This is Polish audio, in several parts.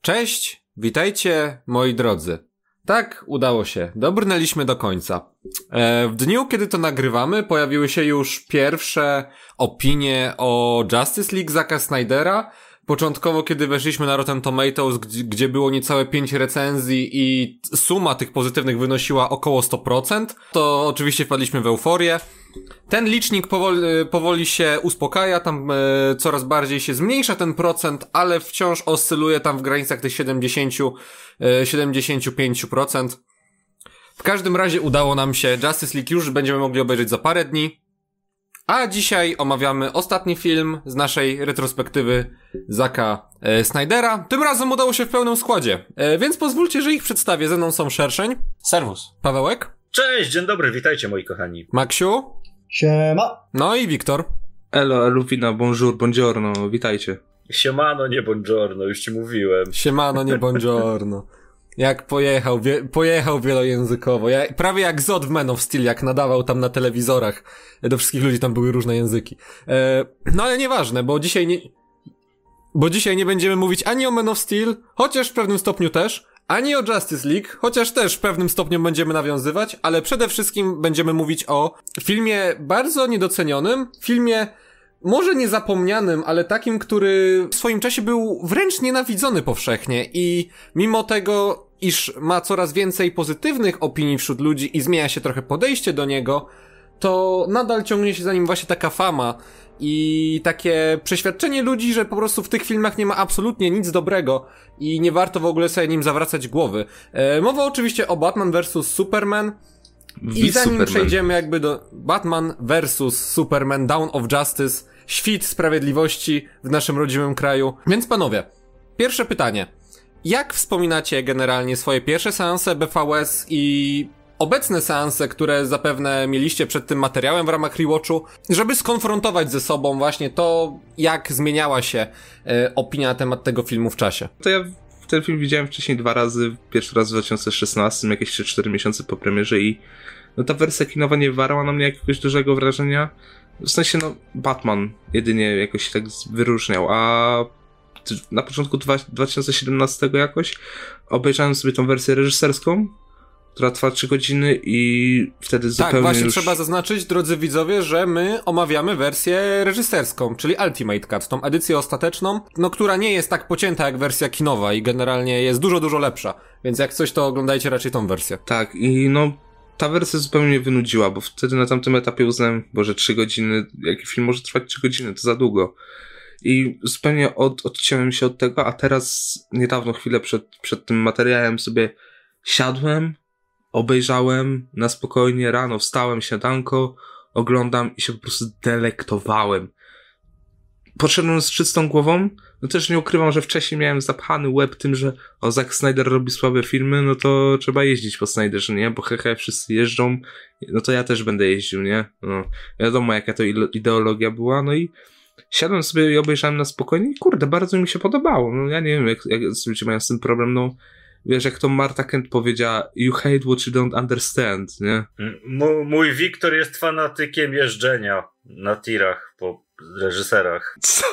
Cześć, witajcie moi drodzy. Tak, udało się. Dobrnęliśmy do końca. W dniu, kiedy to nagrywamy, pojawiły się już pierwsze opinie o Justice League Zacka Snydera. Początkowo, kiedy weszliśmy na Rotten Tomatoes, gdzie było niecałe 5 recenzji i suma tych pozytywnych wynosiła około 100%, to oczywiście wpadliśmy w euforię. Ten licznik powoli się uspokaja, tam coraz bardziej się zmniejsza ten procent, ale wciąż oscyluje tam w granicach tych 70-75%. W każdym razie udało nam się, Justice League już będziemy mogli obejrzeć za parę dni. A dzisiaj omawiamy ostatni film z naszej retrospektywy Zacka Snydera. Tym razem udało się w pełnym składzie, więc pozwólcie, że ich przedstawię. Ze mną są Szerszeń. Serwus. Pawełek. Cześć, dzień dobry, witajcie moi kochani. Maksiu. Siema. No i Wiktor. Elo, Elufina, bonjour, buongiorno, witajcie. Siemano, nie buongiorno, już ci mówiłem. Siemano, nie buongiorno. Jak pojechał wielojęzykowo. Prawie jak Zod w Man of Steel, jak nadawał tam na telewizorach. Do wszystkich ludzi tam były różne języki. No ale nieważne, bo dzisiaj nie będziemy mówić ani o Man of Steel, chociaż w pewnym stopniu też, ani o Justice League, chociaż też w pewnym stopniu będziemy nawiązywać, ale przede wszystkim będziemy mówić o filmie bardzo niedocenionym, filmie może niezapomnianym, ale takim, który w swoim czasie był wręcz nienawidzony powszechnie i mimo tego, iż ma coraz więcej pozytywnych opinii wśród ludzi i zmienia się trochę podejście do niego, to nadal ciągnie się za nim właśnie taka fama i takie przeświadczenie ludzi, że po prostu w tych filmach nie ma absolutnie nic dobrego i nie warto w ogóle sobie nim zawracać głowy. Mowa oczywiście o Batman vs. Superman. I zanim przejdziemy jakby do Batman vs. Superman Dawn of Justice, świt sprawiedliwości w naszym rodzimym kraju. Więc panowie, pierwsze pytanie. Jak wspominacie generalnie swoje pierwsze seanse BVS i obecne seanse, które zapewne mieliście przed tym materiałem w ramach rewatchu, żeby skonfrontować ze sobą właśnie to, jak zmieniała się opinia na temat tego filmu w czasie? To ja ten film widziałem wcześniej 2 razy, pierwszy raz w 2016, jakieś 3-4 miesiące po premierze i no ta wersja kinowa nie wywarła na mnie jakiegoś dużego wrażenia. W sensie, no, Batman jedynie jakoś się tak wyróżniał, a na początku 2017 jakoś obejrzałem sobie tą wersję reżyserską, która trwa 3 godziny i wtedy zupełnie tak, właśnie już... trzeba zaznaczyć, drodzy widzowie, że my omawiamy wersję reżyserską, czyli Ultimate Cut, tą edycję ostateczną, no która nie jest tak pocięta jak wersja kinowa i generalnie jest dużo, dużo lepsza, więc jak coś, to oglądajcie raczej tą wersję. Tak, i no ta wersja zupełnie mnie wynudziła, bo wtedy na tamtym etapie uznałem, że 3 godziny, jaki film może trwać 3 godziny, to za długo. I zupełnie odciąłem się od tego, a teraz niedawno, chwilę przed tym materiałem sobie siadłem, obejrzałem na spokojnie, rano wstałem, śniadanko, oglądam i się po prostu delektowałem. Poszedłem z czystą głową, no też nie ukrywam, że wcześniej miałem zapchany łeb tym, że Zack Snyder robi słabe filmy, no to trzeba jeździć po Snyderze, nie? Bo wszyscy jeżdżą, no to ja też będę jeździł, nie? No, wiadomo jaka to ideologia była, no i siadłem sobie i obejrzałem na spokojnie i kurde, bardzo mi się podobało. No ja nie wiem, jak ludzie mają z tym problem, no wiesz, jak to Marta Kent powiedziała, you hate what you don't understand, nie? Mój Wiktor jest fanatykiem jeżdżenia na tirach po reżyserach. Co?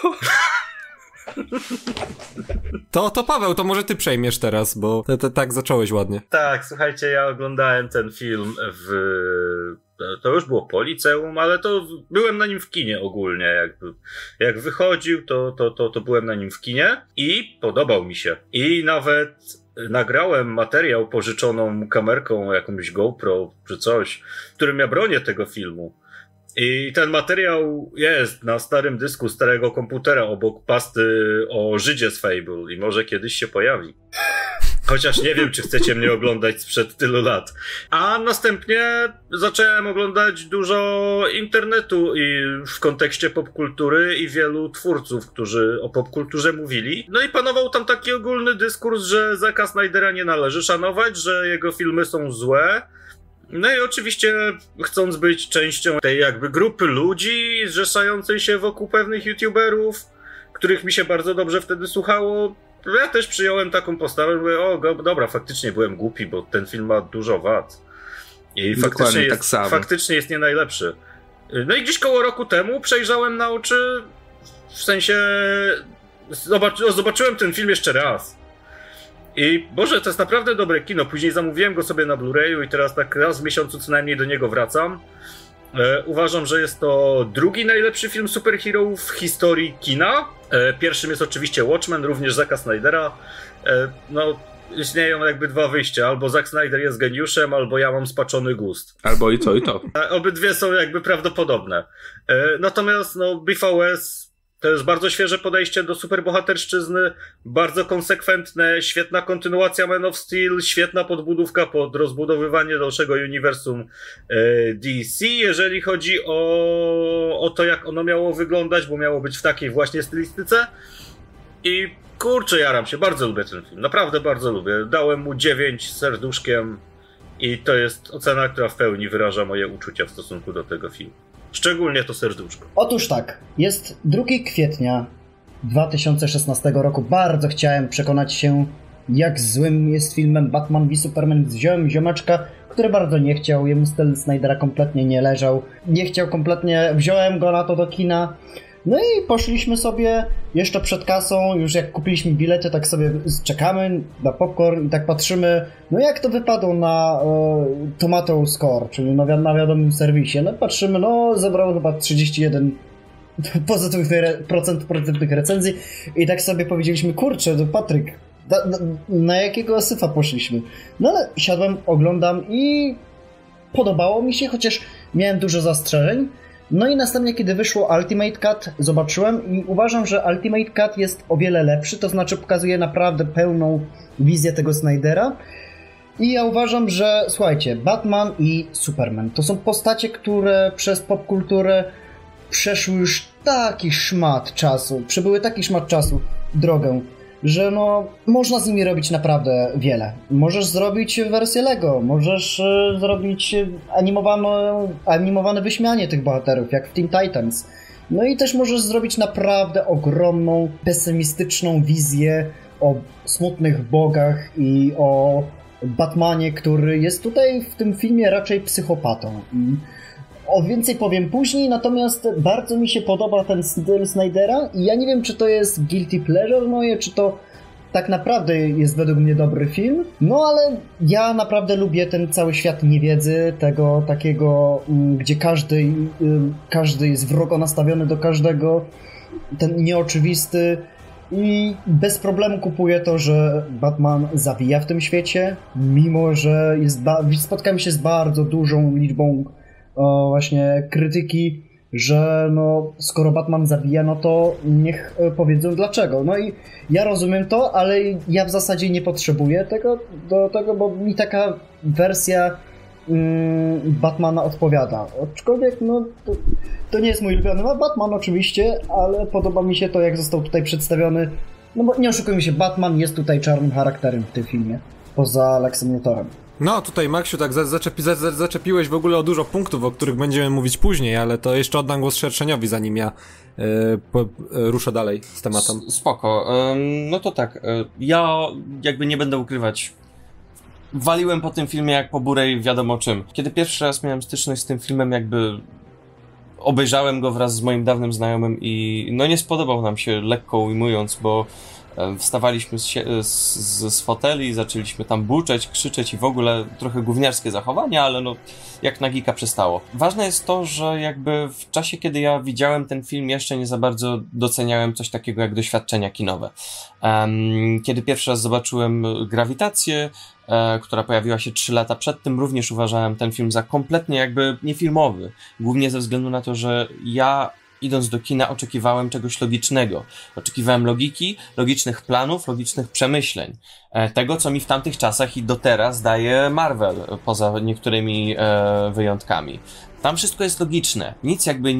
To Paweł, to może ty przejmiesz teraz, bo tak zacząłeś ładnie. Tak, słuchajcie, ja oglądałem ten film to już było po liceum, ale to byłem na nim w kinie ogólnie, jak wychodził, to byłem na nim w kinie i podobał mi się. I nawet nagrałem materiał pożyczoną kamerką, jakąś GoPro czy coś, w którym ja bronię tego filmu. I ten materiał jest na starym dysku starego komputera obok pasty o Żydzie z Fable i może kiedyś się pojawi. Chociaż nie wiem, czy chcecie mnie oglądać sprzed tylu lat. A następnie zacząłem oglądać dużo internetu i w kontekście popkultury i wielu twórców, którzy o popkulturze mówili. No i panował tam taki ogólny dyskurs, że Zacka Snydera nie należy szanować, że jego filmy są złe. No i oczywiście, chcąc być częścią tej jakby grupy ludzi zrzeszającej się wokół pewnych youtuberów, których mi się bardzo dobrze wtedy słuchało, ja też przyjąłem taką postawę, że mówię, dobra, faktycznie byłem głupi, bo ten film ma dużo wad. I faktycznie jest nie najlepszy. No i gdzieś koło roku temu przejrzałem na oczy, w sensie zobaczyłem ten film jeszcze raz. I Boże, to jest naprawdę dobre kino. Później zamówiłem go sobie na Blu-rayu i teraz tak raz w miesiącu co najmniej do niego wracam. Uważam, że jest to drugi najlepszy film superhero w historii kina. Pierwszym jest oczywiście Watchmen, również Zacka Snydera. No, istnieją jakby dwa wyjścia. Albo Zack Snyder jest geniuszem, albo ja mam spaczony gust. Albo i to, i to. Obydwie są jakby prawdopodobne. Natomiast no, BVS to jest bardzo świeże podejście do superbohaterszczyzny, bardzo konsekwentne, świetna kontynuacja Man of Steel, świetna podbudówka pod rozbudowywanie dalszego uniwersum DC, jeżeli chodzi o to, jak ono miało wyglądać, bo miało być w takiej właśnie stylistyce. I kurczę, jaram się, bardzo lubię ten film, naprawdę bardzo lubię. Dałem mu 9 serduszkiem i to jest ocena, która w pełni wyraża moje uczucia w stosunku do tego filmu. Szczególnie to serduszko. Otóż tak, jest 2 kwietnia 2016 roku. Bardzo chciałem przekonać się, jak złym jest filmem Batman v Superman. Wziąłem ziomeczka, który bardzo nie chciał, jemu styl Snydera kompletnie nie leżał. Nie chciał kompletnie, wziąłem go na to do kina. No i poszliśmy sobie jeszcze przed kasą, już jak kupiliśmy bilety, tak sobie czekamy na popcorn i tak patrzymy, no jak to wypadło na Tomato Score, czyli na wiadomym serwisie. No patrzymy, no zebrało chyba 31% pozytywnych recenzji i tak sobie powiedzieliśmy, kurczę, no Patryk, na jakiego syfa poszliśmy? No ale siadłem, oglądam i podobało mi się, chociaż miałem dużo zastrzeżeń. No i następnie, kiedy wyszło Ultimate Cut, zobaczyłem i uważam, że Ultimate Cut jest o wiele lepszy, to znaczy pokazuje naprawdę pełną wizję tego Snydera. I ja uważam, że, słuchajcie, Batman i Superman to są postacie, które przez popkulturę przeszły już taki szmat czasu, przebyły taki szmat czasu drogę, że no, można z nimi robić naprawdę wiele. Możesz zrobić wersję Lego, możesz zrobić animowane wyśmianie tych bohaterów, jak w Teen Titans. No i też możesz zrobić naprawdę ogromną, pesymistyczną wizję o smutnych bogach i o Batmanie, który jest tutaj w tym filmie raczej psychopatą. O więcej powiem później, natomiast bardzo mi się podoba ten styl Snydera i ja nie wiem, czy to jest guilty pleasure moje, czy to tak naprawdę jest według mnie dobry film, no ale ja naprawdę lubię ten cały świat niewiedzy, tego takiego, gdzie każdy jest wrogo nastawiony do każdego, ten nieoczywisty i bez problemu kupuję to, że Batman zawija w tym świecie, mimo że spotkałem się z bardzo dużą liczbą właśnie krytyki, że no skoro Batman zabija, no to niech powiedzą dlaczego. No i ja rozumiem to, ale ja w zasadzie nie potrzebuję tego, bo mi taka wersja Batmana odpowiada. Aczkolwiek no to nie jest mój ulubiony Batman oczywiście, ale podoba mi się to, jak został tutaj przedstawiony. No bo nie oszukujmy się, Batman jest tutaj czarnym charakterem w tym filmie, poza Lexem Luthorem. No, tutaj, Maksiu, tak zaczepiłeś w ogóle o dużo punktów, o których będziemy mówić później, ale to jeszcze oddam głos Szerszeniowi, zanim ja ruszę dalej z tematem. Spoko. No to tak, ja jakby nie będę ukrywać, waliłem po tym filmie jak po burej wiadomo czym. Kiedy pierwszy raz miałem styczność z tym filmem, jakby obejrzałem go wraz z moim dawnym znajomym i no nie spodobał nam się, lekko ujmując, bo wstawaliśmy z foteli, zaczęliśmy tam buczeć, krzyczeć i w ogóle trochę gówniarskie zachowania, ale no jak na geeka przystało. Ważne jest to, że jakby w czasie, kiedy ja widziałem ten film, jeszcze nie za bardzo doceniałem coś takiego jak doświadczenia kinowe. Kiedy pierwszy raz zobaczyłem Grawitację, która pojawiła się 3 lata przed tym, również uważałem ten film za kompletnie jakby niefilmowy. Głównie ze względu na to, że ja idąc do kina oczekiwałem czegoś logicznego. Oczekiwałem logiki, logicznych planów, logicznych przemyśleń. Tego, co mi w tamtych czasach i do teraz daje Marvel, poza niektórymi wyjątkami. Tam wszystko jest logiczne. Nic jakby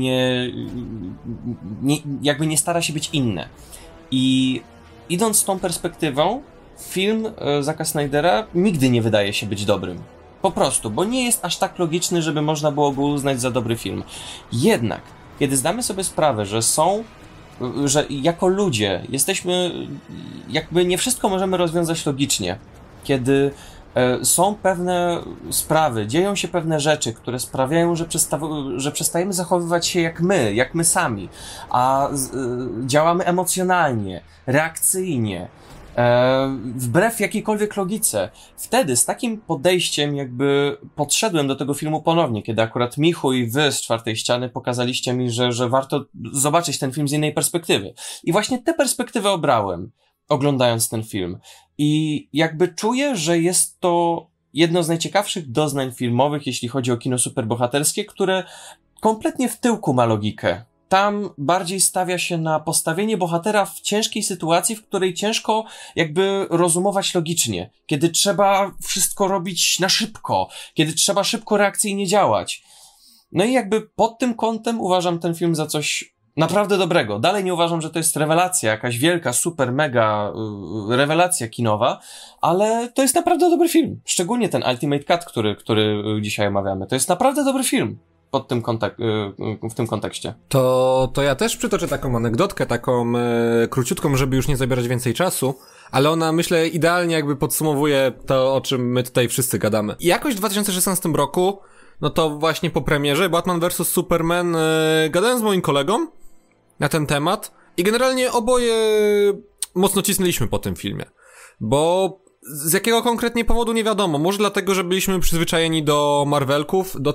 nie stara się być inne. I idąc z tą perspektywą, film Zacka Snydera nigdy nie wydaje się być dobrym. Po prostu, bo nie jest aż tak logiczny, żeby można było go uznać za dobry film. Jednak kiedy zdamy sobie sprawę, że jako ludzie jesteśmy, jakby nie wszystko możemy rozwiązać logicznie, kiedy są pewne sprawy, dzieją się pewne rzeczy, które sprawiają, że przestajemy zachowywać się jak my sami, a działamy emocjonalnie, reakcyjnie Wbrew jakiejkolwiek logice. Wtedy z takim podejściem jakby podszedłem do tego filmu ponownie, kiedy akurat Michu i wy z Czwartej Ściany pokazaliście mi, że warto zobaczyć ten film z innej perspektywy. I właśnie tę perspektywę obrałem, oglądając ten film. I jakby czuję, że jest to jedno z najciekawszych doznań filmowych, jeśli chodzi o kino superbohaterskie, które kompletnie w tyłku ma logikę. Tam bardziej stawia się na postawienie bohatera w ciężkiej sytuacji, w której ciężko jakby rozumować logicznie. Kiedy trzeba wszystko robić na szybko. Kiedy trzeba szybko reakcyjnie działać. No i jakby pod tym kątem uważam ten film za coś naprawdę dobrego. Dalej nie uważam, że to jest rewelacja, jakaś wielka, super, mega rewelacja kinowa, ale to jest naprawdę dobry film. Szczególnie ten Ultimate Cut, który dzisiaj omawiamy. To jest naprawdę dobry film. W tym kontekście. To ja też przytoczę taką anegdotkę, taką króciutką, żeby już nie zabierać więcej czasu, ale ona, myślę, idealnie jakby podsumowuje to, o czym my tutaj wszyscy gadamy. I jakoś w 2016 roku, no to właśnie po premierze Batman vs. Superman gadałem z moim kolegą na ten temat i generalnie oboje mocno cisnęliśmy po tym filmie, bo z jakiego konkretnie powodu nie wiadomo. Może dlatego, że byliśmy przyzwyczajeni do Marvelków, do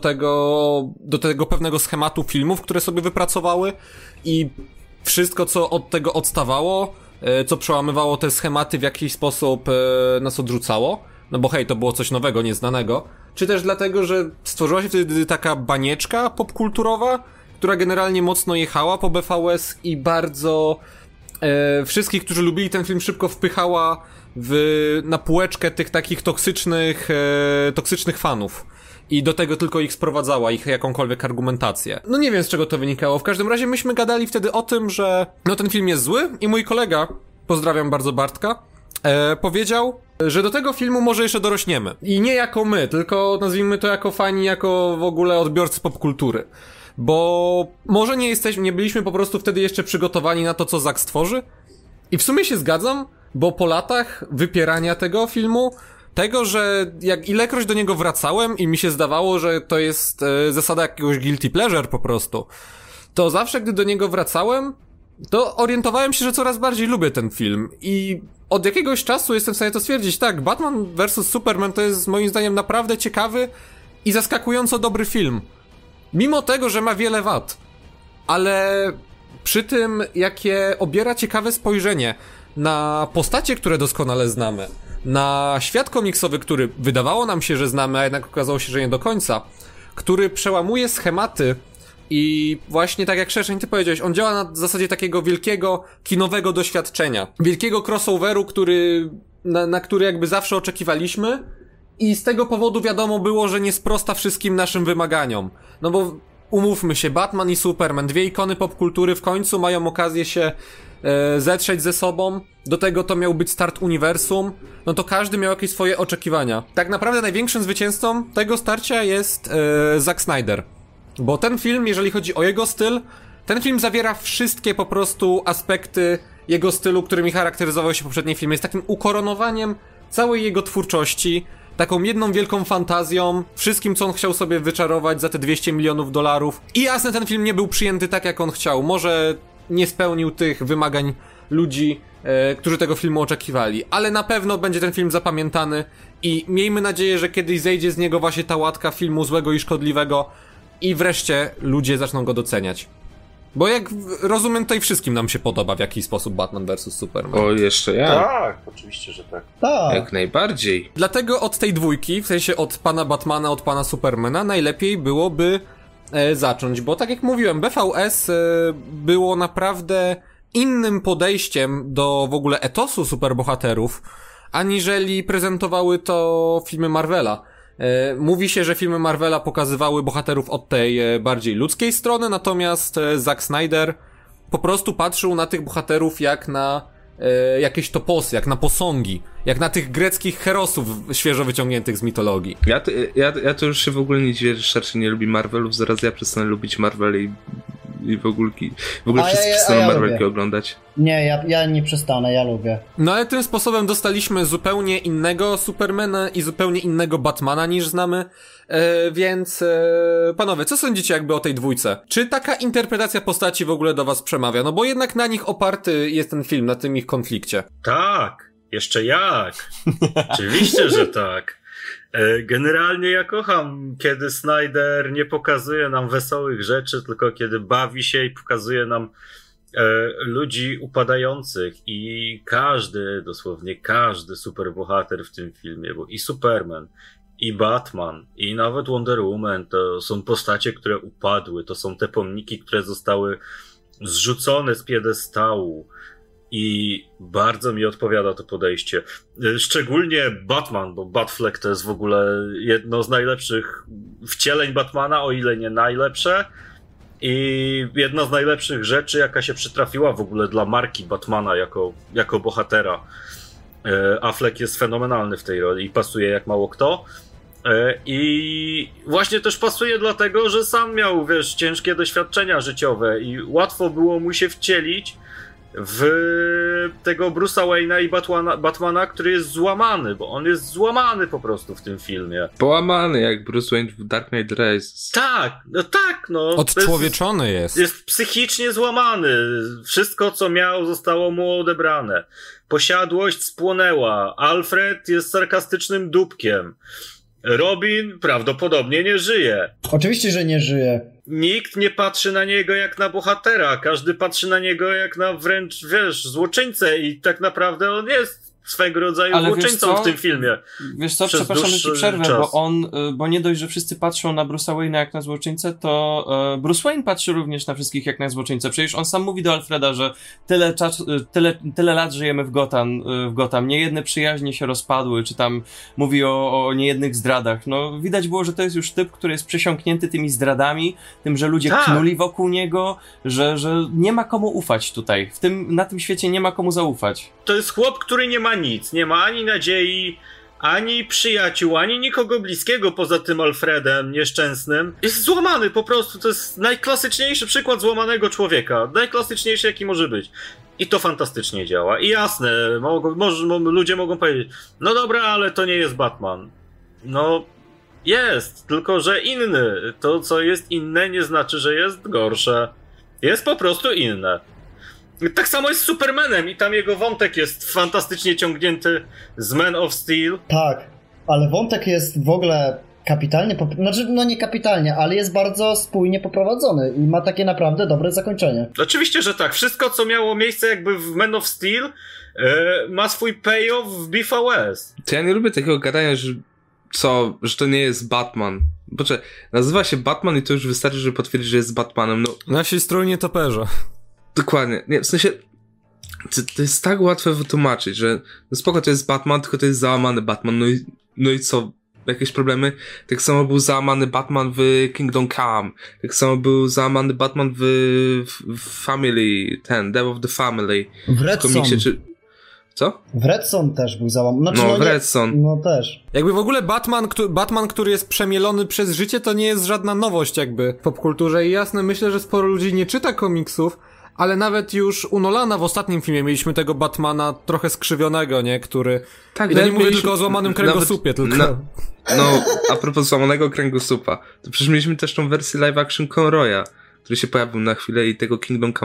tego pewnego schematu filmów, które sobie wypracowały i wszystko, co od tego odstawało, co przełamywało te schematy, w jakiś sposób nas odrzucało. No bo hej, to było coś nowego, nieznanego. Czy też dlatego, że stworzyła się wtedy taka banieczka popkulturowa, która generalnie mocno jechała po BVS i bardzo wszystkich, którzy lubili ten film, szybko wpychała na półeczkę tych takich toksycznych fanów. I do tego tylko ich sprowadzała, ich jakąkolwiek argumentację. No nie wiem, z czego to wynikało. W każdym razie myśmy gadali wtedy o tym, że no ten film jest zły i mój kolega, pozdrawiam bardzo Bartka, powiedział, że do tego filmu może jeszcze dorośniemy. I nie jako my, tylko nazwijmy to jako fani, jako w ogóle odbiorcy popkultury. Bo może nie byliśmy po prostu wtedy jeszcze przygotowani na to, co Zack stworzy. I w sumie się zgadzam, bo po latach wypierania tego filmu, tego, że jak ilekroć do niego wracałem i mi się zdawało, że to jest zasada jakiegoś guilty pleasure po prostu, to zawsze, gdy do niego wracałem, to orientowałem się, że coraz bardziej lubię ten film. I od jakiegoś czasu jestem w stanie to stwierdzić. Tak, Batman vs. Superman to jest moim zdaniem naprawdę ciekawy i zaskakująco dobry film. Mimo tego, że ma wiele wad. Ale przy tym, jakie obiera ciekawe spojrzenie na postacie, które doskonale znamy, na świat komiksowy, który wydawało nam się, że znamy, a jednak okazało się, że nie do końca, który przełamuje schematy i właśnie tak jak Szerszeń ty powiedziałeś, on działa na zasadzie takiego wielkiego kinowego doświadczenia, wielkiego crossoveru, na który jakby zawsze oczekiwaliśmy i z tego powodu wiadomo było, że nie sprosta wszystkim naszym wymaganiom. No bo umówmy się, Batman i Superman, dwie ikony popkultury w końcu mają okazję się zetrzeć ze sobą, do tego to miał być start uniwersum, no to każdy miał jakieś swoje oczekiwania. Tak naprawdę największym zwycięzcą tego starcia jest Zack Snyder, bo ten film, jeżeli chodzi o jego styl, ten film zawiera wszystkie po prostu aspekty jego stylu, którymi charakteryzował się poprzedni film. Jest takim ukoronowaniem całej jego twórczości, taką jedną wielką fantazją, wszystkim, co on chciał sobie wyczarować za te $200 milionów. I jasne, ten film nie był przyjęty tak, jak on chciał. Może nie spełnił tych wymagań ludzi, którzy tego filmu oczekiwali, ale na pewno będzie ten film zapamiętany i miejmy nadzieję, że kiedyś zejdzie z niego właśnie ta łatka filmu złego i szkodliwego i wreszcie ludzie zaczną go doceniać. Bo jak rozumiem, tutaj wszystkim nam się podoba w jakiś sposób Batman vs. Superman. O, jeszcze ja. Tak, oczywiście, że tak. Tak. Jak najbardziej. Dlatego od tej dwójki, w sensie od pana Batmana, od pana Supermana, najlepiej byłoby zacząć, bo tak jak mówiłem, BVS było naprawdę innym podejściem do w ogóle etosu superbohaterów, aniżeli prezentowały to filmy Marvela. Mówi się, że filmy Marvela pokazywały bohaterów od tej bardziej ludzkiej strony, natomiast Zack Snyder po prostu patrzył na tych bohaterów jak na jakieś toposy, jak na posągi, jak na tych greckich herosów świeżo wyciągniętych z mitologii. Ja to już się w ogóle nie dziwię, że Szerszy nie lubi Marvelów, zaraz ja przestanę lubić Marvel i w ogóle wszyscy przestaną Marvelki oglądać. Nie, ja nie przestanę, ja lubię. No ale tym sposobem dostaliśmy zupełnie innego Supermana i zupełnie innego Batmana niż znamy, więc panowie, co sądzicie jakby o tej dwójce? Czy taka interpretacja postaci w ogóle do was przemawia? No bo jednak na nich oparty jest ten film, na tym ich konflikcie. Tak. Jeszcze jak? Oczywiście, że tak. Generalnie ja kocham, kiedy Snyder nie pokazuje nam wesołych rzeczy, tylko kiedy bawi się i pokazuje nam ludzi upadających i dosłownie każdy superbohater w tym filmie, bo i Superman, i Batman, i nawet Wonder Woman to są postacie, które upadły, to są te pomniki, które zostały zrzucone z piedestału i bardzo mi odpowiada to podejście. Szczególnie Batman, bo Batfleck to jest w ogóle jedno z najlepszych wcieleń Batmana, o ile nie najlepsze. I jedna z najlepszych rzeczy, jaka się przytrafiła w ogóle dla marki Batmana jako bohatera. Affleck jest fenomenalny w tej roli i pasuje jak mało kto. I właśnie też pasuje dlatego, że sam miał, ciężkie doświadczenia życiowe i łatwo było mu się wcielić w tego Bruce'a Wayne'a i Batmana, który jest złamany, bo on jest złamany po prostu w tym filmie. Połamany jak Bruce Wayne w Dark Knight Rises. Tak. Odczłowieczony jest. Jest psychicznie złamany. Wszystko, co miał, zostało mu odebrane. Posiadłość spłonęła. Alfred jest sarkastycznym dupkiem. Robin prawdopodobnie nie żyje. Oczywiście, że nie żyje. Nikt nie patrzy na niego jak na bohatera. Każdy patrzy na niego jak na wręcz, złoczyńcę i tak naprawdę on jest swego rodzaju złoczyńcą w tym filmie. Wiesz co, przepraszam, że ci przerwę, bo nie dość, że wszyscy patrzą na Bruce'a Wayne'a jak na złoczyńcę, to Bruce Wayne patrzy również na wszystkich jak na złoczyńcę. Przecież on sam mówi do Alfreda, że tyle lat żyjemy w Gotham, niejedne przyjaźnie się rozpadły, czy tam mówi o niejednych zdradach. No widać było, że to jest już typ, który jest przesiąknięty tymi zdradami, tym, że ludzie knuli wokół niego, że nie ma komu ufać tutaj. Na tym świecie nie ma komu zaufać. To jest chłop, który nie ma nic, nie ma ani nadziei, ani przyjaciół, ani nikogo bliskiego poza tym Alfredem nieszczęsnym. Jest złamany po prostu, to jest najklasyczniejszy przykład złamanego człowieka, najklasyczniejszy jaki może być. I to fantastycznie działa. I jasne, ludzie mogą powiedzieć, no dobra, ale to nie jest Batman. No, jest, tylko że inny. To, co jest inne, nie znaczy, że jest gorsze. Jest po prostu inne. Tak samo jest z Supermanem i tam jego wątek jest fantastycznie ciągnięty z Man of Steel. Tak, ale wątek jest w ogóle kapitalnie, nie kapitalnie, ale jest bardzo spójnie poprowadzony i ma takie naprawdę dobre zakończenie. Oczywiście, że tak. Wszystko, co miało miejsce jakby w Man of Steel, ma swój payoff w BVS. To ja nie lubię takiego gadania, że to nie jest Batman. Poczekaj, nazywa się Batman i to już wystarczy, żeby potwierdzić, że jest Batmanem. No. Nasi strój nietoperza. Dokładnie. Nie, w sensie to jest tak łatwe wytłumaczyć, że no spoko, to jest Batman, tylko to jest załamany Batman. No i co? Jakieś problemy? Tak samo był załamany Batman w Kingdom Come. Tak samo był załamany Batman w Family, Death of the Family. W Red Son. Co? W Red Son też był załamany. W Red Son. No też. Jakby w ogóle Batman, który jest przemielony przez życie, to nie jest żadna nowość jakby w popkulturze i jasne, myślę, że sporo ludzi nie czyta komiksów, ale nawet już u Nolana w ostatnim filmie mieliśmy tego Batmana trochę skrzywionego, nie? Który... Tak, I to nie mówię tylko o złamanym kręgosłupie, tylko... A propos złamanego kręgosłupa, to przecież mieliśmy też tą wersję live action Conroya, który się pojawił na chwilę i tego Kingdom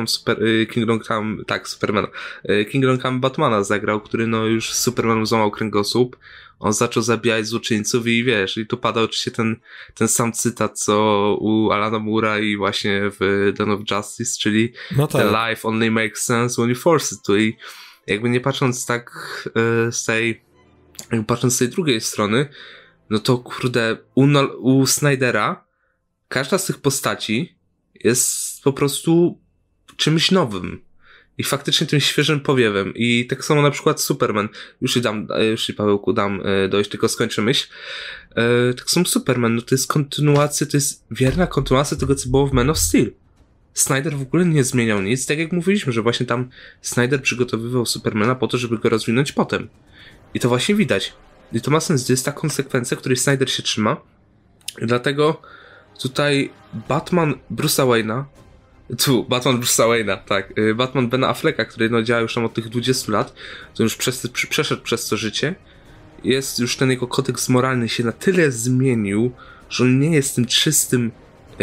Come Batmana zagrał, który już z Supermanem złamał kręgosłup. On zaczął zabijać złoczyńców i i tu pada oczywiście ten sam cytat, co u Alana Moore'a i właśnie w Dawn of Justice, czyli The life only makes sense when you force it to. I jakby nie patrząc tak patrząc z tej drugiej strony, no to kurde, u Snydera każda z tych postaci jest po prostu czymś nowym. I faktycznie tym świeżym powiewem. I tak samo na przykład Superman. Już ci Pawełku dam dojść, tylko skończę myśl. Tak samo Superman, no to jest kontynuacja, to jest wierna kontynuacja tego, co było w Man of Steel. Snyder w ogóle nie zmieniał nic, tak jak mówiliśmy, że właśnie tam Snyder przygotowywał Supermana po to, żeby go rozwinąć potem. I to właśnie widać. I to ma sens, to jest ta konsekwencja, której Snyder się trzyma. I dlatego tutaj Batman Bruce'a Wayne'a, tak. Batman Bena Afflecka, który działa już tam od tych 20 lat, to już przeszedł przez to życie. Jest już ten jego kodeks moralny się na tyle zmienił, że on nie jest tym czystym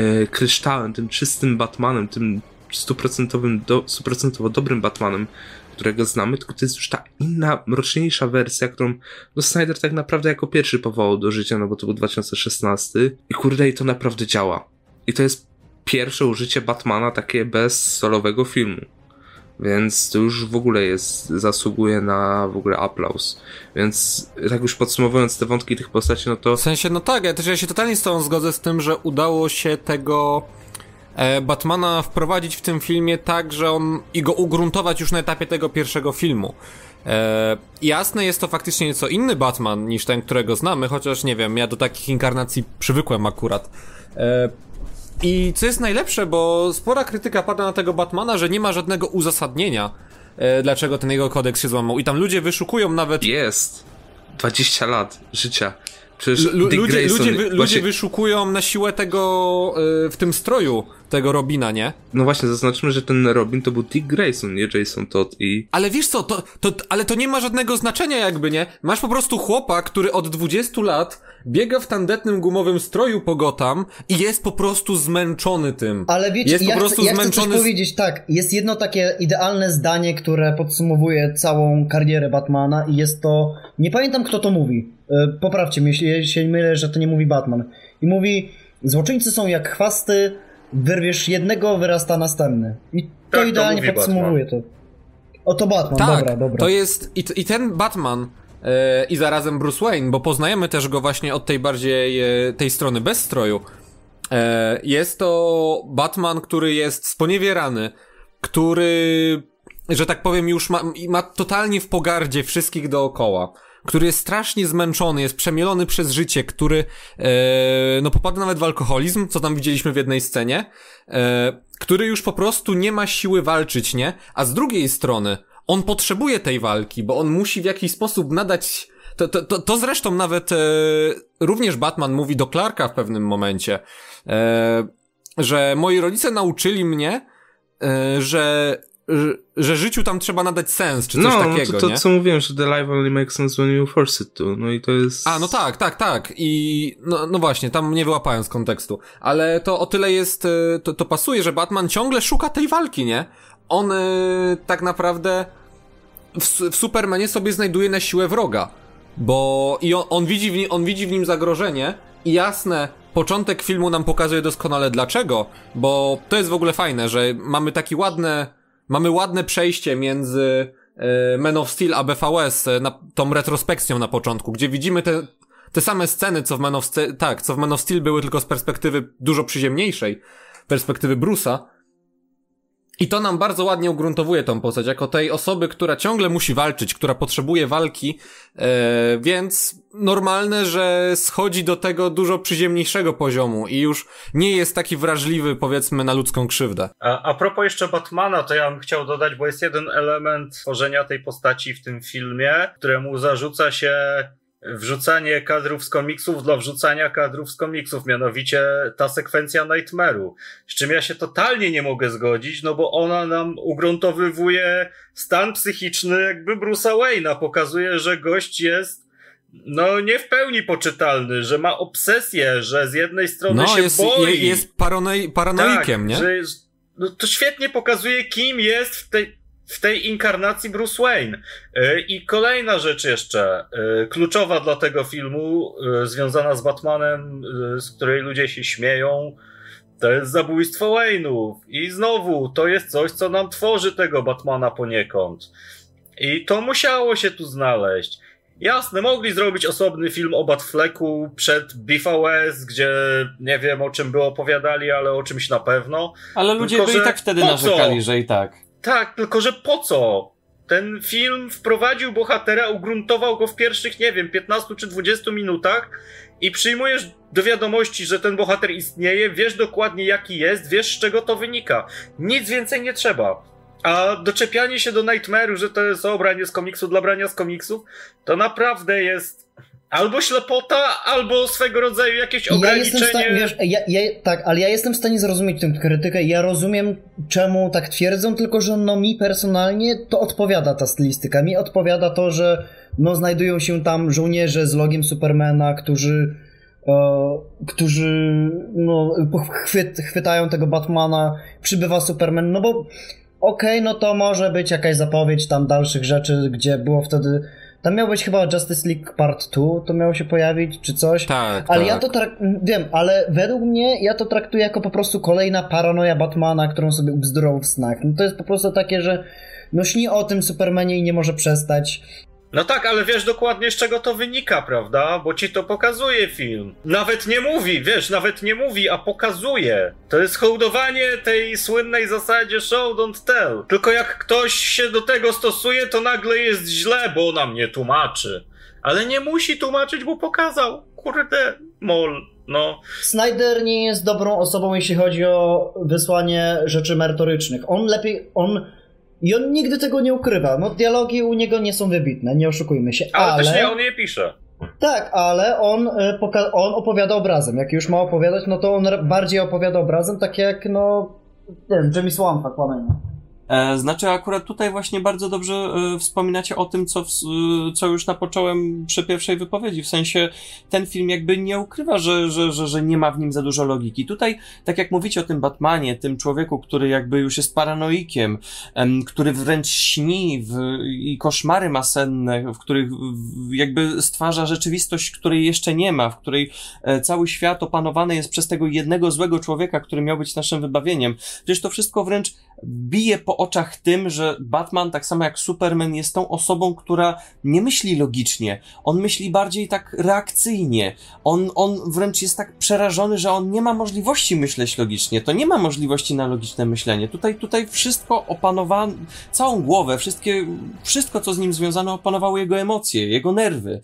kryształem, tym czystym Batmanem, tym 100% dobrym Batmanem, którego znamy, tylko to jest już ta inna, mroczniejsza wersja, którą no Snyder tak naprawdę jako pierwszy powołał do życia, no bo to był 2016 i kurde, i to naprawdę działa. I to jest pierwsze użycie Batmana takie bez solowego filmu. Więc to już w ogóle zasługuje na w ogóle aplauz. Więc tak już podsumowując te wątki tych postaci, no to... W sensie, no tak, ja się totalnie z tobą zgodzę z tym, że udało się tego Batmana wprowadzić w tym filmie tak, że i go ugruntować już na etapie tego pierwszego filmu. Jasne, jest to faktycznie nieco inny Batman niż ten, którego znamy, chociaż nie wiem, ja do takich inkarnacji przywykłem akurat. I co jest najlepsze, bo spora krytyka pada na tego Batmana, że nie ma żadnego uzasadnienia, dlaczego ten jego kodeks się złamał. I tam ludzie wyszukują nawet... Jest! 20 lat życia. Przecież Dick Grayson... Ludzie wyszukują na siłę tego, w tym stroju, tego Robina, nie? No właśnie, zaznaczmy, że ten Robin to był Dick Grayson, nie Jason Todd i... Ale wiesz co, ale to nie ma żadnego znaczenia jakby, nie? Masz po prostu chłopa, który od 20 lat biega w tandetnym gumowym stroju po Gotham i jest po prostu zmęczony tym. Ale wiecie, jest po prostu chcę coś powiedzieć, tak, jest jedno takie idealne zdanie, które podsumowuje całą karierę Batmana i jest to, nie pamiętam kto to mówi, poprawcie mnie, jeśli się mylę, że to nie mówi Batman. I mówi, złoczyńcy są jak chwasty, wyrwiesz jednego, wyrasta następny. I to tak, idealnie to podsumowuje Batman. to. Oto Batman, tak, dobra. To jest, i ten Batman i zarazem Bruce Wayne, bo poznajemy też go właśnie od tej bardziej, tej strony bez stroju. Jest to Batman, który jest sponiewierany, który, że tak powiem, już ma totalnie w pogardzie wszystkich dookoła, który jest strasznie zmęczony, jest przemielony przez życie, który no popada nawet w alkoholizm, co tam widzieliśmy w jednej scenie, który już po prostu nie ma siły walczyć, nie? A z drugiej strony on potrzebuje tej walki, bo on musi w jakiś sposób nadać... To zresztą nawet również Batman mówi do Clarka w pewnym momencie, że moi rodzice nauczyli mnie, że życiu tam trzeba nadać sens, czy coś takiego, no to nie? co mówiłem, że the life only makes sense when you force it to, no i to jest... No tak. I no właśnie, tam nie wyłapałem z kontekstu. Ale to o tyle jest, to pasuje, że Batman ciągle szuka tej walki, nie? On tak naprawdę w Supermanie sobie znajduje na siłę wroga. Bo on widzi w nim zagrożenie i jasne, początek filmu nam pokazuje doskonale dlaczego, bo to jest w ogóle fajne, że mamy ładne przejście między Man of Steel a BVS, tą retrospekcją na początku, gdzie widzimy te same sceny, co w Man of Steel były, tylko z perspektywy dużo przyziemniejszej, perspektywy Bruce'a. I to nam bardzo ładnie ugruntowuje tą postać, jako tej osoby, która ciągle musi walczyć, która potrzebuje walki, więc normalne, że schodzi do tego dużo przyziemniejszego poziomu i już nie jest taki wrażliwy, powiedzmy, na ludzką krzywdę. A propos jeszcze Batmana, to ja bym chciał dodać, bo jest jeden element tworzenia tej postaci w tym filmie, któremu zarzuca się wrzucanie kadrów z komiksów dla wrzucania kadrów z komiksów, mianowicie ta sekwencja Nightmare'u, z czym ja się totalnie nie mogę zgodzić, no bo ona nam ugruntowywuje stan psychiczny jakby Bruce'a Wayne'a, pokazuje, że gość jest no nie w pełni poczytalny, że ma obsesję, że z jednej strony się boi. Jest paranoikiem, tak, nie? Że no to świetnie pokazuje, kim jest w tej inkarnacji Bruce Wayne. I kolejna rzecz jeszcze, kluczowa dla tego filmu, związana z Batmanem, z której ludzie się śmieją, to jest zabójstwo Wayne'ów. I znowu, to jest coś, co nam tworzy tego Batmana poniekąd. I to musiało się tu znaleźć. Jasne, mogli zrobić osobny film o Batflecku przed BVS, gdzie nie wiem o czym by opowiadali, ale o czymś na pewno. Ale ludzie by i tak wtedy narzekali, że i tak. Tak, tylko że po co? Ten film wprowadził bohatera, ugruntował go w pierwszych, nie wiem, 15 czy 20 minutach i przyjmujesz do wiadomości, że ten bohater istnieje, wiesz dokładnie jaki jest, wiesz z czego to wynika. Nic więcej nie trzeba. A doczepianie się do Nightmare'u, że to jest branie z komiksu dla brania z komiksów, to naprawdę jest albo ślepota, albo swego rodzaju jakieś ograniczenie. Ale ja jestem w stanie zrozumieć tę krytykę i ja rozumiem, czemu tak twierdzą, tylko że no mi personalnie to odpowiada ta stylistyka. Mi odpowiada to, że no znajdują się tam żołnierze z logiem Supermana, którzy no chwytają tego Batmana, przybywa Superman, no bo okej, no to może być jakaś zapowiedź tam dalszych rzeczy, gdzie było wtedy... Tam miał być chyba Justice League Part 2, to miało się pojawić, czy coś. Tak, ale tak. ja to wiem, ale według mnie ja to traktuję jako po prostu kolejna paranoja Batmana, którą sobie ubzdurał w snach. No to jest po prostu takie, że no śni o tym Supermanie i nie może przestać. No tak, ale wiesz dokładnie z czego to wynika, prawda? Bo ci to pokazuje film. Nawet nie mówi, a pokazuje. To jest hołdowanie tej słynnej zasadzie show, don't tell. Tylko jak ktoś się do tego stosuje, to nagle jest źle, bo ona mnie tłumaczy. Ale nie musi tłumaczyć, bo pokazał. Kurde, mol. No. Snyder nie jest dobrą osobą, jeśli chodzi o wysłanie rzeczy merytorycznych. I on nigdy tego nie ukrywa. No dialogi u niego nie są wybitne, nie oszukujmy się. Ale też nie on je pisze. Tak, ale on opowiada obrazem. Jak już ma opowiadać, no to on bardziej opowiada obrazem, tak jak, no, nie wiem, Jamie Swan w Aquamanie. Znaczy akurat tutaj właśnie bardzo dobrze wspominacie o tym, co już napocząłem przy pierwszej wypowiedzi, w sensie ten film jakby nie ukrywa, że nie ma w nim za dużo logiki. Tutaj, tak jak mówicie o tym Batmanie, tym człowieku, który jakby już jest paranoikiem, który wręcz śni i koszmary ma senne, w których jakby stwarza rzeczywistość, której jeszcze nie ma, w której cały świat opanowany jest przez tego jednego złego człowieka, który miał być naszym wybawieniem. Przecież to wszystko wręcz bije po oczach tym, że Batman, tak samo jak Superman, jest tą osobą, która nie myśli logicznie. On myśli bardziej tak reakcyjnie. On wręcz jest tak przerażony, że on nie ma możliwości myśleć logicznie. To nie ma możliwości na logiczne myślenie. Tutaj wszystko opanowało, całą głowę, wszystko, co z nim związane, opanowało jego emocje, jego nerwy.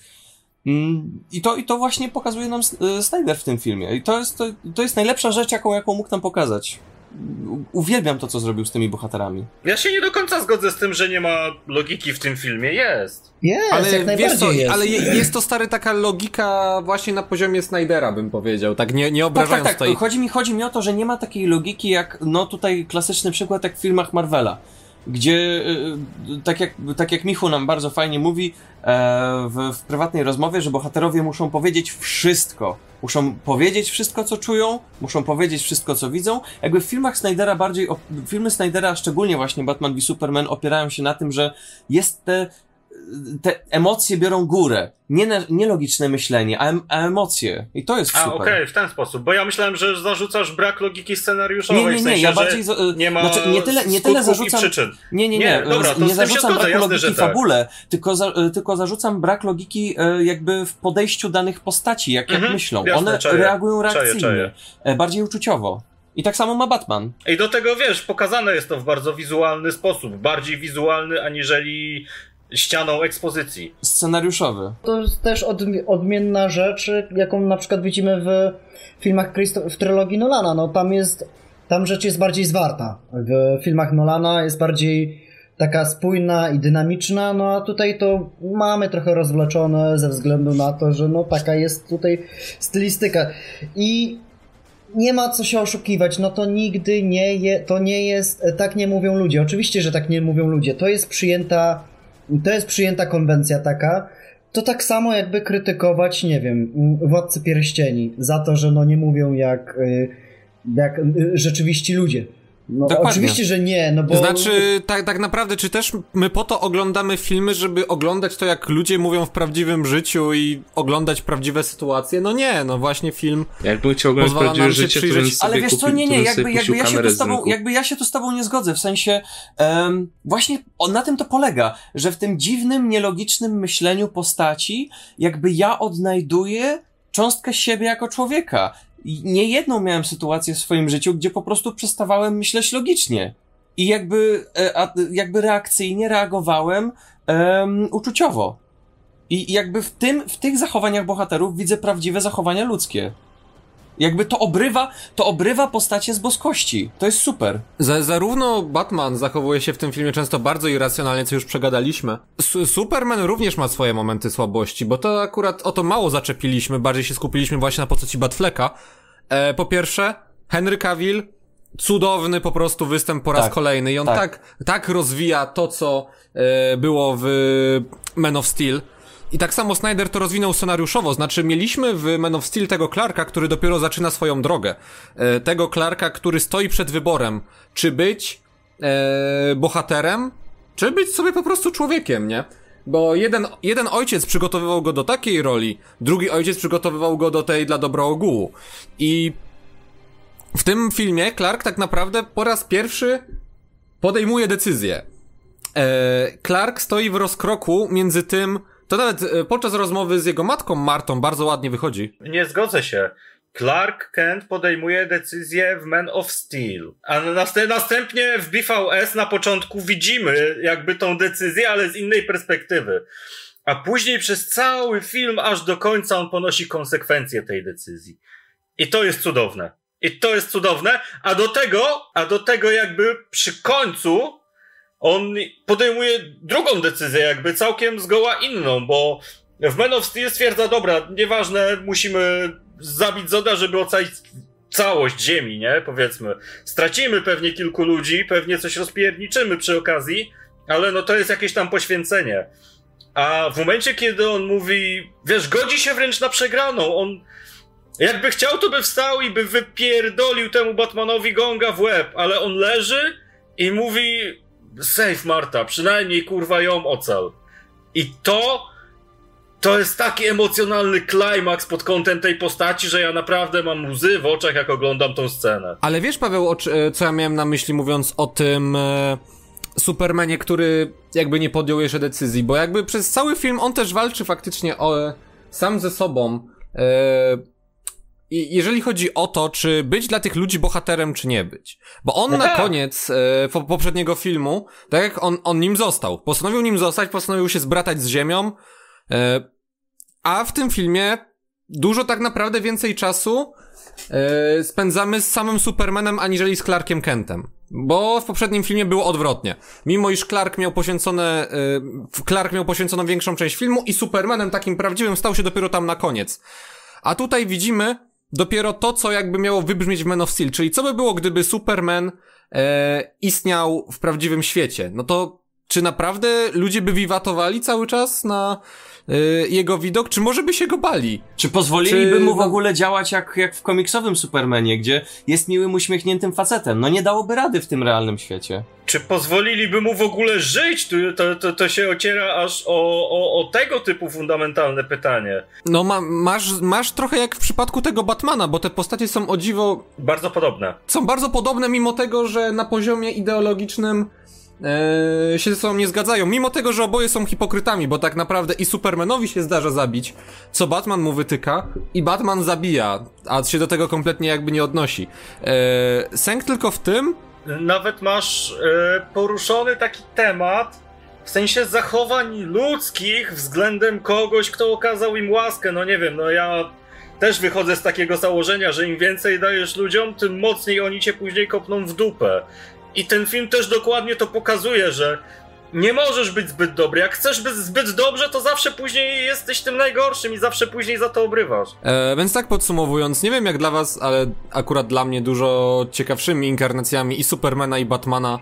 I to właśnie pokazuje nam Snyder w tym filmie. I to jest najlepsza rzecz, jaką mógł nam pokazać. Uwielbiam to, co zrobił z tymi bohaterami. Ja się nie do końca zgodzę z tym, że nie ma logiki w tym filmie. Jest, ale jak najbardziej co, jest. Ale jest to stary taka logika właśnie na poziomie Snydera, bym powiedział. Tak nie obrażając tak. tutaj. Chodzi mi o to, że nie ma takiej logiki jak, no tutaj klasyczny przykład jak w filmach Marvela, gdzie tak jak Michu nam bardzo fajnie mówi w prywatnej rozmowie, że bohaterowie muszą powiedzieć wszystko. Muszą powiedzieć wszystko, co czują, muszą powiedzieć wszystko, co widzą. Jakby w filmach Snydera filmy Snydera, szczególnie właśnie Batman v Superman, opierają się na tym, że jest te emocje biorą górę. Nie logiczne myślenie, a emocje. I to jest super. Okej, w ten sposób. Bo ja myślałem, że zarzucasz brak logiki scenariuszowej. Nie, ja bardziej nie ma nie tyle zarzucam. przyczyn. Nie. Dobra, nie zarzucam braku logiki tak. fabule, tylko zarzucam brak logiki jakby w podejściu danych postaci, jak myślą. Jasne, one reagują reakcyjnie. Czaję. Bardziej uczuciowo. I tak samo ma Batman. I do tego, wiesz, pokazane jest to w bardzo wizualny sposób. Bardziej wizualny, aniżeli ścianą ekspozycji. Scenariuszowy. To jest też odmienna rzecz, jaką na przykład widzimy w filmach w trylogii Nolana. No tam rzecz jest bardziej zwarta. W filmach Nolana jest bardziej taka spójna i dynamiczna, no a tutaj to mamy trochę rozwleczone ze względu na to, że no taka jest tutaj stylistyka. I nie ma co się oszukiwać, no to nigdy to nie jest, tak nie mówią ludzie. Oczywiście, że tak nie mówią ludzie. To jest przyjęta konwencja taka. To tak samo jakby krytykować, nie wiem, Władcy Pierścieni za to, że no nie mówią jak rzeczywiści ludzie. No oczywiście, że nie, no bo... Znaczy, tak naprawdę, czy też my po to oglądamy filmy, żeby oglądać to, jak ludzie mówią w prawdziwym życiu i oglądać prawdziwe sytuacje? No nie, no właśnie film jakbym chciał oglądać prawdziwe życie, to bym sobie ale wiesz co, jakby ja się tu z tobą nie zgodzę, w sensie właśnie na tym to polega, że w tym dziwnym, nielogicznym myśleniu postaci jakby ja odnajduję cząstkę siebie jako człowieka. Niejedną miałem sytuację w swoim życiu, gdzie po prostu przestawałem myśleć logicznie. I jakby reakcyjnie reagowałem uczuciowo. I jakby w tych zachowaniach bohaterów widzę prawdziwe zachowania ludzkie. Jakby to obrywa postacie z boskości. To jest super. Zarówno Batman zachowuje się w tym filmie często bardzo irracjonalnie, co już przegadaliśmy. Superman również ma swoje momenty słabości, bo to akurat o to mało zaczepiliśmy, bardziej się skupiliśmy właśnie na postaci Batflecka. Po pierwsze, Henry Cavill, cudowny po prostu występ po raz kolejny i on tak rozwija to, co było w Man of Steel. I tak samo Snyder to rozwinął scenariuszowo, znaczy mieliśmy w Man of Steel tego Clarka, który dopiero zaczyna swoją drogę. Tego Clarka, który stoi przed wyborem, czy być bohaterem, czy być sobie po prostu człowiekiem, nie? Bo jeden ojciec przygotowywał go do takiej roli, drugi ojciec przygotowywał go do tej dla dobra ogółu. I w tym filmie Clark tak naprawdę po raz pierwszy podejmuje decyzję. Clark stoi w rozkroku między tym, to nawet podczas rozmowy z jego matką Martą bardzo ładnie wychodzi. Nie zgodzę się. Clark Kent podejmuje decyzję w Man of Steel, a następnie w BVS na początku widzimy jakby tą decyzję, ale z innej perspektywy. A później przez cały film aż do końca on ponosi konsekwencje tej decyzji. I to jest cudowne. A do tego jakby przy końcu on podejmuje drugą decyzję, jakby całkiem zgoła inną, bo w Man of Steel stwierdza, dobra, nieważne, musimy zabić Zoda, żeby ocalić całość Ziemi, nie? Powiedzmy. Stracimy pewnie kilku ludzi, pewnie coś rozpierniczymy przy okazji, ale no to jest jakieś tam poświęcenie. A w momencie, kiedy on mówi, wiesz, godzi się wręcz na przegraną, on jakby chciał, to by wstał i by wypierdolił temu Batmanowi gonga w łeb, ale on leży i mówi, save Marta, przynajmniej kurwa ją ocal. I to jest taki emocjonalny klimaks pod kątem tej postaci, że ja naprawdę mam łzy w oczach, jak oglądam tą scenę. Ale wiesz, Paweł, co ja miałem na myśli, mówiąc o tym Supermanie, który jakby nie podjął jeszcze decyzji, bo jakby przez cały film on też walczy faktycznie sam ze sobą. Jeżeli chodzi o to, czy być dla tych ludzi bohaterem, czy nie być. Bo on na koniec poprzedniego filmu, tak jak on nim został, postanowił nim zostać, postanowił się zbratać z ziemią, a w tym filmie dużo tak naprawdę więcej czasu spędzamy z samym Supermanem, aniżeli z Clarkiem Kentem. Bo w poprzednim filmie było odwrotnie. Mimo iż Clark miał poświęconą większą część filmu i Supermanem takim prawdziwym stał się dopiero tam na koniec. A tutaj widzimy dopiero to, co jakby miało wybrzmieć w Man of Steel, czyli co by było, gdyby Superman istniał w prawdziwym świecie. No to czy naprawdę ludzie by wiwatowali cały czas na jego widok, czy może by się go bali? Czy pozwoliliby mu w ogóle działać jak w komiksowym Supermanie, gdzie jest miłym, uśmiechniętym facetem? No nie dałoby rady w tym realnym świecie. Czy pozwoliliby mu w ogóle żyć? To się ociera aż o tego typu fundamentalne pytanie. No masz trochę jak w przypadku tego Batmana, bo te postacie są o dziwo... Bardzo podobne. Są bardzo podobne, mimo tego, że na poziomie ideologicznym się ze sobą nie zgadzają, mimo tego, że oboje są hipokrytami, bo tak naprawdę i Supermanowi się zdarza zabić, co Batman mu wytyka, i Batman zabija, a się do tego kompletnie jakby nie odnosi. Sęk tylko w tym... Nawet masz poruszony taki temat, w sensie zachowań ludzkich względem kogoś, kto okazał im łaskę. No nie wiem, no ja też wychodzę z takiego założenia, że im więcej dajesz ludziom, tym mocniej oni cię później kopną w dupę. I ten film też dokładnie to pokazuje, że nie możesz być zbyt dobry. Jak chcesz być zbyt dobrze, to zawsze później jesteś tym najgorszym i zawsze później za to obrywasz. Więc tak podsumowując, nie wiem jak dla was, ale akurat dla mnie dużo ciekawszymi inkarnacjami i Supermana i Batmana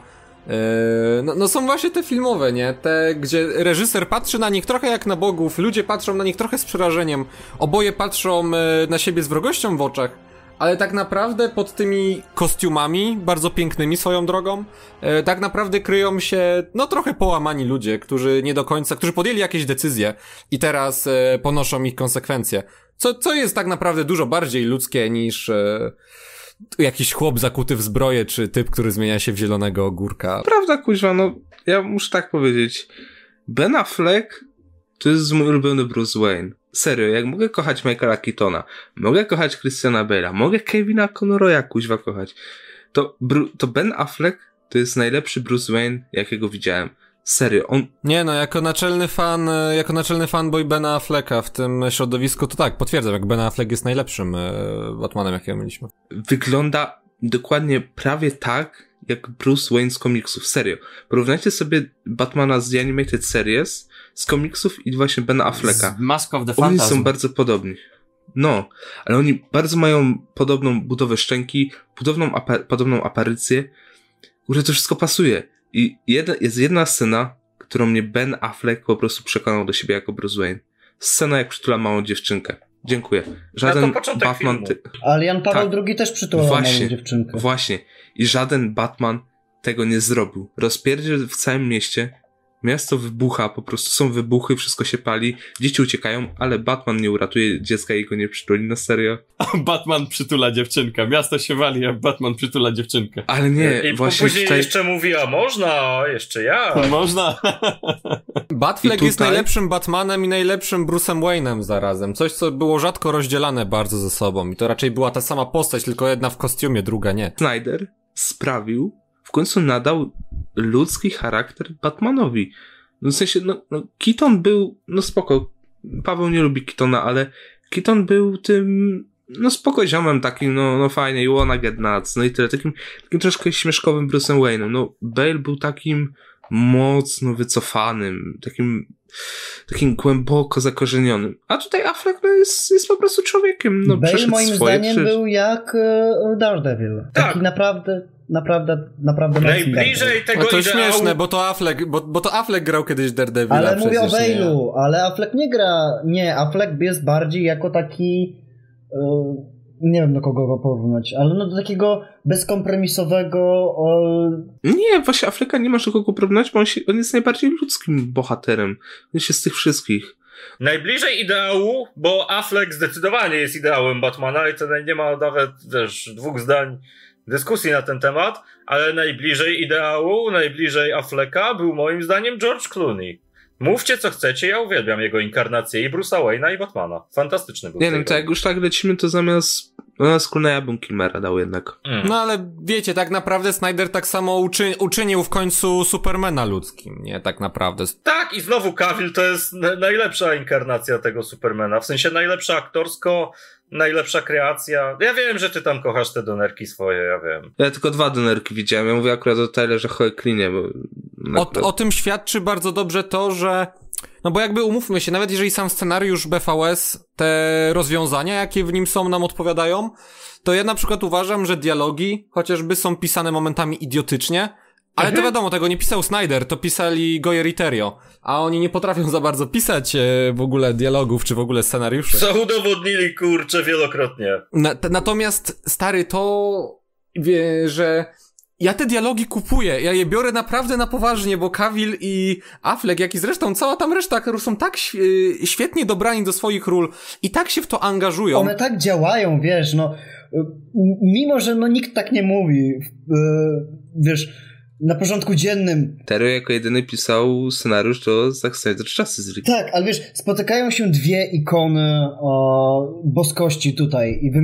no są właśnie te filmowe, nie? Te, gdzie reżyser patrzy na nich trochę jak na bogów, ludzie patrzą na nich trochę z przerażeniem, oboje patrzą na siebie z wrogością w oczach, ale tak naprawdę pod tymi kostiumami, bardzo pięknymi swoją drogą, tak naprawdę kryją się, no trochę połamani ludzie, którzy nie do końca, którzy podjęli jakieś decyzje i teraz ponoszą ich konsekwencje. Co jest tak naprawdę dużo bardziej ludzkie niż jakiś chłop zakuty w zbroję, czy typ, który zmienia się w zielonego ogórka. Prawda, kuźwa, no ja muszę tak powiedzieć. Ben Affleck to jest mój ulubiony Bruce Wayne. Serio, jak mogę kochać Michaela Keatona, mogę kochać Christiana Bale'a, mogę Kevina Conroya kuźwa kochać, to Ben Affleck to jest najlepszy Bruce Wayne, jakiego widziałem. Serio, on... Nie no, jako naczelny fanboy Bena Afflecka w tym środowisku, to tak, potwierdzam, jak Ben Affleck jest najlepszym Batmanem, jakiego mieliśmy. Wygląda dokładnie prawie tak, jak Bruce Wayne z komiksów. Serio. Porównajcie sobie Batmana z The Animated Series, z komiksów i właśnie Bena Afflecka. Z Mask of the Oni Phantasm. są bardzo podobni. No, ale oni bardzo mają podobną budowę szczęki, podobną aparycję, że to wszystko pasuje. I jest jedna scena, którą mnie Ben Affleck po prostu przekonał do siebie jako Bruce Wayne. Scena, jak przytula małą dziewczynkę. Dziękuję. Żaden Batman... Ale Jan Paweł II też przytulał małą dziewczynkę. Właśnie. I żaden Batman tego nie zrobił. Rozpierdziel w całym mieście, miasto wybucha, po prostu są wybuchy, wszystko się pali, dzieci uciekają, ale Batman nie uratuje dziecka i go nie przytuli, na serio. Batman przytula dziewczynkę, miasto się wali, a Batman przytula dziewczynkę. Ale nie, I właśnie później tutaj... jeszcze mówi, a można, jeszcze ja. Można. Batfleck I jest tutaj- najlepszym Batmanem i najlepszym Bruce'em Wayne'em zarazem. Coś, co było rzadko rozdzielane bardzo ze sobą. I to raczej była ta sama postać, tylko jedna w kostiumie, druga nie. Snyder sprawił, w końcu nadał ludzki charakter Batmanowi. No w sensie, Keaton był, spoko, Paweł nie lubi Keatona, ale Keaton był tym, spoko ziomem takim, fajnie, you wanna get nuts, no i tyle, takim troszkę śmieszkowym Bruce'em Wayne'em. Bale był takim mocno wycofanym, takim głęboko zakorzenionym. A tutaj Affleck jest po prostu człowiekiem. Bale moim zdaniem był jak Daredevil. Tak. Taki naprawdę Najbliżej tego to ideału... śmieszne, bo to Affleck grał kiedyś Daredevila. Ale mówię o przecież, nie? Bale'u, ale Affleck nie gra. Nie, Affleck jest bardziej jako taki. Nie wiem do kogo go porównać, ale do takiego bezkompromisowego. Nie, właśnie Afflecka nie masz do kogo porównać, bo on jest najbardziej ludzkim bohaterem. On się z tych wszystkich. Najbliżej ideału, bo Affleck zdecydowanie jest ideałem Batmana i to nie ma nawet, dwóch zdań dyskusji na ten temat, ale najbliżej ideału, najbliżej Afflecka był moim zdaniem George Clooney. Mówcie co chcecie, ja uwielbiam jego inkarnację i Bruce'a Wayne'a i Batmana. Fantastyczny był. Nie wiem, to jak już tak lecimy, to zamiast Clooney'a bym Kilmera dał jednak. No ale wiecie, tak naprawdę Snyder tak samo uczynił w końcu Supermana ludzkim, nie? Tak naprawdę. Tak, i znowu Cavill to jest najlepsza inkarnacja tego Supermana. W sensie najlepsza aktorsko, najlepsza kreacja. Ja wiem, że ty tam kochasz te donerki swoje, ja wiem. Ja tylko 2 donerki widziałem. Ja mówię akurat o Tylerze Hoeklinie, bo... O tym świadczy bardzo dobrze to, że... No bo jakby umówmy się, nawet jeżeli sam scenariusz BVS, te rozwiązania, jakie w nim są, nam odpowiadają, to ja na przykład uważam, że dialogi chociażby są pisane momentami idiotycznie, ale to wiadomo, tego nie pisał Snyder, to pisali Goyer i Terrio, a oni nie potrafią za bardzo pisać w ogóle dialogów, czy w ogóle scenariuszy. Co udowodnili, kurczę, wielokrotnie. Natomiast, stary, to wie, że ja te dialogi kupuję, ja je biorę naprawdę na poważnie, bo Cavill i Affleck, jak i zresztą cała tam reszta są tak świetnie dobrani do swoich ról i tak się w to angażują. One tak działają, wiesz, mimo że nikt tak nie mówi, wiesz, na porządku dziennym. Terrio jako jedyny pisał scenariusz do Zack Snyder Justice League. Tak, ale wiesz, spotykają się dwie ikony boskości tutaj i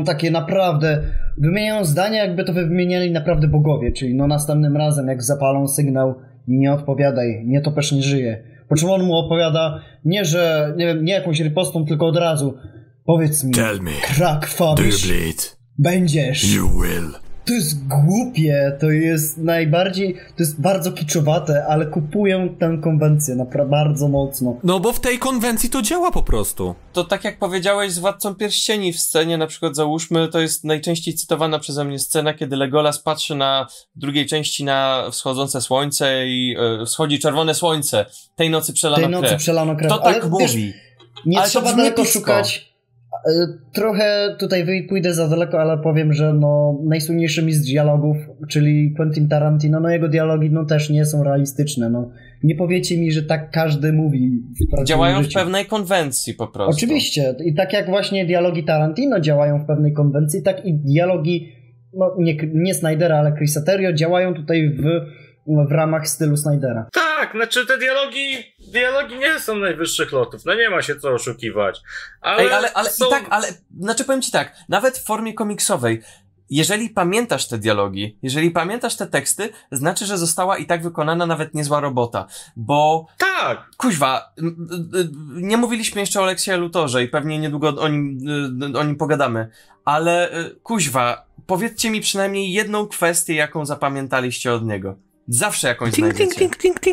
wymieniają zdania, jakby to wymieniali naprawdę bogowie, czyli następnym razem, jak zapalą sygnał, nie odpowiadaj, nie topesz nie żyje. Po czym on mu opowiada, nie że, nie wiem, nie jakąś ripostą, tylko od razu, powiedz mi, Tell me, krak fabisz, będziesz. You will. To jest głupie, to jest bardzo kiczowate, ale kupuję tę konwencję bardzo mocno. No bo w tej konwencji to działa po prostu. To tak jak powiedziałeś z Władcą Pierścieni w scenie, na przykład załóżmy, to jest najczęściej cytowana przeze mnie scena, kiedy Legolas patrzy w drugiej części na wschodzące słońce i wschodzi czerwone słońce. Tej nocy przelano krew. To ale tak mówi. Wiesz, nie ale trzeba daleko szukać. Trochę tutaj pójdę za daleko, ale powiem, że najsłynniejszy mistrz dialogów, czyli Quentin Tarantino, jego dialogi też nie są realistyczne. Nie powiecie mi, że tak każdy mówi w prawdziwym Działają życiu. w pewnej konwencji po prostu. Oczywiście. I tak jak właśnie dialogi Tarantino działają w pewnej konwencji, tak i dialogi nie Snydera, ale Chrisa Terrio działają tutaj w ramach stylu Snydera. Tak, znaczy te dialogi nie są najwyższych lotów, nie ma się co oszukiwać. Ale są... Znaczy powiem ci tak, nawet w formie komiksowej, jeżeli pamiętasz te dialogi, jeżeli pamiętasz te teksty, znaczy, że została i tak wykonana nawet niezła robota, bo... Tak! Kuźwa, nie mówiliśmy jeszcze o Aleksie Luthorze i pewnie niedługo o nim pogadamy, ale kuźwa, powiedzcie mi przynajmniej jedną kwestię, jaką zapamiętaliście od niego. Zawsze jakąś znajdziecie.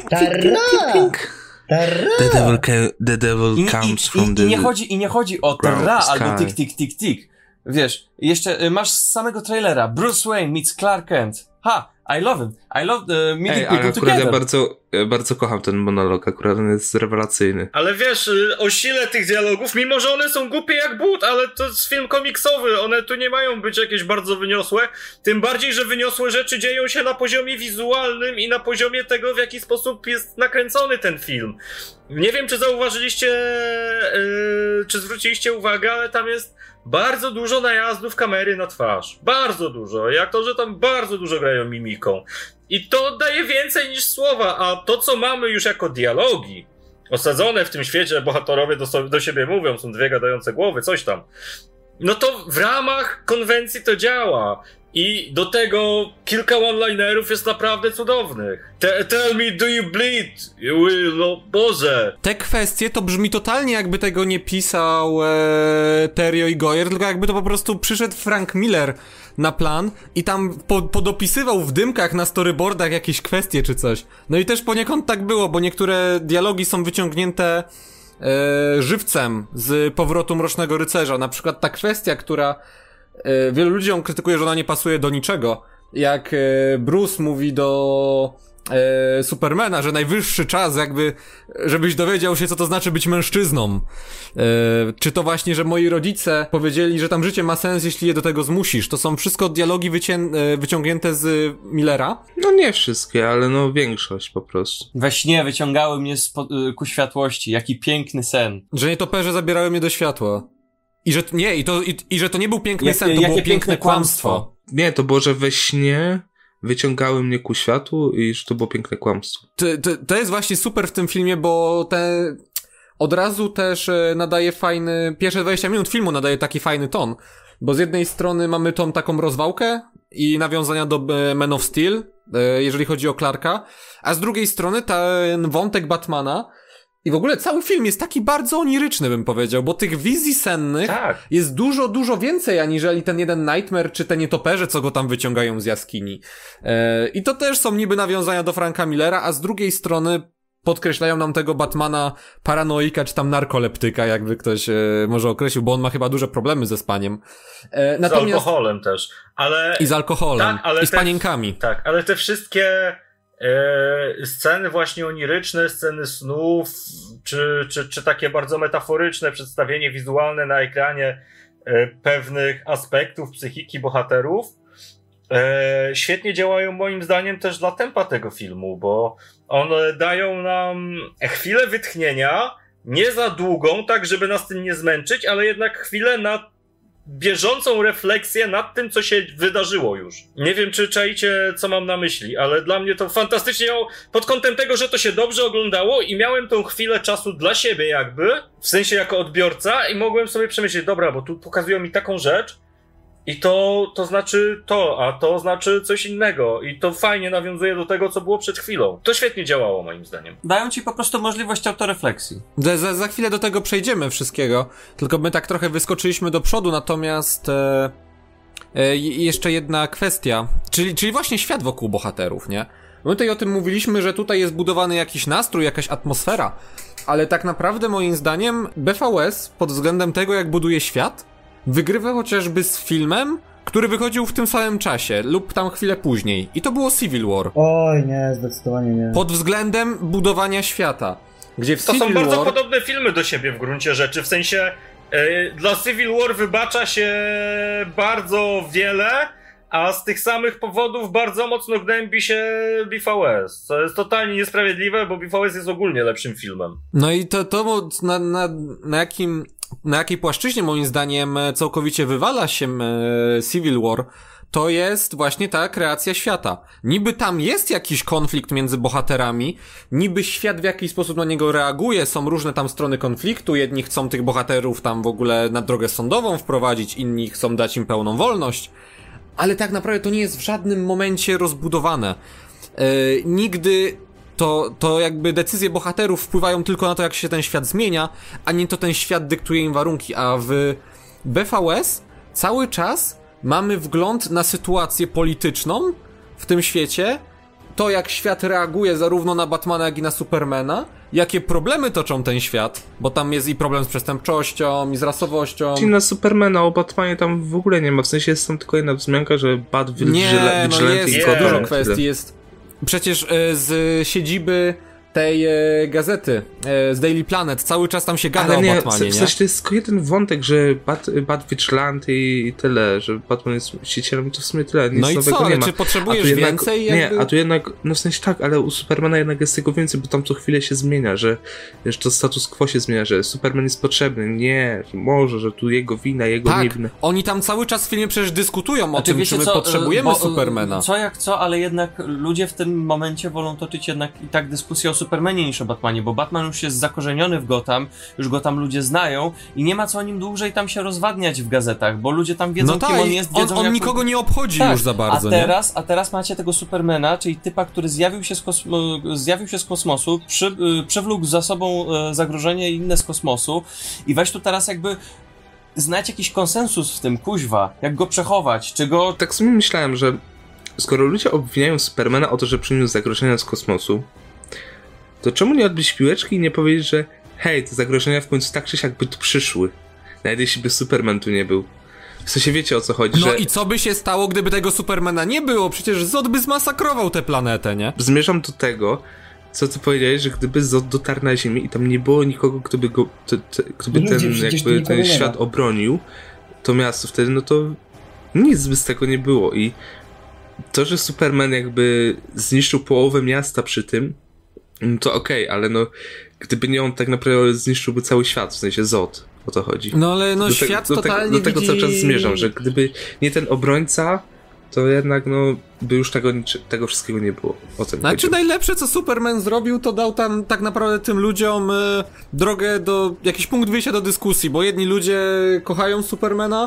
The devil comes from the... I nie chodzi o tra albo tik, tik, tik, tik. Wiesz, jeszcze masz z samego trailera Bruce Wayne meets Clark Kent. I love him. I love meeting people together. Ja bardzo kocham ten monolog, akurat on jest rewelacyjny. Ale wiesz, o sile tych dialogów, mimo że one są głupie jak but, ale to jest film komiksowy, one tu nie mają być jakieś bardzo wyniosłe, tym bardziej, że wyniosłe rzeczy dzieją się na poziomie wizualnym i na poziomie tego, w jaki sposób jest nakręcony ten film. Nie wiem, czy zauważyliście, czy zwróciliście uwagę, ale tam jest bardzo dużo najazdów kamery na twarz. Bardzo dużo. I aktorzy tam bardzo dużo grają mimiką. I to daje więcej niż słowa, a to, co mamy już jako dialogi, osadzone w tym świecie, bohaterowie do siebie mówią, są dwie gadające głowy, coś tam. No to w ramach konwencji to działa. I do tego kilka one-linerów jest naprawdę cudownych. Tell me, do you bleed? You will, no Boże. Te kwestie to brzmi totalnie jakby tego nie pisał Terrio i Goyer, tylko jakby to po prostu przyszedł Frank Miller na plan i tam podopisywał w dymkach na storyboardach jakieś kwestie czy coś. No i też poniekąd tak było, bo niektóre dialogi są wyciągnięte żywcem z Powrotu Mrocznego Rycerza. Na przykład ta kwestia, która wielu ludziom krytykuje, że ona nie pasuje do niczego. Jak Bruce mówi do Supermana, że najwyższy czas jakby, żebyś dowiedział się, co to znaczy być mężczyzną. Czy to właśnie, że moi rodzice powiedzieli, że tam życie ma sens, jeśli je do tego zmusisz. To są wszystko dialogi wyciągnięte z Millera. No nie wszystkie, ale no większość po prostu. We śnie wyciągały mnie ku światłości. Jaki piękny sen. Że nietoperze zabierały mnie do światła. I że nie, i że to nie był piękny sen, to było piękne kłamstwo. Nie, to było, że we śnie wyciągały mnie ku światu i że to było piękne kłamstwo. To jest właśnie super w tym filmie, bo od razu też nadaje fajny, pierwsze 20 minut filmu nadaje taki fajny ton, bo z jednej strony mamy tą taką rozwałkę i nawiązania do Man of Steel, jeżeli chodzi o Clarka, a z drugiej strony ten wątek Batmana. I w ogóle cały film jest taki bardzo oniryczny, bym powiedział, bo tych wizji sennych jest dużo, dużo więcej, aniżeli ten jeden Nightmare, czy te nietoperze, co go tam wyciągają z jaskini. I to też są niby nawiązania do Franka Millera, a z drugiej strony podkreślają nam tego Batmana paranoika, czy tam narkoleptyka, jakby ktoś może określił, bo on ma chyba duże problemy ze spaniem. Natomiast... Z alkoholem też. Ale... I z alkoholem. Tak, ale i z panienkami. Tak, ale te wszystkie sceny właśnie oniryczne, sceny snów, czy takie bardzo metaforyczne przedstawienie wizualne na ekranie pewnych aspektów psychiki bohaterów świetnie działają moim zdaniem też dla tempa tego filmu, bo one dają nam chwilę wytchnienia, nie za długą, tak żeby nas tym nie zmęczyć, ale jednak chwilę na bieżącą refleksję nad tym, co się wydarzyło już. Nie wiem, czy czaicie, co mam na myśli, ale dla mnie to fantastycznie pod kątem tego, że to się dobrze oglądało i miałem tą chwilę czasu dla siebie jakby, w sensie jako odbiorca i mogłem sobie przemyśleć, dobra, bo tu pokazują mi taką rzecz i to znaczy to, a to znaczy coś innego i to fajnie nawiązuje do tego, co było przed chwilą. To świetnie działało moim zdaniem. Dają ci po prostu możliwość autorefleksji. Za chwilę do tego przejdziemy wszystkiego, tylko my tak trochę wyskoczyliśmy do przodu, natomiast jeszcze jedna kwestia, czyli właśnie świat wokół bohaterów, nie? My tutaj o tym mówiliśmy, że tutaj jest budowany jakiś nastrój, jakaś atmosfera, ale tak naprawdę moim zdaniem BVS pod względem tego, jak buduje świat, wygrywa chociażby z filmem, który wychodził w tym samym czasie lub tam chwilę później. I to było Civil War. Oj, nie, zdecydowanie nie. Pod względem budowania świata. Gdzie w to Civil są bardzo War... podobne filmy do siebie w gruncie rzeczy. W sensie dla Civil War wybacza się bardzo wiele, a z tych samych powodów bardzo mocno gnębi się BVS. Co jest totalnie niesprawiedliwe, bo BVS jest ogólnie lepszym filmem. No i to na jakiej płaszczyźnie moim zdaniem całkowicie wywala się Civil War, to jest właśnie ta kreacja świata. Niby tam jest jakiś konflikt między bohaterami, niby świat w jakiś sposób na niego reaguje, są różne tam strony konfliktu, jedni chcą tych bohaterów tam w ogóle na drogę sądową wprowadzić, inni chcą dać im pełną wolność, ale tak naprawdę to nie jest w żadnym momencie rozbudowane. Nigdy to jakby decyzje bohaterów wpływają tylko na to, jak się ten świat zmienia, a nie to ten świat dyktuje im warunki, a w BVS cały czas mamy wgląd na sytuację polityczną w tym świecie, to jak świat reaguje zarówno na Batmana, jak i na Supermana, jakie problemy toczą ten świat, bo tam jest i problem z przestępczością, i z rasowością. Czyli na Supermana o Batmanie tam w ogóle nie ma, w sensie jest tam tylko jedna wzmianka, że Bat jest dużo kwestii, jest przecież z siedziby tej gazety, z Daily Planet, cały czas tam się gada o Batmanie, nie? W sensie to jest tylko jeden wątek, że Bat Vigilante i tyle, że Batman jest mścicielem, to w sumie tyle, nic nowego ale nie ma. czy potrzebujesz więcej? Nie, a tu jednak, no w sensie tak, ale u Supermana jednak jest tego więcej, bo tam co chwilę się zmienia, że wiesz, to status quo się zmienia, że Superman jest potrzebny, nie, że może, że tu jego wina, jego nie wina. Oni tam cały czas w filmie przecież dyskutują o tym, czy my potrzebujemy Supermana. Co jak co, ale jednak ludzie w tym momencie wolą toczyć jednak i tak dyskusję o Supermanie niż o Batmanie, bo Batman już jest zakorzeniony w Gotham, już go tam ludzie znają i nie ma co o nim dłużej tam się rozwadniać w gazetach, bo ludzie tam wiedzą, kim on jest, wiedzą on nikogo nie obchodzi już za bardzo, a teraz macie tego Supermana, czyli typa, który zjawił się z kosmosu, przywlókł za sobą zagrożenie inne z kosmosu i weź tu teraz jakby znać jakiś konsensus w tym, kuźwa, jak go przechować, czy go... Tak sobie myślałem, że skoro ludzie obwiniają Supermana o to, że przyniósł zagrożenia z kosmosu, to czemu nie odbić piłeczki i nie powiedzieć, że hej, te zagrożenia w końcu tak czy siak by tu przyszły, nawet jeśli by Superman tu nie był. W sensie wiecie, o co chodzi, No i co by się stało, gdyby tego Supermana nie było? Przecież Zod by zmasakrował tę planetę, nie? Zmierzam do tego, co ty powiedziałeś, że gdyby Zod dotarł na Ziemię i tam nie było nikogo, kto by go, kto by ten świat obronił, to miasto wtedy, no to nic by z tego nie było. I to, że Superman jakby zniszczył połowę miasta przy tym, no to okej, ale no gdyby nie on, tak naprawdę zniszczyłby cały świat, w sensie Zod, o to chodzi. No ale no świat totalnie do tego cały czas zmierzam, że gdyby nie ten obrońca, to jednak no by już tego wszystkiego nie było. O tym znaczy najlepsze, co Superman zrobił, to dał tam tak naprawdę tym ludziom drogę do, jakiś punkt wyjścia do dyskusji, bo jedni ludzie kochają Supermana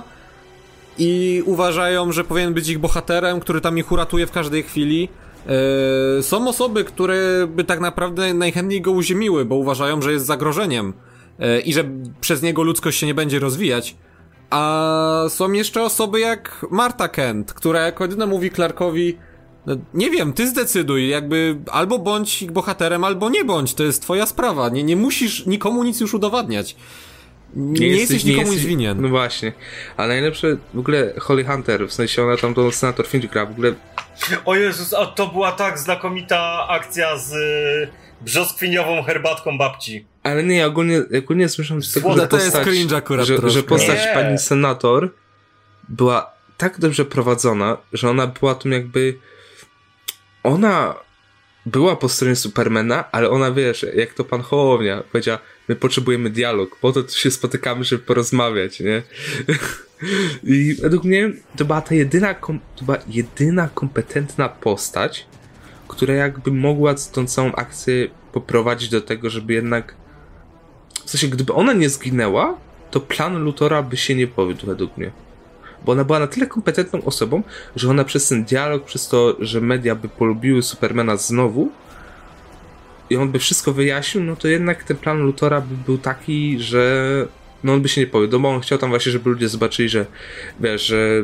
i uważają, że powinien być ich bohaterem, który tam ich uratuje w każdej chwili. Są osoby, które by tak naprawdę najchętniej go uziemiły, bo uważają, że jest zagrożeniem i że przez niego ludzkość się nie będzie rozwijać. A są jeszcze osoby jak Martha Kent, która jako jedyna mówi Clarkowi, no, nie wiem, ty zdecyduj, jakby albo bądź ich bohaterem, albo nie bądź, to jest twoja sprawa, nie musisz nikomu nic już udowadniać. Nie jesteś nikomu nic winien. No właśnie. A najlepsze w ogóle Holly Hunter, w sensie ona tam do Senator Finch gra, w ogóle... O Jezus, a to była tak znakomita akcja z brzoskwiniową herbatką babci. Ale nie, ogólnie słyszałem z tego, że to jest cringe akurat że postać pani senator była tak dobrze prowadzona, że ona była tym jakby... Ona była po stronie Supermana, ale ona, wiesz, jak to pan Hołownia powiedziała, my potrzebujemy dialog, po to tu się spotykamy, żeby porozmawiać, nie? I według mnie to była jedyna kompetentna postać, która jakby mogła tą całą akcję poprowadzić do tego, żeby jednak... W sensie, gdyby ona nie zginęła, to plan Luthora by się nie powiódł według mnie. Bo ona była na tyle kompetentną osobą, że ona przez ten dialog, przez to, że media by polubiły Supermana znowu i on by wszystko wyjaśnił, no to jednak ten plan Luthora by był taki, że no on by się nie powiódł, bo on chciał tam właśnie, żeby ludzie zobaczyli, że wiesz, że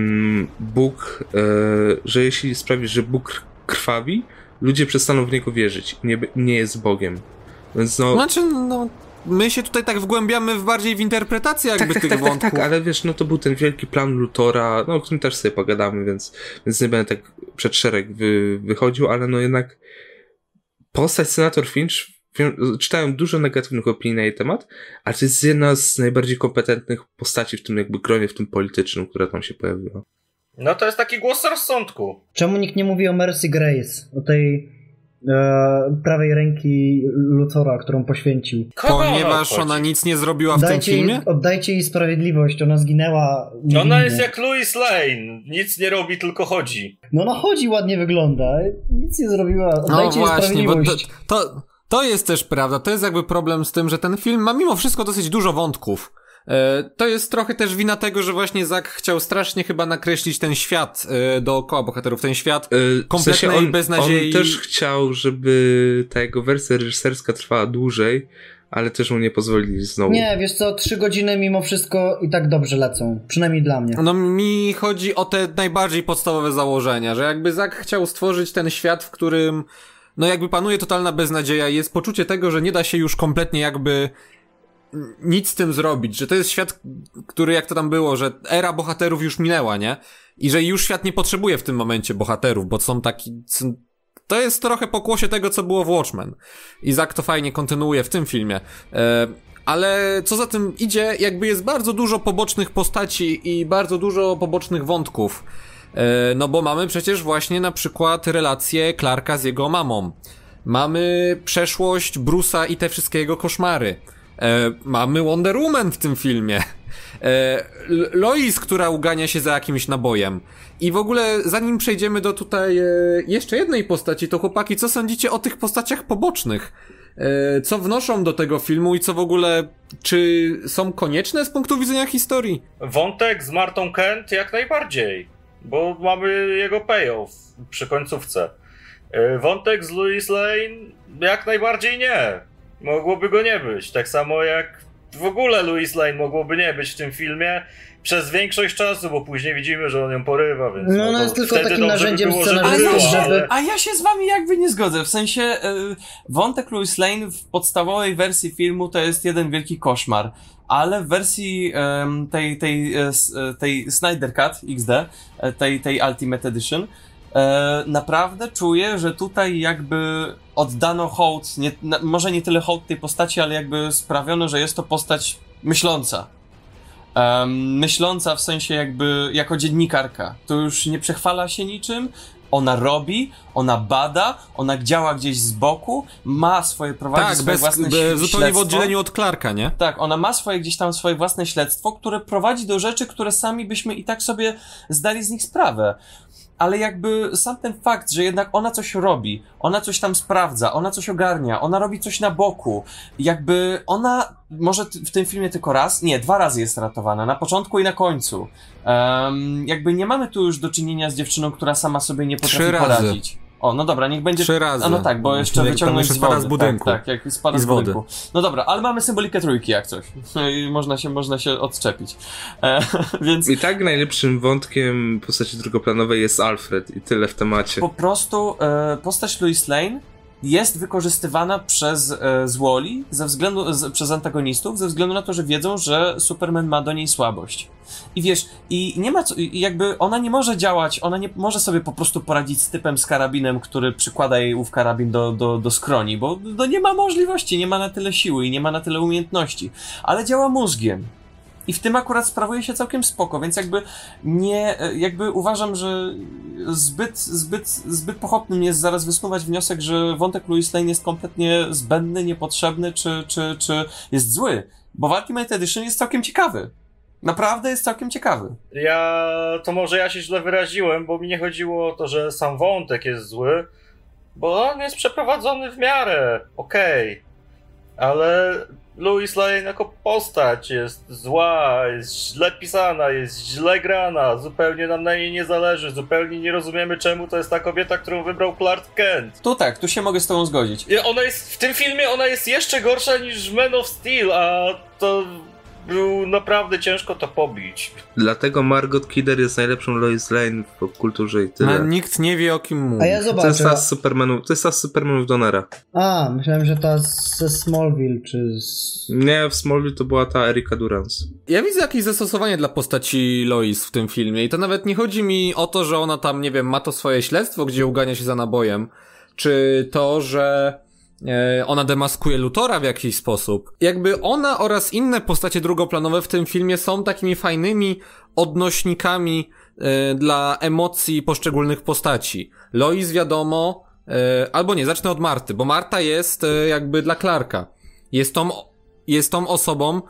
Bóg, że jeśli sprawisz, że Bóg krwawi, ludzie przestaną w niego wierzyć i nie jest Bogiem. Więc no... Znaczy, no... My się tutaj tak wgłębiamy bardziej w interpretację jakby tych wątków. Tak, ale wiesz, no to był ten wielki plan Luthora, no o którym też sobie pogadamy, więc nie będę tak przed szereg wychodził, ale no jednak postać Senator Finch, czytałem dużo negatywnych opinii na jej temat, ale to jest jedna z najbardziej kompetentnych postaci w tym jakby gronie, w tym politycznym, która tam się pojawiła. No to jest taki głos rozsądku. Czemu nikt nie mówi o Mercy Grace, o tej prawej ręki Luthora, którą poświęcił? Ponieważ ona nic nie zrobiła w tym filmie? Oddajcie jej sprawiedliwość, ona zginęła niewinnie. Ona jest jak Lois Lane, nic nie robi, tylko chodzi. No ona chodzi, ładnie wygląda, nic nie zrobiła, oddajcie jej sprawiedliwość. Bo to jest też prawda, to jest jakby problem z tym, że ten film ma mimo wszystko dosyć dużo wątków. To jest trochę też wina tego, że właśnie Zack chciał strasznie chyba nakreślić ten świat dookoła bohaterów, ten świat kompletnej w sensie beznadziei. On też chciał, żeby ta jego wersja reżyserska trwała dłużej, ale też mu nie pozwolili znowu. Nie, wiesz co, 3 godziny mimo wszystko i tak dobrze lecą, przynajmniej dla mnie. No mi chodzi o te najbardziej podstawowe założenia, że jakby Zack chciał stworzyć ten świat, w którym no jakby panuje totalna beznadzieja i jest poczucie tego, że nie da się już kompletnie jakby nic z tym zrobić, że to jest świat, który jak to tam było, że era bohaterów już minęła, nie? I że już świat nie potrzebuje w tym momencie bohaterów, bo są to jest trochę pokłosie tego, co było w Watchmen. I Zack to fajnie kontynuuje w tym filmie. Ale co za tym idzie, jakby jest bardzo dużo pobocznych postaci i bardzo dużo pobocznych wątków. No bo mamy przecież właśnie na przykład relację Clarka z jego mamą. Mamy przeszłość Bruce'a i te wszystkie jego koszmary. Mamy Wonder Woman w tym filmie. Lois, która ugania się za jakimś nabojem. I w ogóle zanim przejdziemy do tutaj jeszcze jednej postaci, to chłopaki, co sądzicie o tych postaciach pobocznych? Co wnoszą do tego filmu i co w ogóle, czy są konieczne z punktu widzenia historii? Wątek z Martą Kent jak najbardziej, bo mamy jego payoff przy końcówce. Wątek z Lois Lane jak najbardziej nie. Mogłoby go nie być. Tak samo jak w ogóle Lois Lane mogłoby nie być w tym filmie przez większość czasu, bo później widzimy, że on ją porywa, więc no ona jest tylko takim narzędziem scenarzystów, A ja się z wami jakby nie zgodzę, w sensie wątek Lois Lane w podstawowej wersji filmu to jest jeden wielki koszmar, ale w wersji tej Snyder Cut XD, tej Ultimate Edition, naprawdę czuję, że tutaj jakby oddano hołd, może nie tyle hołd tej postaci, ale jakby sprawiono, że jest to postać myśląca. Myśląca w sensie jakby jako dziennikarka. To już nie przechwala się niczym, robi, ona bada, ona działa gdzieś z boku, prowadzi swoje własne śledztwo. Zupełnie w oddzieleniu od Clarka, nie? Tak, ona ma swoje własne śledztwo, które prowadzi do rzeczy, które sami byśmy i tak sobie zdali z nich sprawę. Ale jakby sam ten fakt, że jednak ona coś robi, ona coś tam sprawdza, ona coś ogarnia, ona robi coś na boku, jakby ona może w tym filmie tylko dwa razy jest ratowana, na początku i na końcu. Jakby nie mamy tu już do czynienia z dziewczyną, która sama sobie nie potrafi poradzić. O, no dobra, niech będzie... 3 razy. A no tak, bo jeszcze wyciągnąć z wody. Z budynku. Tak, jak spada z budynku. No dobra, ale mamy symbolikę trójki jak coś. I można się odczepić. Więc... I tak najlepszym wątkiem postaci drugoplanowej jest Alfred i tyle w temacie. Po prostu postać Lois Lane jest wykorzystywana przez złoli, przez antagonistów, ze względu na to, że wiedzą, że Superman ma do niej słabość. I wiesz, i nie ma co, jakby ona nie może działać, ona nie może sobie po prostu poradzić z typem z karabinem, który przykłada jej ów karabin do skroni, bo nie ma możliwości, nie ma na tyle siły i nie ma na tyle umiejętności, ale działa mózgiem. I w tym akurat sprawuje się całkiem spoko, więc jakby uważam, że zbyt pochopnym jest zaraz wysnuwać wniosek, że wątek Lois Lane jest kompletnie zbędny, niepotrzebny, czy jest zły. Bo w Ultimate Edition jest całkiem ciekawy. Naprawdę jest całkiem ciekawy. Może ja się źle wyraziłem, bo mi nie chodziło o to, że sam wątek jest zły, bo on jest przeprowadzony w miarę okej. Ale Lois Lane jako postać jest zła, jest źle pisana, jest źle grana, zupełnie nam na niej nie zależy, zupełnie nie rozumiemy, czemu to jest ta kobieta, którą wybrał Clark Kent. Tu się mogę z tobą zgodzić. W tym filmie ona jest jeszcze gorsza niż Man of Steel, a to był naprawdę ciężko to pobić. Dlatego Margot Kidder jest najlepszą Lois Lane w popkulturze i tyle. No, nikt nie wie, o kim mówi. A ja zobaczę. To jest ta z Supermanów Donnera. A, myślałem, że ta ze Smallville, czy Nie, w Smallville to była ta Erika Durance. Ja widzę jakieś zastosowanie dla postaci Lois w tym filmie i to nawet nie chodzi mi o to, że ona tam, nie wiem, ma to swoje śledztwo, gdzie ugania się za nabojem, czy to, że ona demaskuje Luthora w jakiś sposób. Jakby ona oraz inne postacie drugoplanowe w tym filmie są takimi fajnymi odnośnikami dla emocji poszczególnych postaci. Lois wiadomo, albo nie, zacznę od Marty, bo Marta jest jakby dla Clarka. Jest tą osobą,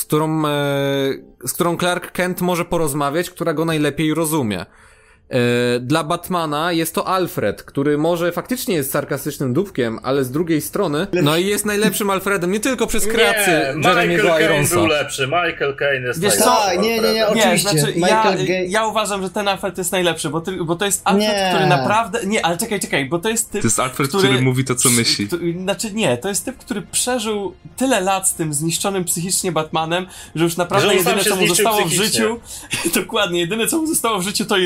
z którą Clark Kent może porozmawiać, która go najlepiej rozumie. Dla Batmana jest to Alfred, który może faktycznie jest sarkastycznym dupkiem, ale z drugiej strony, no i jest najlepszym Alfredem, nie tylko przez kreację Jeremy'ego Ironsa. Był lepszy, Michael Caine jest najlepszy. Tak, nie, oczywiście. Znaczy, ja uważam, że ten Alfred jest najlepszy, bo to jest Alfred, który naprawdę... Nie, ale czekaj, bo to jest typ, to jest Alfred, który mówi to, co myśli. To jest typ, który przeżył tyle lat z tym zniszczonym psychicznie Batmanem, że już naprawdę że jedyne, co mu zostało w życiu... Dokładnie, jedyne, co mu zostało w życiu, to ironia.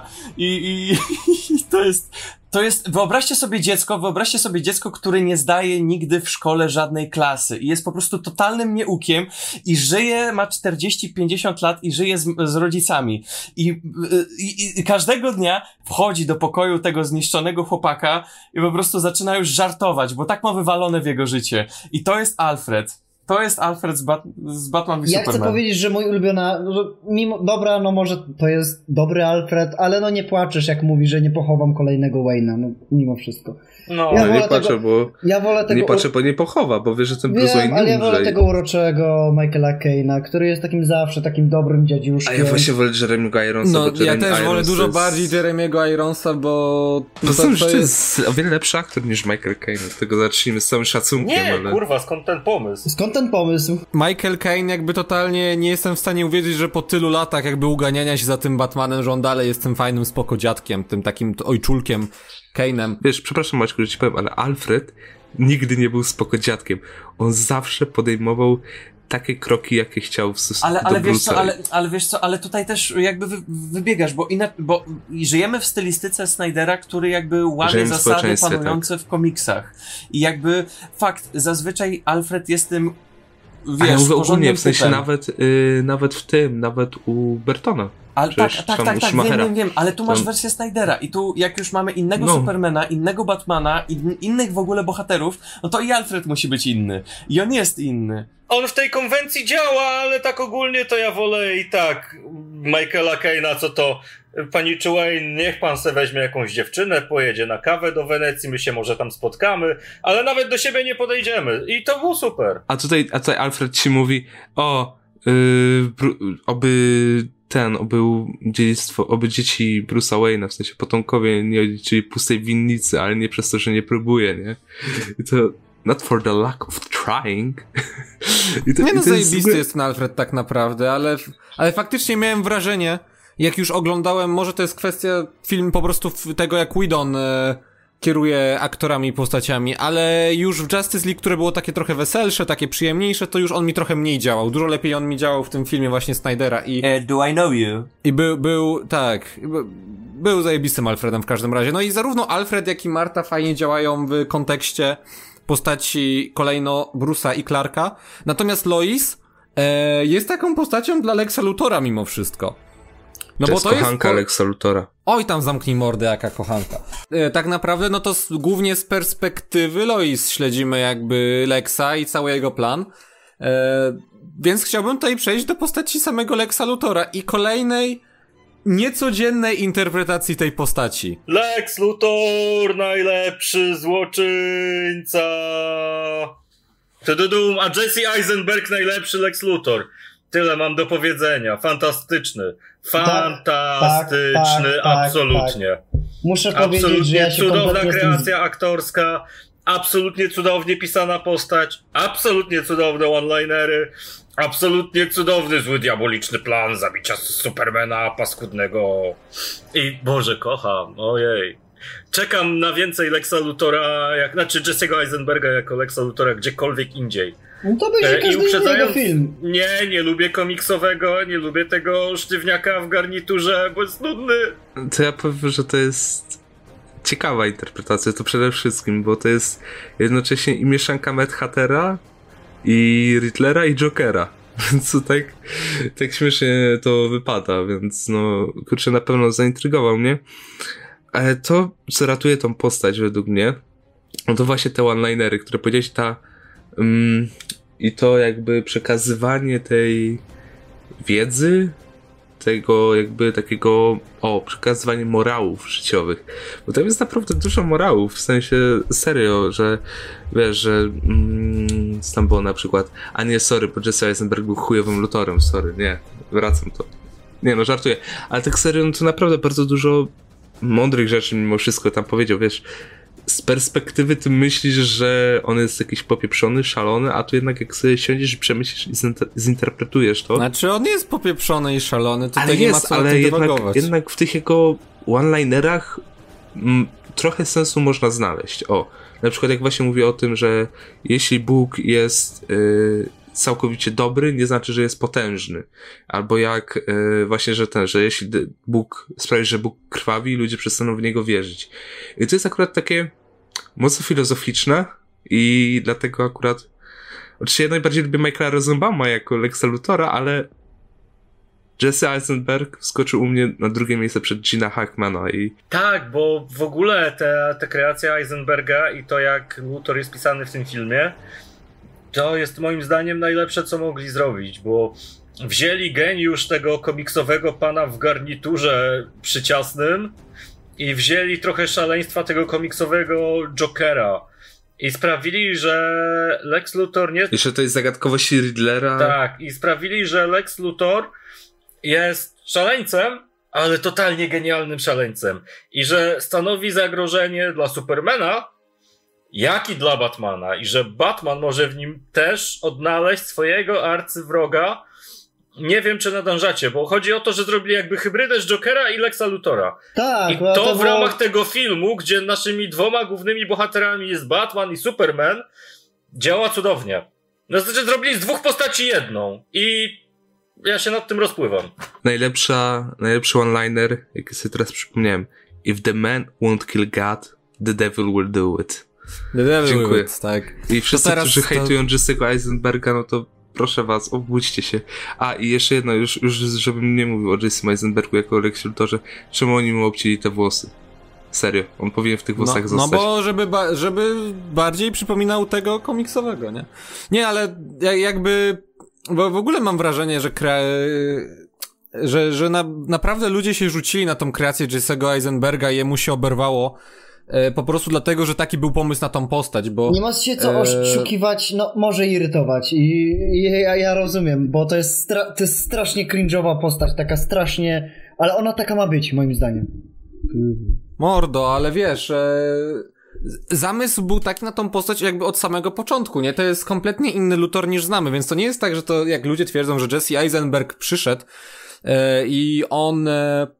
i to jest, wyobraźcie sobie dziecko, które nie zdaje nigdy w szkole żadnej klasy i jest po prostu totalnym nieukiem i żyje, ma 40-50 lat i żyje z rodzicami i każdego dnia wchodzi do pokoju tego zniszczonego chłopaka i po prostu zaczyna już żartować, bo tak ma wywalone w jego życie. I to jest Alfred. To jest Alfred z Batman v Superman. Ja chcę powiedzieć, że mój ulubiona, dobra, no może to jest dobry Alfred, ale no nie płaczesz, jak mówi, że nie pochowam kolejnego Wayne'a, no mimo wszystko. No, ja nie płaczę, nie płaczę, bo nie pochowa, bo wie, że ten Bruce Wayne nie ale ja wolę tego uroczego Michaela Caina, który jest takim zawsze takim dobrym dziadziuszkiem. A ja właśnie wolę Jeremy'ego Ironsa. No, ja też wolę dużo bardziej Jeremy'ego Ironsa, bo... To jest o wiele lepszy aktor niż Michael Caine. Od tego zacznijmy z całym szacunkiem. Nie, ale... kurwa, skąd ten pomysł? Michael Caine jakby totalnie nie jestem w stanie uwierzyć, że po tylu latach jakby uganiania się za tym Batmanem, że on dalej jest tym fajnym spoko dziadkiem, tym takim ojczulkiem Kane'em. Wiesz, przepraszam Maćku, że ci powiem, ale Alfred nigdy nie był spoko dziadkiem. On zawsze podejmował takie kroki, jakie chciał w stosunku do Bruce'a. Ale wiesz co, ale tutaj też jakby wybiegasz, bo żyjemy w stylistyce Snydera, który jakby łamie zasady panujące w komiksach. I jakby fakt, zazwyczaj Alfred jest tym, wiesz, ale mówię ogólnie, w sensie typem. nawet u Bertona. Ale tak, wiem, ale tu masz wersję Snydera i tu jak już mamy innego Supermana, innego Batmana, innych w ogóle bohaterów, no to i Alfred musi być inny. I on jest inny. On w tej konwencji działa, ale tak ogólnie to ja wolę i tak Michaela Caina, co to pani Wayne, niech pan se weźmie jakąś dziewczynę, pojedzie na kawę do Wenecji, my się może tam spotkamy, ale nawet do siebie nie podejdziemy. I to było super. A tutaj Alfred ci mówi, oby dzieci Bruce'a Wayne'a, w sensie potomkowie nie odliczyli pustej winnicy, ale nie przez to, że nie próbuje, nie? I to not for the lack of trying. Zajebisty jest ten Alfred tak naprawdę, ale faktycznie miałem wrażenie, jak już oglądałem, może to jest kwestia film po prostu tego, jak Whedon kieruje aktorami i postaciami, ale już w Justice League, które było takie trochę weselsze, takie przyjemniejsze, to już on mi trochę mniej działał. Dużo lepiej on mi działał w tym filmie właśnie Snydera i... Do I know you? I był zajebistym Alfredem w każdym razie. No i zarówno Alfred, jak i Marta fajnie działają w kontekście postaci kolejno Bruce'a i Clarka. Natomiast Lois jest taką postacią dla Lexa Luthora mimo wszystko. No to bo to kochanka Lexa Luthora. Oj, tam zamknij mordę, jaka kochanka. Tak naprawdę, no to głównie z perspektywy Lois śledzimy jakby Lexa i cały jego plan. Więc chciałbym tutaj przejść do postaci samego Lexa Luthora i kolejnej niecodziennej interpretacji tej postaci. Lex Luthor, najlepszy złoczyńca. A Jesse Eisenberg, najlepszy Lex Luthor. Tyle mam do powiedzenia. Fantastyczny. Absolutnie. Tak. Muszę powiedzieć, że ja się cudowna kreacja aktorska, absolutnie cudownie pisana postać, absolutnie cudowne one-linery, absolutnie cudowny, zły, diaboliczny plan zabicia Supermana paskudnego. I Boże, kocham, ojej. Czekam na więcej Lexa Luthora, Jesse'ego Eisenberga jako Lexa Luthora gdziekolwiek indziej. No to będzie każdy inny film. Nie lubię komiksowego, nie lubię tego sztywniaka w garniturze, bo jest nudny. To ja powiem, że to jest ciekawa interpretacja, to przede wszystkim, bo to jest jednocześnie i mieszanka Mad Hattera, i Riddlera, i Jokera. Więc to tak śmiesznie to wypada, więc no, kurczę, na pewno zaintrygował mnie. Ale to, co ratuje tą postać według mnie, no to właśnie te one-linery, które powiedziałeś, i to jakby przekazywanie tej wiedzy, tego jakby takiego, przekazywanie morałów życiowych. Bo tam jest naprawdę dużo morałów, w sensie serio, że wiesz, że tam było na przykład, bo Jesse Eisenberg był chujowym Luthorem, wracam to. Nie no, żartuję. Ale tak serio, no to naprawdę bardzo dużo mądrych rzeczy mimo wszystko tam powiedział, wiesz. Z perspektywy ty myślisz, że on jest jakiś popieprzony, szalony, a tu jednak jak sobie siądziesz i przemyślisz i zinterpretujesz to... Znaczy on jest popieprzony i szalony, tutaj nie ma co o tym dywagować. Jednak w tych jego one-linerach trochę sensu można znaleźć. Na przykład jak właśnie mówię o tym, że jeśli Bóg jest całkowicie dobry, nie znaczy, że jest potężny. Albo jak właśnie, że jeśli Bóg sprawi, że Bóg krwawi, ludzie przestaną w niego wierzyć. I to jest akurat takie mocno filozoficzne i dlatego akurat oczywiście ja najbardziej lubię Michaela Rosenbauma jako Lexa Luthora, ale Jesse Eisenberg wskoczył u mnie na drugie miejsce przed Gina Hackmana i... Tak, bo w ogóle ta kreacja Eisenberga i to jak Luthor jest pisany w tym filmie, to jest moim zdaniem najlepsze, co mogli zrobić, bo wzięli geniusz tego komiksowego pana w garniturze przyciasnym i wzięli trochę szaleństwa tego komiksowego Jokera i sprawili, że Lex Luthor nie... Jeszcze to jest zagadkowość Riddlera. Tak, i sprawili, że Lex Luthor jest szaleńcem, ale totalnie genialnym szaleńcem. I że stanowi zagrożenie dla Supermana, jak i dla Batmana. I że Batman może w nim też odnaleźć swojego arcywroga. Nie wiem, czy nadążacie, bo chodzi o to, że zrobili jakby hybrydę z Jokera i Lexa Luthora. Tak. I to w ramach tego filmu, gdzie naszymi dwoma głównymi bohaterami jest Batman i Superman, działa cudownie. No znaczy zrobili z dwóch postaci jedną. I ja się nad tym rozpływam. Najlepszy one-liner, jaki sobie teraz przypomniałem. If the man won't kill God, the devil will do it. The devil Dziękuję. will, tak. I wszyscy, którzy hejtują Jesse'ego Eisenberga, no to proszę was, obudźcie się. A, i jeszcze jedno, już żebym nie mówił o Jesse'em Eisenbergu jako Lexie Luthorze, czemu oni mu obcili te włosy? Serio, on powinien w tych włosach zostać. No bo żeby bardziej przypominał tego komiksowego, nie? Nie, ale jakby... Bo w ogóle mam wrażenie, że naprawdę ludzie się rzucili na tą kreację Jesse'ego Eisenberga i jemu się oberwało po prostu dlatego, że taki był pomysł na tą postać, bo... Nie masz się co oszukiwać, no może irytować i ja rozumiem, bo to jest strasznie cringe'owa postać, taka strasznie... Ale ona taka ma być, moim zdaniem. Mordo, ale wiesz... Zamysł był taki na tą postać jakby od samego początku, nie? To jest kompletnie inny Luthor niż znamy, więc to nie jest tak, że to jak ludzie twierdzą, że Jesse Eisenberg przyszedł i on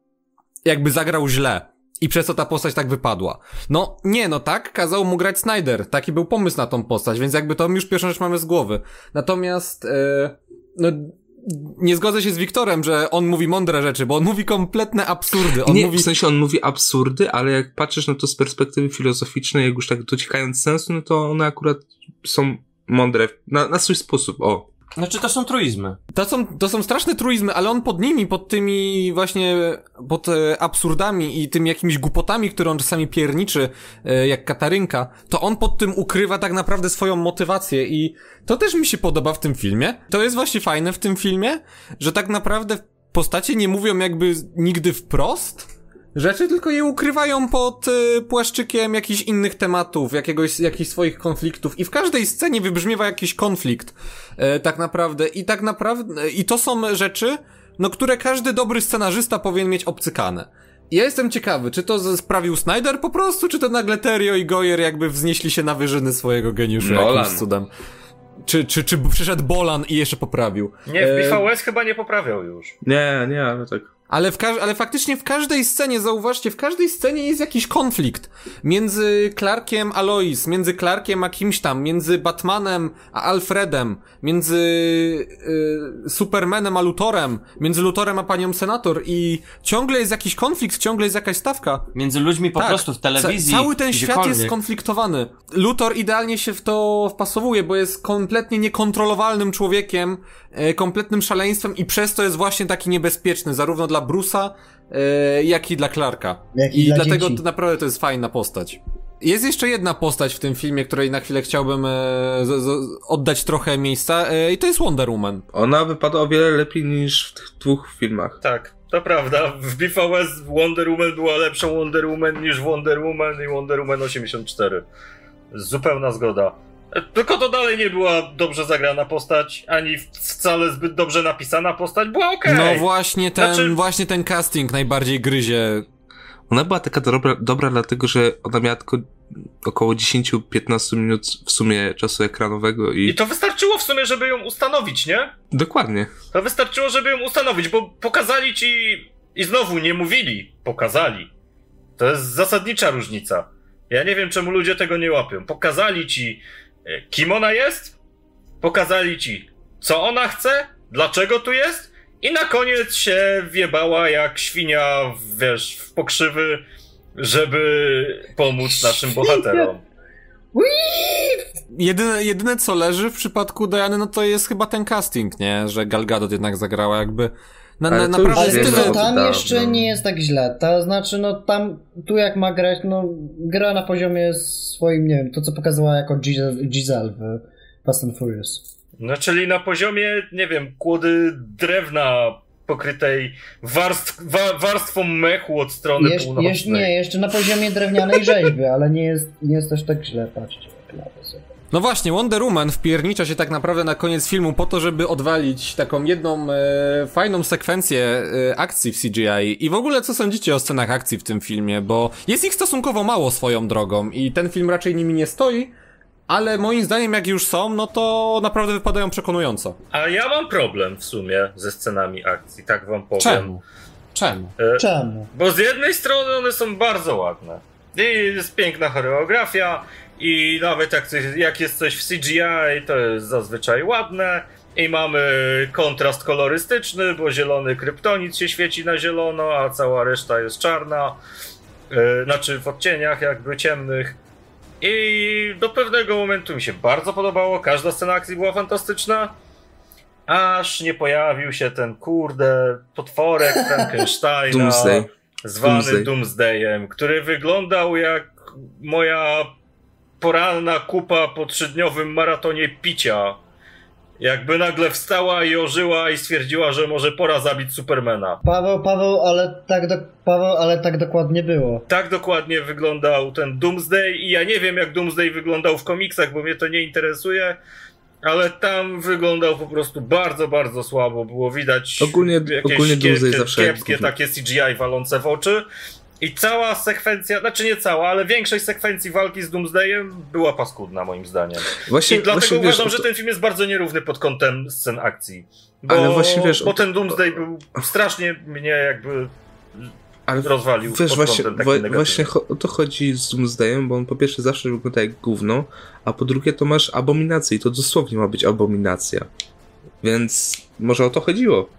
jakby zagrał źle i przez to ta postać tak wypadła. No nie, no tak, kazał mu grać Snyder, taki był pomysł na tą postać, więc jakby to już pierwszą rzecz mamy z głowy. Natomiast no nie zgodzę się z Wiktorem, że on mówi mądre rzeczy, bo on mówi kompletne absurdy. W sensie on mówi absurdy, ale jak patrzysz na to z perspektywy filozoficznej, jak już tak dociekając sensu, no to one akurat są mądre na swój sposób, o. Znaczy to są truizmy. To są straszne truizmy, ale on pod nimi, pod tymi właśnie, pod absurdami i tymi jakimiś głupotami, które on czasami pierniczy, jak Katarynka, to on pod tym ukrywa tak naprawdę swoją motywację i to też mi się podoba w tym filmie. To jest właśnie fajne w tym filmie, że tak naprawdę postacie nie mówią jakby nigdy wprost rzeczy, tylko je ukrywają pod płaszczykiem jakichś innych tematów, jakichś swoich konfliktów i w każdej scenie wybrzmiewa jakiś konflikt tak naprawdę i to są rzeczy, no które każdy dobry scenarzysta powinien mieć obcykane. I ja jestem ciekawy, czy to sprawił Snyder po prostu, czy to nagle Terrio i Goyer jakby wznieśli się na wyżyny swojego geniuszu jakimś cudem. Czy przyszedł Bolan i jeszcze poprawił. Nie, w BVS chyba nie poprawiał już. Nie, ale tak... Ale faktycznie w każdej scenie, zauważcie, w każdej scenie jest jakiś konflikt. Między Clarkiem a Lois, między Clarkiem a kimś tam, między Batmanem a Alfredem, między Supermanem a Luthorem, między Luthorem a panią senator i ciągle jest jakiś konflikt, ciągle jest jakaś stawka. Między ludźmi po prostu w telewizji. Cały ten świat jest skonfliktowany. Luthor idealnie się w to wpasowuje, bo jest kompletnie niekontrolowalnym człowiekiem, kompletnym szaleństwem i przez to jest właśnie taki niebezpieczny, zarówno dla Bruce'a, jak i dla Clarka. I dlatego to naprawdę to jest fajna postać. Jest jeszcze jedna postać w tym filmie, której na chwilę chciałbym oddać trochę miejsca i to jest Wonder Woman. Ona wypada o wiele lepiej niż w tych dwóch filmach. Tak, to prawda. W BVS Wonder Woman była lepszą Wonder Woman niż Wonder Woman i Wonder Woman 84. Zupełna zgoda. Tylko to dalej nie była dobrze zagrana postać, ani wcale zbyt dobrze napisana postać, była okej. No właśnie ten casting najbardziej gryzie. Ona była taka dobra dlatego, że ona miała tylko około 10-15 minut w sumie czasu ekranowego i to wystarczyło w sumie, żeby ją ustanowić, nie? Dokładnie. To wystarczyło, żeby ją ustanowić, bo pokazali ci i znowu nie mówili, pokazali. To jest zasadnicza różnica. Ja nie wiem, czemu ludzie tego nie łapią. Pokazali ci, kim ona jest, pokazali ci, co ona chce, dlaczego tu jest i na koniec się wjebała jak świnia, wiesz, w pokrzywy, żeby pomóc naszym bohaterom. Jedyne co leży w przypadku Diany, no to jest chyba ten casting, nie? Że Gal Gadot jednak zagrała jakby... naprawdę ale jest tyle... tam jeszcze nie jest tak źle. To znaczy, no tam, tu jak ma grać, no gra na poziomie swoim, nie wiem, to co pokazała jako Giselle w Fast and Furious. No czyli na poziomie, nie wiem, kłody drewna pokrytej warstwą mechu od strony północnej. Nie, jeszcze na poziomie drewnianej rzeźby, ale nie jest też tak źle, patrzcie. No właśnie, Wonder Woman wpiernicza się tak naprawdę na koniec filmu po to, żeby odwalić taką jedną fajną sekwencję akcji w CGI. I w ogóle co sądzicie o scenach akcji w tym filmie? Bo jest ich stosunkowo mało swoją drogą i ten film raczej nimi nie stoi, ale moim zdaniem jak już są, no to naprawdę wypadają przekonująco. A ja mam problem w sumie ze scenami akcji, tak wam powiem. Czemu? Bo z jednej strony one są bardzo ładne. I jest piękna choreografia i nawet jak jest coś w CGI, to jest zazwyczaj ładne. I mamy kontrast kolorystyczny, bo zielony kryptonit się świeci na zielono, a cała reszta jest czarna. Znaczy w odcieniach jakby ciemnych. I do pewnego momentu mi się bardzo podobało, każda scena akcji była fantastyczna, aż nie pojawił się ten potworek Frankensteina, zwany Doomsdayem, który wyglądał jak moja poranna kupa po 3-dniowym maratonie picia. Jakby nagle wstała i ożyła i stwierdziła, że może pora zabić Supermana. Paweł, ale tak dokładnie było. Tak dokładnie wyglądał ten Doomsday i ja nie wiem jak Doomsday wyglądał w komiksach, bo mnie to nie interesuje, ale tam wyglądał po prostu bardzo, bardzo słabo. Było widać ogólnie Doomsday zawsze kiepskie takie CGI walące w oczy. I cała sekwencja, znaczy nie cała, ale większość sekwencji walki z Doomsdayem była paskudna moim zdaniem. I dlatego uważam, że ten film jest bardzo nierówny pod kątem scen akcji. Bo ten Doomsday był strasznie mnie jakby rozwalił pod kątem takim właśnie o to chodzi z Doomsdayem, bo on po pierwsze zawsze wygląda jak gówno, a po drugie to masz abominację i to dosłownie ma być abominacja. Więc może o to chodziło.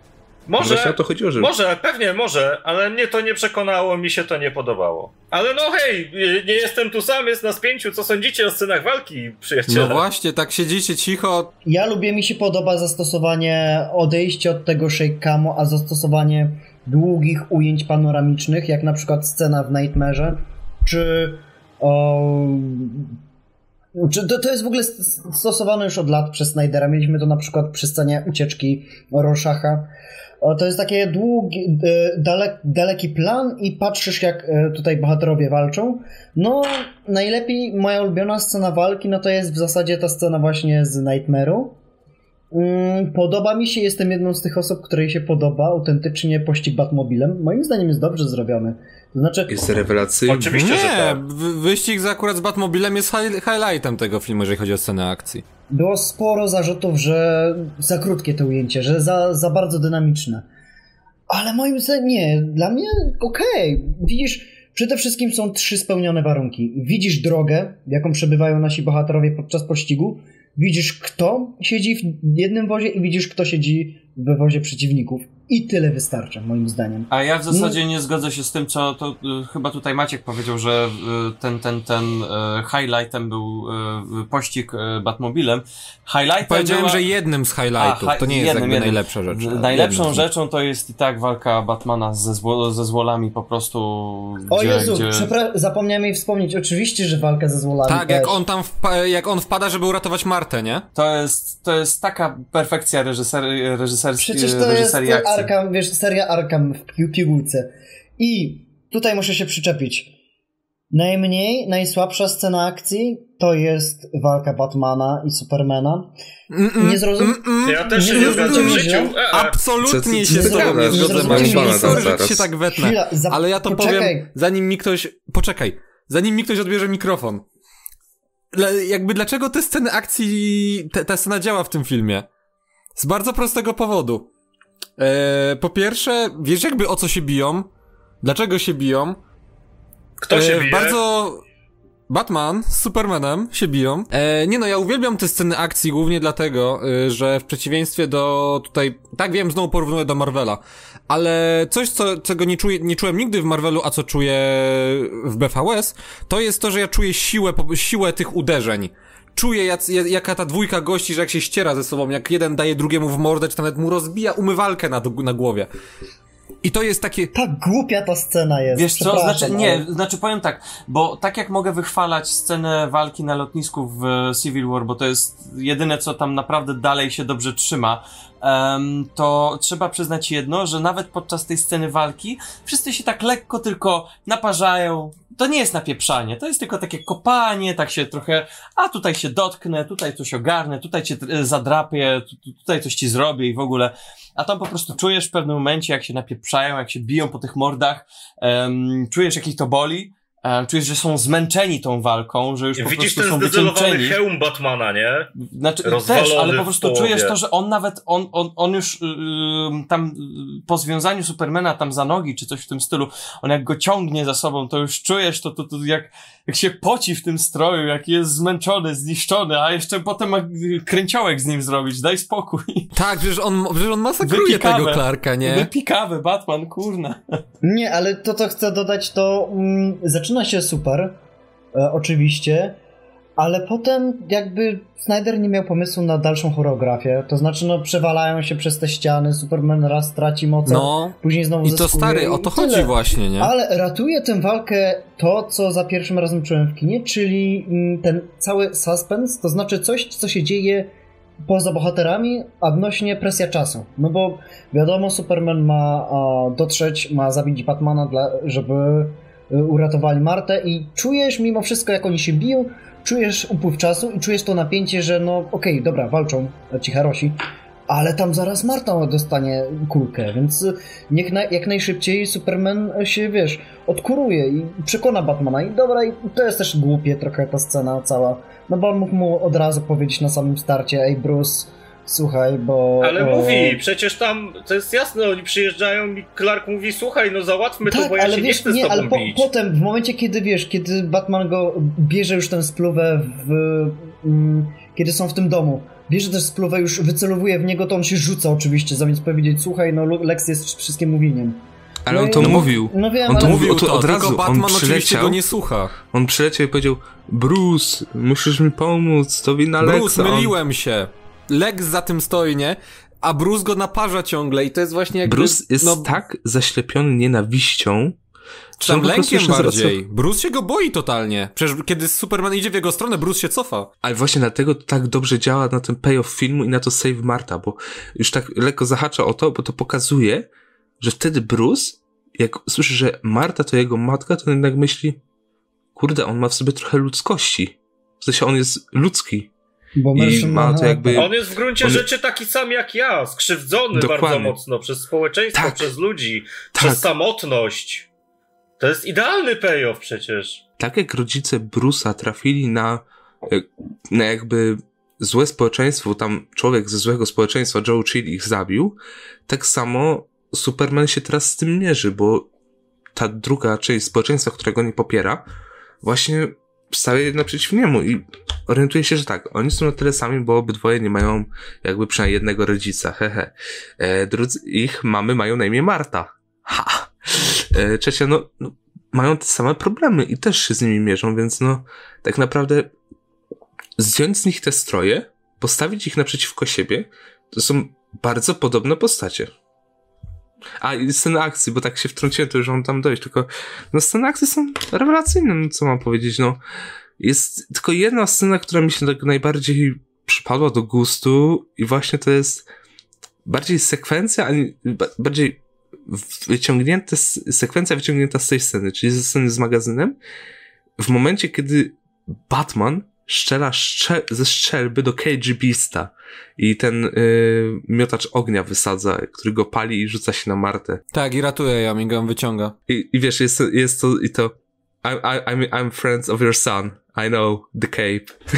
Pewnie może, ale mnie to nie przekonało, mi się to nie podobało. Ale no hej, nie jestem tu sam, jest nas 5, co sądzicie o scenach walki, przyjaciele? No właśnie, tak siedzicie cicho. Mi się podoba zastosowanie, odejście od tego shake-camu, a zastosowanie długich ujęć panoramicznych, jak na przykład scena w Nightmare'ze, to jest w ogóle stosowane już od lat przez Snydera. Mieliśmy to na przykład przy scenie ucieczki Rorschacha. To jest takie daleki plan i patrzysz jak tutaj bohaterowie walczą. No, najlepiej moja ulubiona scena walki, no to jest w zasadzie ta scena właśnie z Nightmare'u. Podoba mi się, jestem jedną z tych osób, której się podoba autentycznie pościg Batmobilem. Moim zdaniem jest dobrze zrobiony. To znaczy... Jest rewelacyjny. Oczywiście, że tak. Wyścig akurat z Batmobilem jest highlightem tego filmu, jeżeli chodzi o scenę akcji. Było sporo zarzutów, że za krótkie to ujęcie, że za bardzo dynamiczne. Ale moim zdaniem nie. Dla mnie okej. Widzisz, przede wszystkim są 3 spełnione warunki. Widzisz drogę, jaką przebywają nasi bohaterowie podczas pościgu. Widzisz, kto siedzi w jednym wozie i widzisz, kto siedzi we wozie przeciwników. I tyle wystarcza, moim zdaniem. A ja w zasadzie nie zgodzę się z tym, co to chyba tutaj Maciek powiedział, że ten highlightem był pościg Batmobilem. Powiedziałem, że jednym z highlightów. To nie jest jakby najlepsza rzecz. Najlepszą rzeczą to jest i tak walka Batmana ze złolami po prostu. O Jezu, zapomniałem jej wspomnieć. Oczywiście, że walka ze złolami. Tak, jak on wpada, żeby uratować Martę, nie? To jest taka perfekcja reżyserskiej. Przecież to jest Arkham, wiesz, seria Arkham w pigułce. I tutaj muszę się przyczepić. Najsłabsza scena akcji to jest walka Batmana i Supermana. Nie zrozum... Ja też się nie zgadzam w życiu. Absolutnie się z tobą nie zgodzę. Sorry, że się tak wetnę. Ale ja to powiem, zanim mi ktoś odbierze mikrofon. Jakby dlaczego te sceny akcji, ta scena działa w tym filmie? Z bardzo prostego powodu. Po pierwsze, wiesz jakby o co się biją? Dlaczego się biją? Kto się bije? Batman z Supermanem się biją. Nie no, ja uwielbiam te sceny akcji głównie dlatego, że w przeciwieństwie do tutaj, tak wiem, znowu porównuję do Marvela, ale coś, czego nie czułem nigdy w Marvelu, a co czuję w BVS, to jest to, że ja czuję siłę tych uderzeń. Czuję, jaka ta dwójka gości, że jak się ściera ze sobą, jak jeden daje drugiemu w mordę, czy nawet mu rozbija umywalkę na głowie. I to jest takie... Tak głupia ta scena jest. Wiesz co, znaczy powiem tak, bo tak jak mogę wychwalać scenę walki na lotnisku w Civil War, bo to jest jedyne, co tam naprawdę dalej się dobrze trzyma, to trzeba przyznać jedno, że nawet podczas tej sceny walki wszyscy się tak lekko tylko naparzają. To nie jest napieprzanie, to jest tylko takie kopanie, tak się trochę, a tutaj się dotknę, tutaj coś ogarnę, tutaj cię zadrapię, tutaj coś ci zrobię i w ogóle. A tam po prostu czujesz w pewnym momencie, jak się napieprzają, jak się biją po tych mordach, czujesz, jak ich to boli, czujesz, że są zmęczeni tą walką, że już po prostu są wycieńczeni. Widzisz ten zdezelowany hełm Batmana, nie? Znaczy też, ale po prostu czujesz to, że on nawet, on już tam po związaniu Supermana tam za nogi, czy coś w tym stylu, on jak go ciągnie za sobą, to już czujesz to jak się poci w tym stroju, jak jest zmęczony, zniszczony, a jeszcze potem ma kręciołek z nim zrobić, daj spokój. Tak, przecież on masakruje tego Clarka, nie? Wypikawy Batman, kurna. Nie, ale to co chcę dodać, to zaczyna się super, oczywiście, ale potem jakby Snyder nie miał pomysłu na dalszą choreografię, to znaczy przewalają się przez te ściany, Superman raz traci moc, później znowu zyskuje. I to stary, o to chodzi właśnie, nie? Ale ratuje tę walkę to, co za pierwszym razem czułem w kinie, czyli ten cały suspens, to znaczy coś, co się dzieje poza bohaterami, odnośnie presja czasu. No bo wiadomo, Superman ma dotrzeć, ma zabić Batmana, żeby uratowali Martę i czujesz mimo wszystko, jak oni się biją, czujesz upływ czasu i czujesz to napięcie, że okej, dobra, walczą ci herosi, ale tam zaraz Marta dostanie kulkę, więc niech jak najszybciej Superman się, odkuruje i przekona Batmana i dobra, i to jest też głupie trochę ta scena cała, no bo on mógł mu od razu powiedzieć na samym starcie, ej Bruce, słuchaj, bo... Ale mówi, przecież tam, to jest jasne, oni przyjeżdżają i Clark mówi, słuchaj, załatwmy to, bo ja się nie chcę z tobą bić. Potem, w momencie, kiedy Batman go bierze już tę spluwę kiedy są w tym domu, bierze też spluwę, już wycelowuje w niego, to on się rzuca oczywiście, zamiast powiedzieć, słuchaj, Lex jest wszystkim mówieniem. Ale on to mówił. No wiem, on to ale... mówił od razu. Tylko Batman oczywiście go nie słucha. On przyleciał i powiedział, Bruce, musisz mi pomóc, to wina Lexa. Bruce, myliłem się. Lex za tym stoi, nie? A Bruce go naparza ciągle i to jest właśnie jakby... Bruce jest tak zaślepiony nienawiścią, czy tam lękiem bardziej. Bruce się go boi totalnie. Przecież kiedy Superman idzie w jego stronę, Bruce się cofa. Ale właśnie dlatego to tak dobrze działa na ten payoff filmu i na to Save Marta, bo już tak lekko zahacza o to, bo to pokazuje, że wtedy Bruce, jak słyszy, że Marta to jego matka, to jednak myśli, kurde, on ma w sobie trochę ludzkości. W sensie on jest ludzki. Bo i ma to jakby... On jest w gruncie rzeczy taki sam jak ja, skrzywdzony bardzo mocno przez społeczeństwo, przez ludzi, przez samotność. To jest idealny payoff przecież. Tak jak rodzice Bruce'a trafili na jakby złe społeczeństwo, tam człowiek ze złego społeczeństwa, Joe Chill, ich zabił, tak samo Superman się teraz z tym mierzy, bo ta druga część społeczeństwa, którego nie popiera, właśnie staje naprzeciw niemu i orientuje się, że tak, oni są na tyle sami, bo obydwoje nie mają jakby przynajmniej jednego rodzica, drudzy ich mamy mają na imię Marta. Trzecia, mają te same problemy i też się z nimi mierzą, więc tak naprawdę zdjąć z nich te stroje, postawić ich naprzeciwko siebie, to są bardzo podobne postacie. A i sceny akcji, bo tak się wtrąciłem, to już mam tam dojść, tylko sceny akcji są rewelacyjne, co mam powiedzieć, jest tylko jedna scena, która mi się tak najbardziej przypadła do gustu i właśnie to jest bardziej sekwencja, a nie, bardziej sekwencja wyciągnięta z tej sceny, czyli ze sceny z magazynem, w momencie, kiedy Batman strzela ze strzelby do Cage Beasta i ten miotacz ognia wysadza, który go pali i rzuca się na Martę. Tak, i ratuje ją i go wyciąga. I wiesz, jest to I'm friends of your son. I know, the cape.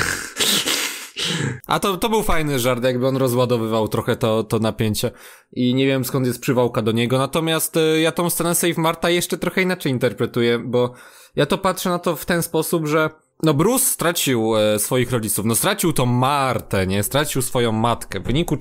A to był fajny żart, jakby on rozładowywał trochę to napięcie. I nie wiem, skąd jest przywałka do niego. Natomiast ja tą scenę Save Marta jeszcze trochę inaczej interpretuję, bo ja to patrzę na to w ten sposób, że no Bruce stracił swoich rodziców, no stracił tą Martę, nie? Stracił swoją matkę, w wyniku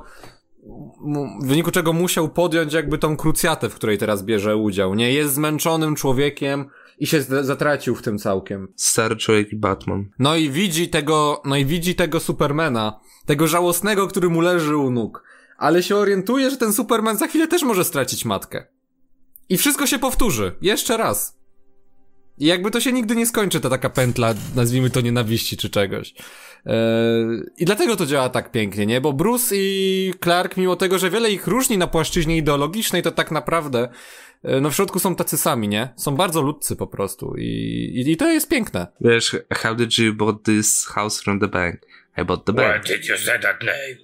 czego musiał podjąć jakby tą krucjatę, w której teraz bierze udział, nie? Jest zmęczonym człowiekiem i się zatracił w tym całkiem. Stary człowiek i Batman. No i widzi tego Supermana, tego żałosnego, który mu leży u nóg, ale się orientuje, że ten Superman za chwilę też może stracić matkę. I wszystko się powtórzy, jeszcze raz. I jakby to się nigdy nie skończy, ta taka pętla, nazwijmy to nienawiści czy czegoś. I dlatego to działa tak pięknie, nie? Bo Bruce i Clark, mimo tego, że wiele ich różni na płaszczyźnie ideologicznej, to tak naprawdę no w środku są tacy sami, nie? Są bardzo ludcy po prostu i to jest piękne. Wiesz, how did you bought this house from the bank? I bought the bank. Why did you say that name?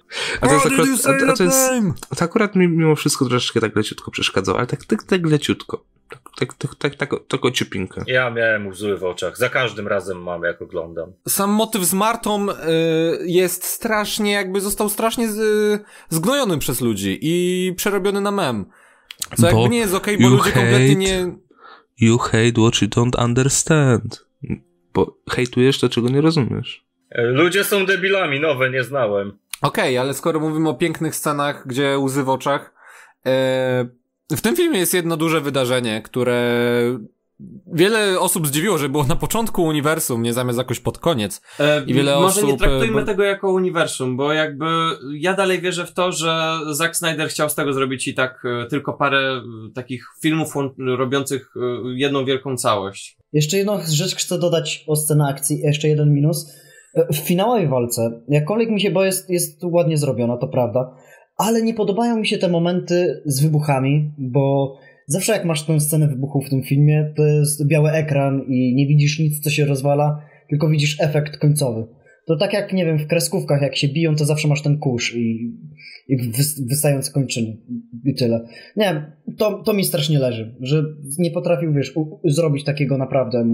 To akurat mi mimo wszystko troszeczkę tak leciutko przeszkadzało, ale tak leciutko. Tak ciupinkę. Ja miałem łzy w oczach. Za każdym razem mam, jak oglądam. Sam motyw z Martą jest strasznie, jakby został strasznie zgnojony przez ludzi i przerobiony na mem. Co jakby nie jest okej, bo ludzie kompletnie nie... You hate what you don't understand. Bo hejtujesz to, czego nie rozumiesz. Ludzie są debilami, nowe nie znałem. Okej, ale skoro mówimy o pięknych scenach, gdzie łzy w oczach, w tym filmie jest jedno duże wydarzenie, które wiele osób zdziwiło, że było na początku uniwersum, nie zamiast jakoś pod koniec. I wiele może osób... nie traktujmy tego jako uniwersum, bo jakby ja dalej wierzę w to, że Zack Snyder chciał z tego zrobić i tak tylko parę takich filmów robiących jedną wielką całość. Jeszcze jedną rzecz chcę dodać o scenę akcji, jeszcze jeden minus. W finałowej walce, jakkolwiek mi się, bo jest ładnie zrobiona, to prawda, ale nie podobają mi się te momenty z wybuchami, bo zawsze jak masz tę scenę wybuchu w tym filmie, to jest biały ekran i nie widzisz nic, co się rozwala, tylko widzisz efekt końcowy. To tak jak, nie wiem, w kreskówkach, jak się biją, to zawsze masz ten kurz i wystające kończyny i tyle. Nie, to mi strasznie leży, że nie potrafił, wiesz, zrobić takiego naprawdę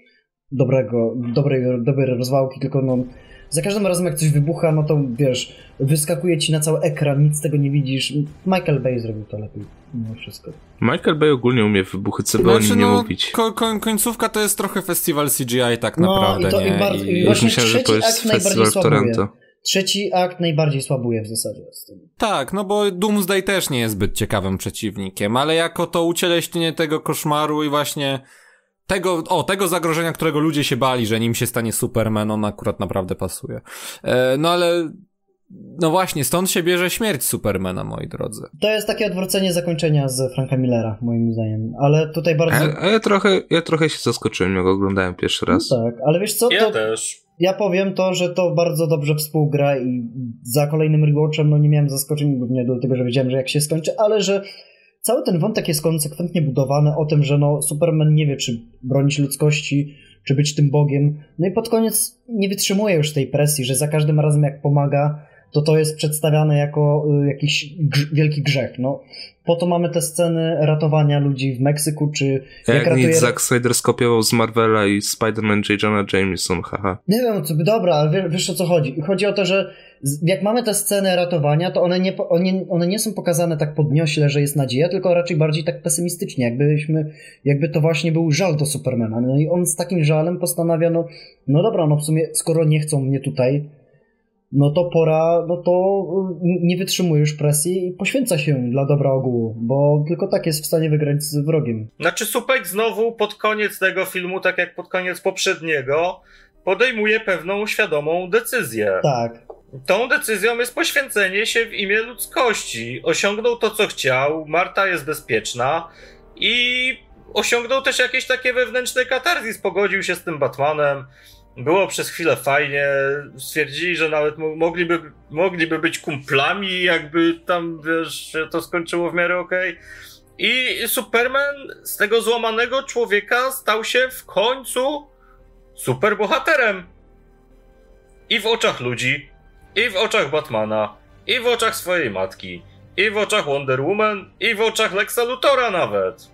dobrej rozwałki, tylko no za każdym razem jak coś wybucha, no to wiesz, wyskakuje ci na cały ekran, nic z tego nie widzisz. Michael Bay zrobił to lepiej mimo wszystko. Michael Bay ogólnie umie w wybuchy, co by o nim nie mówić. Końcówka to jest trochę festiwal CGI tak naprawdę, i właśnie trzeci akt najbardziej słabuje. Trzeci akt najbardziej słabuje w zasadzie. Tak, no bo Doomsday też nie jest zbyt ciekawym przeciwnikiem, ale jako to ucieleśnienie tego koszmaru i właśnie tego zagrożenia, którego ludzie się bali, że nim się stanie Superman, on akurat naprawdę pasuje. No ale, no właśnie, stąd się bierze śmierć Supermana, moi drodzy. To jest takie odwrócenie zakończenia z Franka Millera, moim zdaniem, ale tutaj bardzo... Ja trochę się zaskoczyłem, jak oglądałem pierwszy raz. No tak, ale wiesz co? Ja też. Ja powiem to, że to bardzo dobrze współgra i za kolejnym rewatchem, no nie miałem zaskoczeń, głównie do tego, że wiedziałem, że jak się skończy, ale że cały ten wątek jest konsekwentnie budowany o tym, że no Superman nie wie, czy bronić ludzkości, czy być tym Bogiem. No i pod koniec nie wytrzymuje już tej presji, że za każdym razem jak pomaga, to jest przedstawiane jako jakiś wielki grzech. No, po to mamy te sceny ratowania ludzi w Meksyku, czy... Jak nic Zack Snyder skopiował z Marvela i Spider-Man J. Jonah Jameson, haha. Nie wiem, dobra, ale wiesz o co chodzi. Chodzi o to, że jak mamy te sceny ratowania, to one nie są pokazane tak podniośle, że jest nadzieja, tylko raczej bardziej tak pesymistycznie, jakby to właśnie był żal do Supermana. No i on z takim żalem postanawia, no dobra, no w sumie skoro nie chcą mnie tutaj, no to pora, no to nie wytrzymuje już presji i poświęca się dla dobra ogółu, bo tylko tak jest w stanie wygrać z wrogiem. Znaczy Supek znowu pod koniec tego filmu, tak jak pod koniec poprzedniego, podejmuje pewną świadomą decyzję. Tak. Tą decyzją jest poświęcenie się w imię ludzkości. Osiągnął to, co chciał, Marta jest bezpieczna i osiągnął też jakieś takie wewnętrzne katarzis, pogodził się z tym Batmanem. Było przez chwilę fajnie, stwierdzili, że nawet mogliby być kumplami, jakby tam, wiesz, się to skończyło w miarę okej. I Superman z tego złamanego człowieka stał się w końcu superbohaterem. I w oczach ludzi, i w oczach Batmana, i w oczach swojej matki, i w oczach Wonder Woman, i w oczach Lexa Luthora nawet.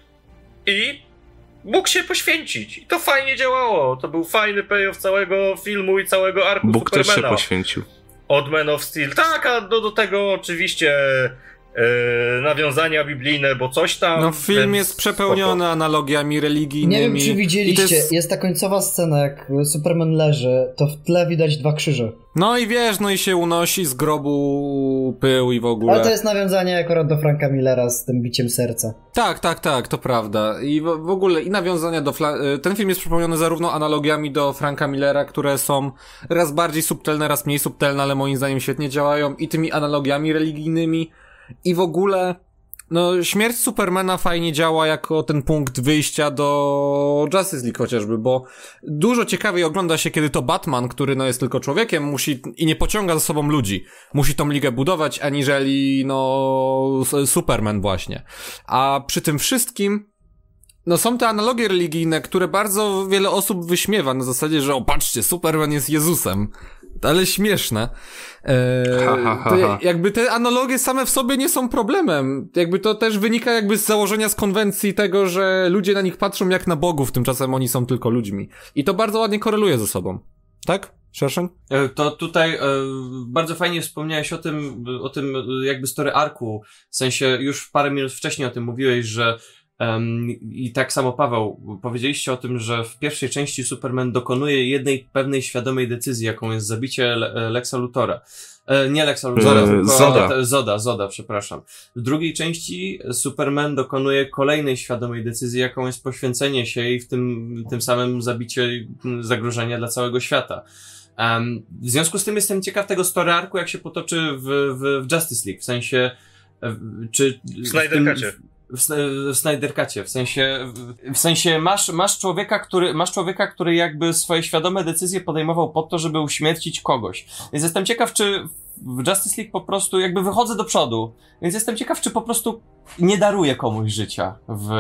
I mógł się poświęcić. I to fajnie działało. To był fajny payoff całego filmu i całego arku Bóg Supermana. też się poświęcił. Od Man of Steel. Tak, a do tego oczywiście nawiązania biblijne, bo coś tam... No film jest przepełniony analogiami religijnymi. Nie wiem, czy widzieliście, jest... jest ta końcowa scena, jak Superman leży, to w tle widać 2 krzyże. No i wiesz, no i się unosi z grobu pył i w ogóle. Ale to jest nawiązanie akurat do Franka Millera z tym biciem serca. Tak, to prawda. I w ogóle i nawiązania do... Ten film jest przepełniony zarówno analogiami do Franka Millera, które są raz bardziej subtelne, raz mniej subtelne, ale moim zdaniem świetnie działają, i tymi analogiami religijnymi. I w ogóle, no, śmierć Supermana fajnie działa jako ten punkt wyjścia do Justice League chociażby, bo dużo ciekawiej ogląda się, kiedy to Batman, który no jest tylko człowiekiem, musi i nie pociąga za sobą ludzi, musi tą ligę budować, aniżeli no Superman właśnie. A przy tym wszystkim no są te analogie religijne, które bardzo wiele osób wyśmiewa na zasadzie, że o patrzcie, Superman jest Jezusem. Ale śmieszne. Jakby te analogie same w sobie nie są problemem. Jakby to też wynika jakby z założenia, z konwencji tego, że ludzie na nich patrzą jak na bogów, tymczasem oni są tylko ludźmi. I to bardzo ładnie koreluje ze sobą. Tak? Szerszeń? To tutaj bardzo fajnie wspomniałeś o tym jakby story arcu. W sensie już parę minut wcześniej o tym mówiłeś, że i tak samo Paweł, powiedzieliście o tym, że w pierwszej części Superman dokonuje jednej pewnej świadomej decyzji, jaką jest zabicie Lexa Luthora. Nie Lexa Luthora, tylko Zoda, przepraszam. W drugiej części Superman dokonuje kolejnej świadomej decyzji, jaką jest poświęcenie się i w tym samym zabicie zagrożenia dla całego świata. W związku z tym jestem ciekaw tego story arcu, jak się potoczy w Justice League, w sensie czy w Snyder Cutie. W Snyder Cutie, w sensie masz człowieka, który jakby swoje świadome decyzje podejmował po to, żeby uśmiercić kogoś. Więc jestem ciekaw, czy w Justice League po prostu jakby wychodzę do przodu, więc jestem ciekaw, czy po prostu nie daruje komuś życia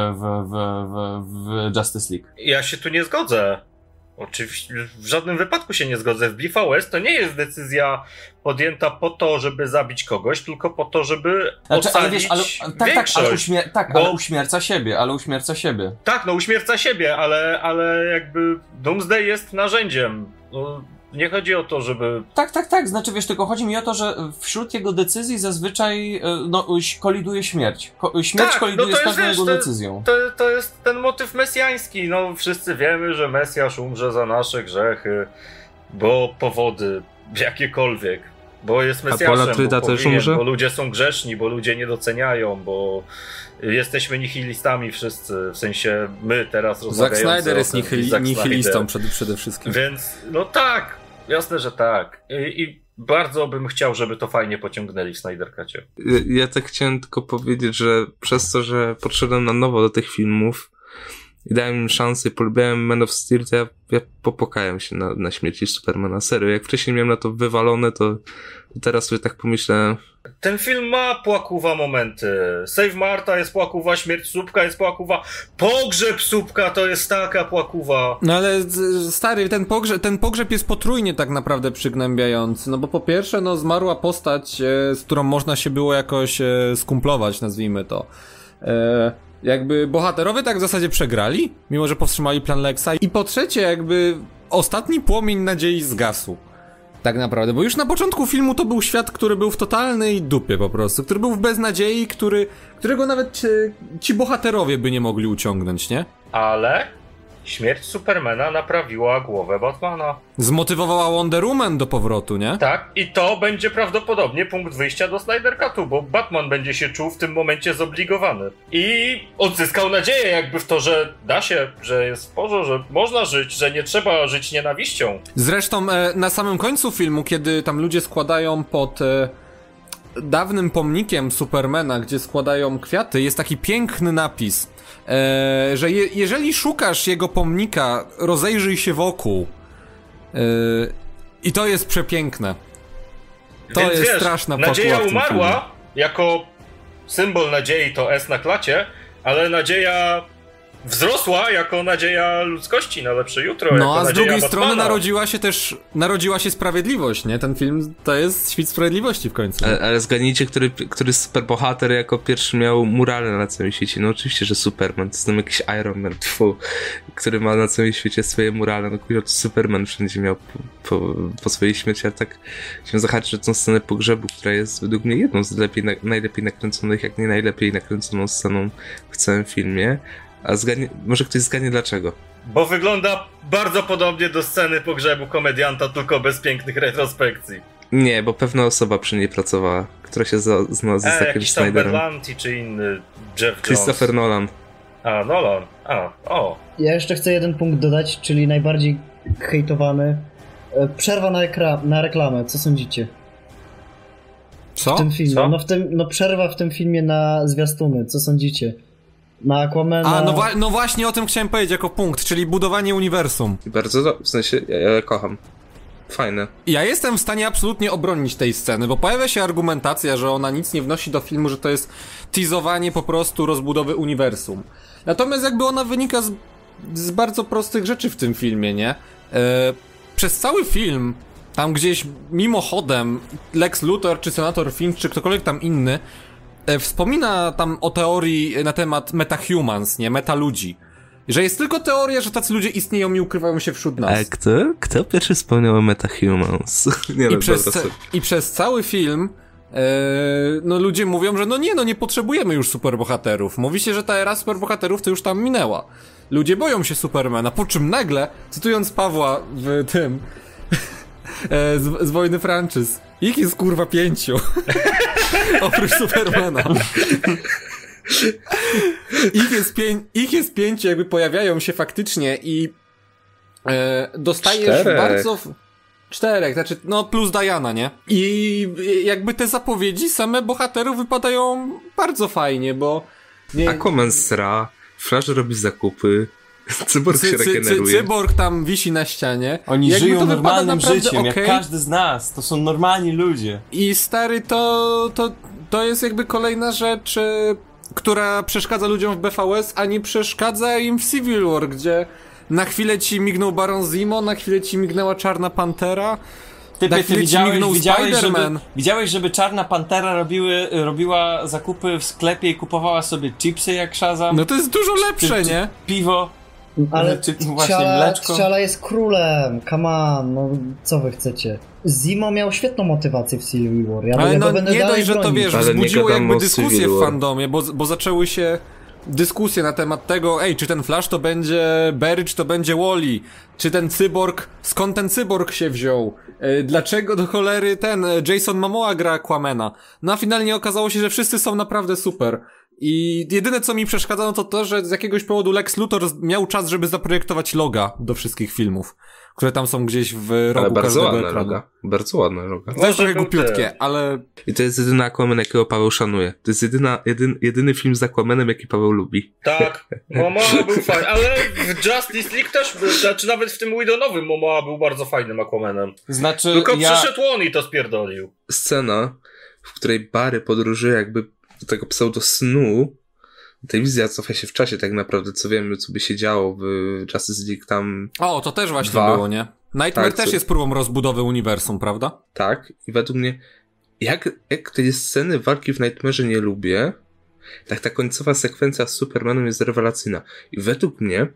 w Justice League. Ja się tu nie zgodzę. Oczywiście w żadnym wypadku się nie zgodzę. W BVS to nie jest decyzja podjęta po to, żeby zabić kogoś, tylko po to, żeby ocalić większość. Ale uśmierca siebie. Tak, no uśmierca siebie, ale jakby Doomsday jest narzędziem. No, nie chodzi o to, żeby... Tak, znaczy wiesz, tylko chodzi mi o to, że wśród jego decyzji zazwyczaj koliduje śmierć. Śmierć koliduje z każdą jego decyzją. To jest ten motyw mesjański. No wszyscy wiemy, że Mesjasz umrze za nasze grzechy, bo powody jakiekolwiek. Bo jest Mesjaszem, bo też umrze? Bo ludzie są grzeszni, bo ludzie nie doceniają, bo jesteśmy nihilistami wszyscy, w sensie my teraz rozmawiający. Zack Snyder jest nihilistą przede wszystkim. Więc, no tak, jasne, że tak. I bardzo bym chciał, żeby to fajnie pociągnęli w Snyder Cutie. Ja tak chciałem tylko powiedzieć, że przez to, że podszedłem na nowo do tych filmów i dałem im szansę i polubiałem Man of Steel, to ja popłakałem się na śmierci Supermana. Serio, jak wcześniej miałem na to wywalone, to teraz sobie tak pomyślę... Ten film ma płakuwa momenty. Save Marta jest płakuwa, śmierć Słupka jest płakuwa, pogrzeb Słupka to jest taka płakuwa. No ale stary, ten pogrzeb jest potrójnie tak naprawdę przygnębiający, no bo po pierwsze, no zmarła postać, z którą można się było jakoś skumplować, nazwijmy to. Jakby bohaterowie tak w zasadzie przegrali, mimo że powstrzymali plan Lexa. I po trzecie, jakby ostatni płomień nadziei zgasł. Tak naprawdę, bo już na początku filmu to był świat, który był w totalnej dupie po prostu, który był w beznadziei, którego nawet ci bohaterowie by nie mogli uciągnąć, nie? Ale śmierć Supermana naprawiła głowę Batmana. Zmotywowała Wonder Woman do powrotu, nie? Tak, i to będzie prawdopodobnie punkt wyjścia do Snyder Cutu, bo Batman będzie się czuł w tym momencie zobligowany. I odzyskał nadzieję jakby w to, że da się, że jest w porządku, że można żyć, że nie trzeba żyć nienawiścią. Zresztą na samym końcu filmu, kiedy tam ludzie składają pod dawnym pomnikiem Supermana, gdzie składają kwiaty, jest taki piękny napis, że jeżeli szukasz jego pomnika, rozejrzyj się wokół. I to jest przepiękne. To więc jest wiesz, straszna płakła. Nadzieja umarła jako symbol nadziei, to S na klacie, ale nadzieja wzrosła jako nadzieja ludzkości na lepsze jutro. No, jako a z drugiej Batmana. strony narodziła się sprawiedliwość, nie? Ten film to jest świt sprawiedliwości w końcu. Ale zgadnijcie, który superbohater jako pierwszy miał murale na całym świecie. No oczywiście, że Superman. To jest tam jakiś Iron Man, który ma na całym świecie swoje murale. No kurwa, to Superman wszędzie miał po swojej śmierci, a tak chciałem zahaczyć o tą scenę pogrzebu, która jest według mnie jedną z najlepiej nakręconych, jak nie najlepiej nakręconą sceną w całym filmie. A może ktoś zgadnie dlaczego? Bo wygląda bardzo podobnie do sceny pogrzebu komedianta, tylko bez pięknych retrospekcji. Nie, bo pewna osoba przy niej pracowała, która się zna z Zackiem jakiś tam Snyderem. Berlanti czy inny Jeff Jones. Christopher Nolan. A, Nolan. Ja jeszcze chcę jeden punkt dodać, czyli najbardziej hejtowany. Przerwa na reklamę, co sądzicie? Co? W tym filmie. Co? Przerwa w tym filmie na zwiastuny, co sądzicie? Na Aquamana... No właśnie o tym chciałem powiedzieć jako punkt, czyli budowanie uniwersum. Bardzo w sensie, ja kocham. Fajne. Ja jestem w stanie absolutnie obronić tej sceny, bo pojawia się argumentacja, że ona nic nie wnosi do filmu, że to jest teasowanie po prostu rozbudowy uniwersum. Natomiast jakby ona wynika z bardzo prostych rzeczy w tym filmie, nie? Przez cały film, tam gdzieś mimochodem Lex Luthor, czy Senator Finch, czy ktokolwiek tam inny wspomina tam o teorii na temat metahumans, nie? Metaludzi. Że jest tylko teoria, że tacy ludzie istnieją i ukrywają się wśród nas. A kto pierwszy wspomniał o metahumans? I przez cały film no ludzie mówią, że nie potrzebujemy już superbohaterów. Mówi się, że ta era superbohaterów to już tam minęła. Ludzie boją się Supermana, po czym nagle, cytując Pawła w tym z Wojny Franczyz, ich jest kurwa 5 oprócz Supermana. Ich jest 5, jakby pojawiają się faktycznie i dostajesz 4. bardzo... 4, znaczy, no plus Diana, nie? I jakby te zapowiedzi same bohaterów wypadają bardzo fajnie, bo... Aquaman sra, Flash robi zakupy, Cyborg się regeneruje. Cyborg tam wisi na ścianie. Oni jakby żyją to normalnym życiem, okay. jak każdy z nas. To są normalni ludzie. I stary, to jest jakby kolejna rzecz, która przeszkadza ludziom w BVS, a nie przeszkadza im w Civil War, gdzie na chwilę ci mignął Baron Zemo, na chwilę ci mignęła Czarna Pantera, na chwilę ci mignął Spider-Man. Widziałeś, żeby Czarna Pantera robiła zakupy w sklepie i kupowała sobie chipsy jak Shazam? No to jest dużo lepsze, nie? Piwo. Ale właśnie mleczko. T'Challa jest królem, come on, no co wy chcecie? Zemo miał świetną motywację w Civil War. Ale no nie dość, że to wiesz, wzbudziło jakby dyskusję w fandomie, bo zaczęły się dyskusje na temat tego, czy ten Flash to będzie Barry, czy to będzie Wally, czy ten cyborg, skąd ten cyborg się wziął, dlaczego do cholery ten Jason Momoa gra Aquamana. No a finalnie okazało się, że wszyscy są naprawdę super. I jedyne co mi przeszkadza, no to, że z jakiegoś powodu Lex Luthor miał czas, żeby zaprojektować loga do wszystkich filmów, które tam są gdzieś w rogu każdego ekranu. Bardzo ładna loga. To jest trochę głupiutkie, ale... I to jest jedyny Aquaman, jakiego Paweł szanuje. To jest jedyny film z Aquamanem, jaki Paweł lubi. Tak, Momoa był fajny, ale w Justice League też był, znaczy nawet w tym Whedonowym Momoa był bardzo fajnym Aquamanem. Znaczy, tylko przyszedł on i to spierdolił. Scena, w której Barry podróżuje jakby do tego pseudo-snu, telewizja cofa się w czasie tak naprawdę, co wiemy, co by się działo w Justice League tam... O, to też właśnie było, nie? Nightmare też jest próbą rozbudowy uniwersum, prawda? Tak, i według mnie, jak tej sceny walki w Nightmare'ze nie lubię, tak ta końcowa sekwencja z Supermanem jest rewelacyjna. I według mnie,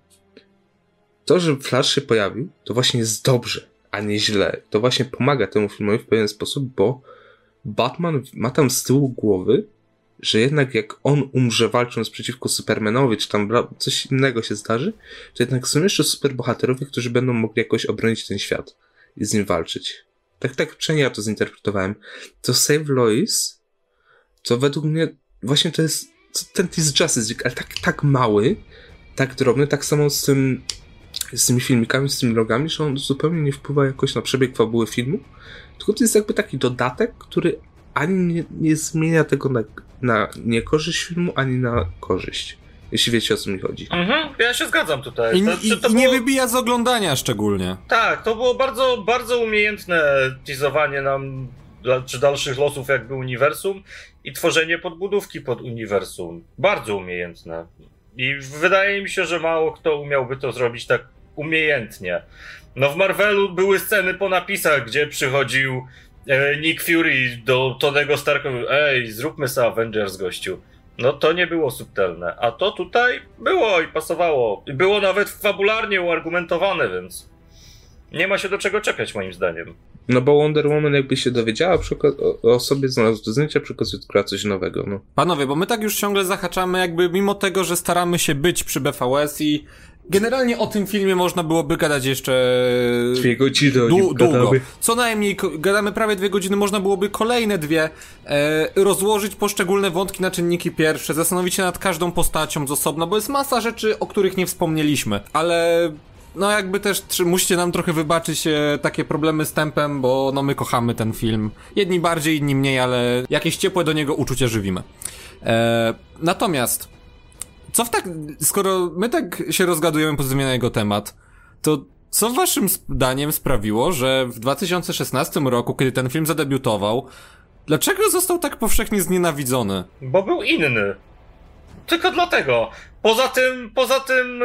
to, że Flash się pojawił, to właśnie jest dobrze, a nie źle. To właśnie pomaga temu filmowi w pewien sposób, bo Batman ma tam z tyłu głowy, że jednak jak on umrze walcząc przeciwko Supermanowi, czy tam coś innego się zdarzy, to jednak są jeszcze superbohaterowie, którzy będą mogli jakoś obronić ten świat i z nim walczyć. Tak przynajmniej ja to zinterpretowałem. To Save Lois, to według mnie właśnie to jest ten Justice League, ale tak mały, tak drobny, tak samo z tymi filmikami, z tymi logami, że on zupełnie nie wpływa jakoś na przebieg fabuły filmu, tylko to jest jakby taki dodatek, który ani nie zmienia tego na niekorzyść filmu, ani na korzyść. Jeśli wiecie, o co mi chodzi. Ja się zgadzam tutaj. I nie wybija z oglądania szczególnie. Tak, to było bardzo, bardzo umiejętne teasowanie nam czy dalszych losów jakby uniwersum i tworzenie podbudówki pod uniwersum. Bardzo umiejętne. I wydaje mi się, że mało kto umiałby to zrobić tak umiejętnie. No w Marvelu były sceny po napisach, gdzie przychodził Nick Fury do Tonego Starka, ej, zróbmy sobie Avengers, gościu. No to nie było subtelne, a to tutaj było i pasowało. I było nawet fabularnie uargumentowane, więc nie ma się do czego czepiać, moim zdaniem. No bo Wonder Woman jakby się dowiedziała o sobie, znalazł do zdjęcia, przy okazji odkryła coś nowego, no. Panowie, bo my tak już ciągle zahaczamy, jakby mimo tego, że staramy się być przy BVS i generalnie o tym filmie można byłoby gadać jeszcze 2 godziny długo. Co najmniej gadamy prawie 2 godziny, można byłoby kolejne 2 rozłożyć poszczególne wątki na czynniki pierwsze, zastanowić się nad każdą postacią z osobna, bo jest masa rzeczy, o których nie wspomnieliśmy, ale no jakby też musicie nam trochę wybaczyć takie problemy z tempem, bo no my kochamy ten film. Jedni bardziej, inni mniej, ale jakieś ciepłe do niego uczucia żywimy. Natomiast skoro my tak się rozgadujemy pozytywnie na jego temat, to co waszym zdaniem sprawiło, że w 2016 roku, kiedy ten film zadebiutował, dlaczego został tak powszechnie znienawidzony? Bo był inny. Tylko dlatego. Poza tym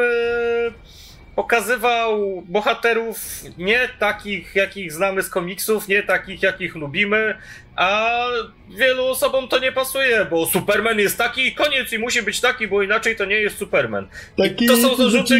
pokazywał bohaterów nie takich, jakich znamy z komiksów, nie takich, jakich lubimy, a wielu osobom to nie pasuje, bo Superman jest taki i koniec i musi być taki, bo inaczej to nie jest Superman. I to są zarzuty,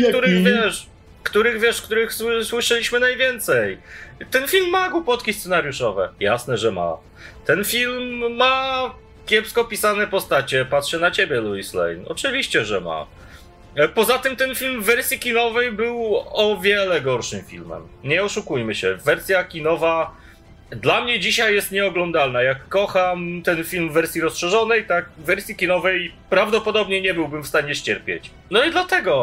których słyszeliśmy najwięcej. Ten film ma głupotki scenariuszowe. Jasne, że ma. Ten film ma kiepsko pisane postacie. Patrzę na ciebie, Lois Lane. Oczywiście, że ma. Poza tym ten film w wersji kinowej był o wiele gorszym filmem. Nie oszukujmy się. Wersja kinowa dla mnie dzisiaj jest nieoglądalna. Jak kocham ten film w wersji rozszerzonej, tak w wersji kinowej prawdopodobnie nie byłbym w stanie ścierpieć. No i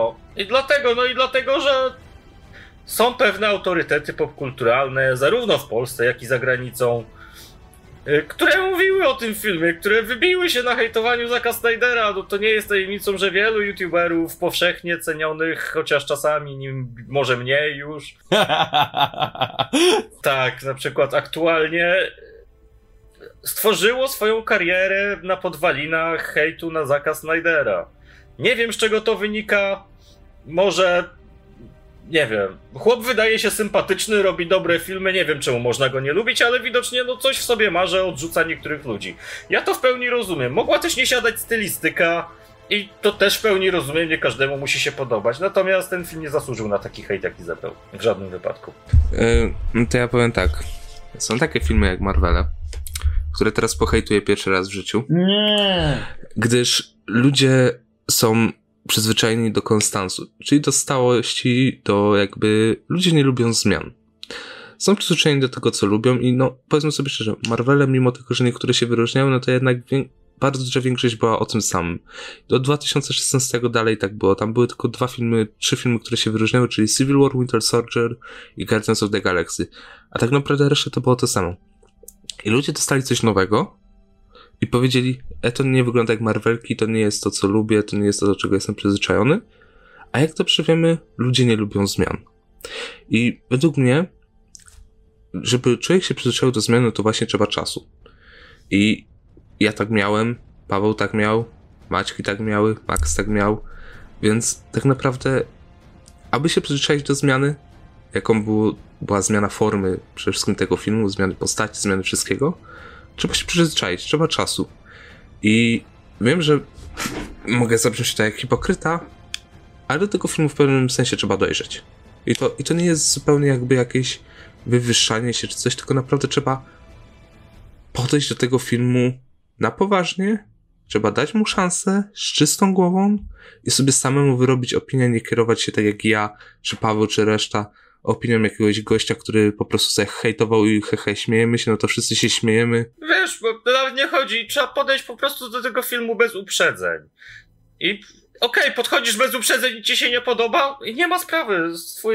dlatego, że są pewne autorytety popkulturalne, zarówno w Polsce, jak i za granicą, które mówiły o tym filmie, które wybiły się na hejtowaniu Zacka Snydera. No to nie jest tajemnicą, że wielu youtuberów powszechnie cenionych, chociaż czasami może mniej już. Tak, na przykład aktualnie stworzyło swoją karierę na podwalinach hejtu na Zacka Snydera. Nie wiem, z czego to wynika. Może... Nie wiem. Chłop wydaje się sympatyczny, robi dobre filmy, nie wiem czemu można go nie lubić, ale widocznie no coś w sobie ma, że odrzuca niektórych ludzi. Ja to w pełni rozumiem. Mogła też nie siadać stylistyka i to też w pełni rozumiem, nie każdemu musi się podobać. Natomiast ten film nie zasłużył na taki hejt, jaki zapeł. W żadnym wypadku. To ja powiem tak. Są takie filmy jak Marvele, które teraz pohejtuję pierwszy raz w życiu. Nie. Gdyż ludzie są przyzwyczajeni do konstansu, czyli do stałości, do jakby ludzie nie lubią zmian. Są przyzwyczajeni do tego, co lubią i no, powiedzmy sobie szczerze, Marvele, mimo tego, że niektóre się wyróżniały, no to jednak bardzo duża większość była o tym samym. Do 2016 dalej tak było. Tam były tylko 3 filmy, które się wyróżniały, czyli Civil War, Winter Soldier i Guardians of the Galaxy. A tak naprawdę reszta to było to samo. I ludzie dostali coś nowego i powiedzieli, to nie wygląda jak Marvelki, to nie jest to, co lubię, to nie jest to, do czego jestem przyzwyczajony. A jak dobrze wiemy, ludzie nie lubią zmian. I według mnie, żeby człowiek się przyzwyczaił do zmiany, to właśnie trzeba czasu. I ja tak miałem, Paweł tak miał, Maćki tak miały, Max tak miał, więc tak naprawdę, aby się przyzwyczaić do zmiany, jaką była zmiana formy przede wszystkim tego filmu, zmiany postaci, zmiany wszystkiego, trzeba się przyzwyczaić, trzeba czasu. I wiem, że mogę zabrzmieć tak jak hipokryta, ale do tego filmu w pewnym sensie trzeba dojrzeć. I to nie jest zupełnie jakby jakieś wywyższanie się czy coś, tylko naprawdę trzeba podejść do tego filmu na poważnie, trzeba dać mu szansę z czystą głową i sobie samemu wyrobić opinię, nie kierować się tak jak ja, czy Paweł, czy reszta opinią jakiegoś gościa, który po prostu sobie hejtował i śmiejemy się, no to wszyscy się śmiejemy. Wiesz, bo nawet nie chodzi, trzeba podejść po prostu do tego filmu bez uprzedzeń. I okej, podchodzisz bez uprzedzeń i ci się nie podoba i nie ma sprawy,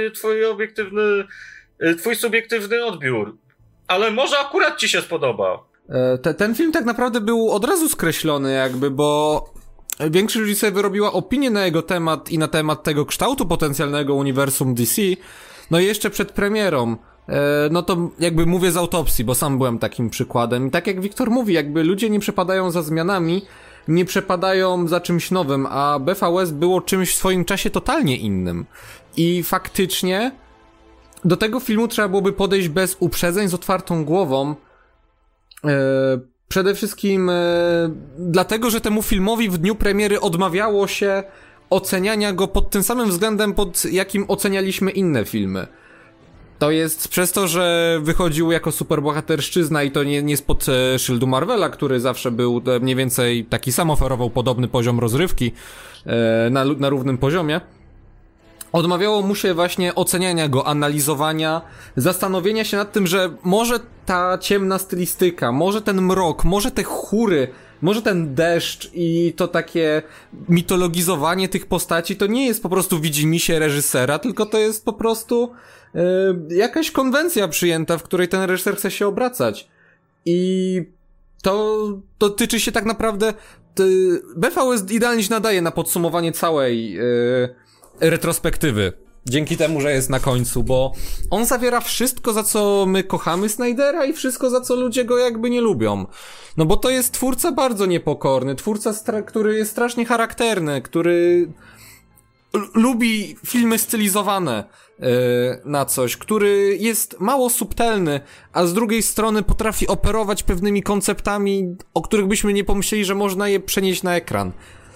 twój subiektywny odbiór. Ale może akurat ci się spodoba. Ten film tak naprawdę był od razu skreślony jakby, bo większość ludzi sobie wyrobiła opinię na jego temat i na temat tego kształtu potencjalnego uniwersum DC, no i jeszcze przed premierą. No to jakby mówię z autopsji, bo sam byłem takim przykładem. I tak jak Wiktor mówi, jakby ludzie nie przepadają za zmianami, nie przepadają za czymś nowym, a BVS było czymś w swoim czasie totalnie innym. I faktycznie do tego filmu trzeba byłoby podejść bez uprzedzeń, z otwartą głową. Przede wszystkim dlatego, że temu filmowi w dniu premiery odmawiało się oceniania go pod tym samym względem, pod jakim ocenialiśmy inne filmy. To jest przez to, że wychodził jako superbohaterszczyzna i to nie spod szyldu Marvela, który zawsze był mniej więcej taki sam, oferował podobny poziom rozrywki na równym poziomie. Odmawiało mu się właśnie oceniania go, analizowania, zastanowienia się nad tym, że może ta ciemna stylistyka, może ten mrok, może te chóry, może ten deszcz i to takie mitologizowanie tych postaci to nie jest po prostu widzimisię reżysera, tylko to jest po prostu jakaś konwencja przyjęta, w której ten reżyser chce się obracać. I to dotyczy się tak naprawdę... BVS idealnie się nadaje na podsumowanie całej retrospektywy. Dzięki temu, że jest na końcu, bo on zawiera wszystko, za co my kochamy Snydera i wszystko, za co ludzie go jakby nie lubią. No bo to jest twórca bardzo niepokorny, twórca, który jest strasznie charakterny, który lubi filmy stylizowane na coś, który jest mało subtelny, a z drugiej strony potrafi operować pewnymi konceptami, o których byśmy nie pomyśleli, że można je przenieść na ekran.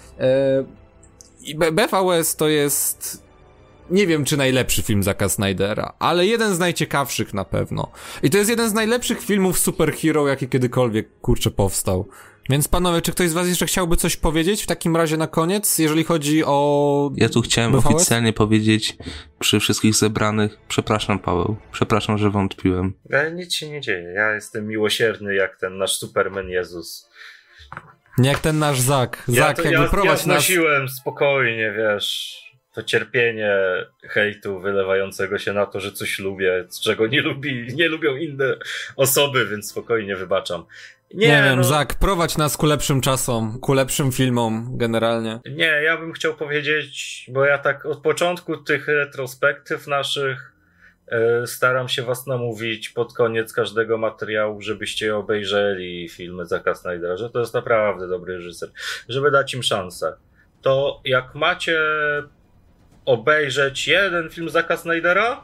I BVS to jest... Nie wiem, czy najlepszy film Zacka Snydera, ale jeden z najciekawszych na pewno. I to jest jeden z najlepszych filmów superhero, jaki kiedykolwiek, kurczę, powstał. Więc panowie, czy ktoś z was jeszcze chciałby coś powiedzieć w takim razie na koniec, jeżeli chodzi o... Ja tu chciałem BVS? oficjalnie powiedzieć przy wszystkich zebranych, przepraszam Paweł, przepraszam, że wątpiłem. Ale nic się nie dzieje, ja jestem miłosierny jak ten nasz Superman Jezus. Nie jak ten nasz Zack. Zack, jakby prowadź ja nas... znosiłem spokojnie, wiesz, to cierpienie hejtu wylewającego się na to, że coś lubię, czego nie lubią inne osoby, więc spokojnie wybaczam. Nie wiem, Zack, prowadź nas ku lepszym czasom, ku lepszym filmom generalnie. Nie, ja bym chciał powiedzieć, bo ja tak od początku tych retrospektyw naszych staram się was namówić pod koniec każdego materiału, żebyście obejrzeli filmy Zacka Snydera, że to jest naprawdę dobry reżyser, żeby dać im szansę. To jak macie obejrzeć jeden film Zacka Snydera,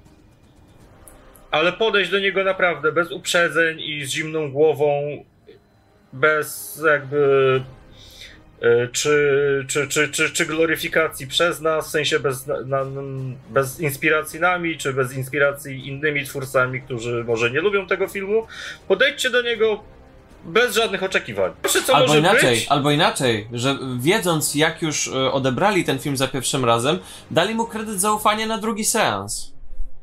ale podejść do niego naprawdę bez uprzedzeń i z zimną głową, bez jakby czy gloryfikacji przez nas, w sensie bez inspiracji nami, czy bez inspiracji innymi twórcami, którzy może nie lubią tego filmu, podejdźcie do niego bez żadnych oczekiwań. Albo inaczej, że wiedząc jak już odebrali ten film za pierwszym razem, dali mu kredyt zaufania na drugi seans.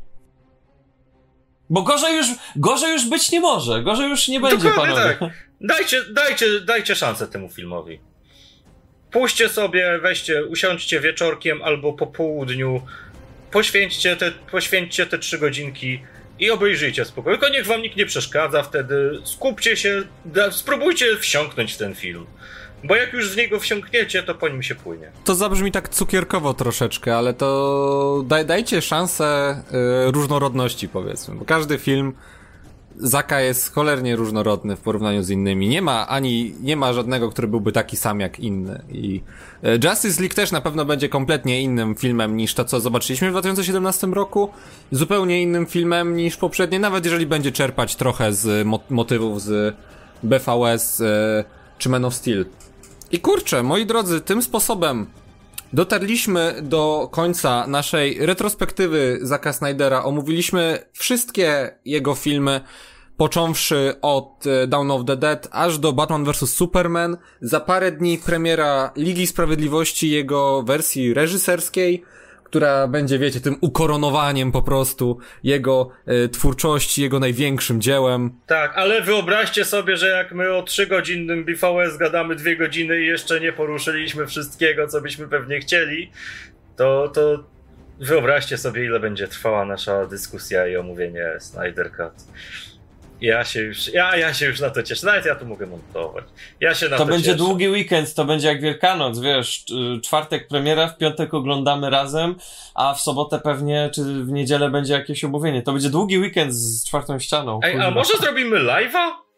Bo gorzej już być nie może. Gorzej już nie będzie, panowie. Tak. Dajcie szansę temu filmowi. Puśćcie sobie, usiądźcie wieczorkiem albo po południu, poświęćcie te 3 godzinki i obejrzyjcie spokojnie. Tylko niech wam nikt nie przeszkadza wtedy. Skupcie się, spróbujcie wsiąknąć w ten film. Bo jak już w niego wsiąkniecie, to po nim się płynie. To zabrzmi tak cukierkowo troszeczkę, ale to dajcie szansę różnorodności, powiedzmy, bo każdy film Zacka jest cholernie różnorodny w porównaniu z innymi. Nie ma żadnego, który byłby taki sam jak inny. I Justice League też na pewno będzie kompletnie innym filmem niż to, co zobaczyliśmy w 2017 roku. Zupełnie innym filmem niż poprzednie, nawet jeżeli będzie czerpać trochę z motywów z BVS czy Man of Steel. I kurczę, moi drodzy, tym sposobem dotarliśmy do końca naszej retrospektywy Zacka Snydera. Omówiliśmy wszystkie jego filmy, począwszy od Dawn of the Dead aż do Batman vs Superman. Za parę dni premiera Ligi Sprawiedliwości, jego wersji reżyserskiej, która będzie, wiecie, tym ukoronowaniem po prostu jego twórczości, jego największym dziełem. Tak, ale wyobraźcie sobie, że jak my o 3-godzinnym BVS gadamy 2 godziny i jeszcze nie poruszyliśmy wszystkiego, co byśmy pewnie chcieli, to wyobraźcie sobie, ile będzie trwała nasza dyskusja i omówienie Snyder Cut. Ja się już na to cieszę. Nawet ja to mogę montować. Ja się na to będzie cieszę. Długi weekend, to będzie jak Wielkanoc, wiesz, czwartek premiera, w piątek oglądamy razem, a w sobotę pewnie, czy w niedzielę będzie jakieś omówienie. To będzie długi weekend z czwartą ścianą. Ej, a może zrobimy live'a?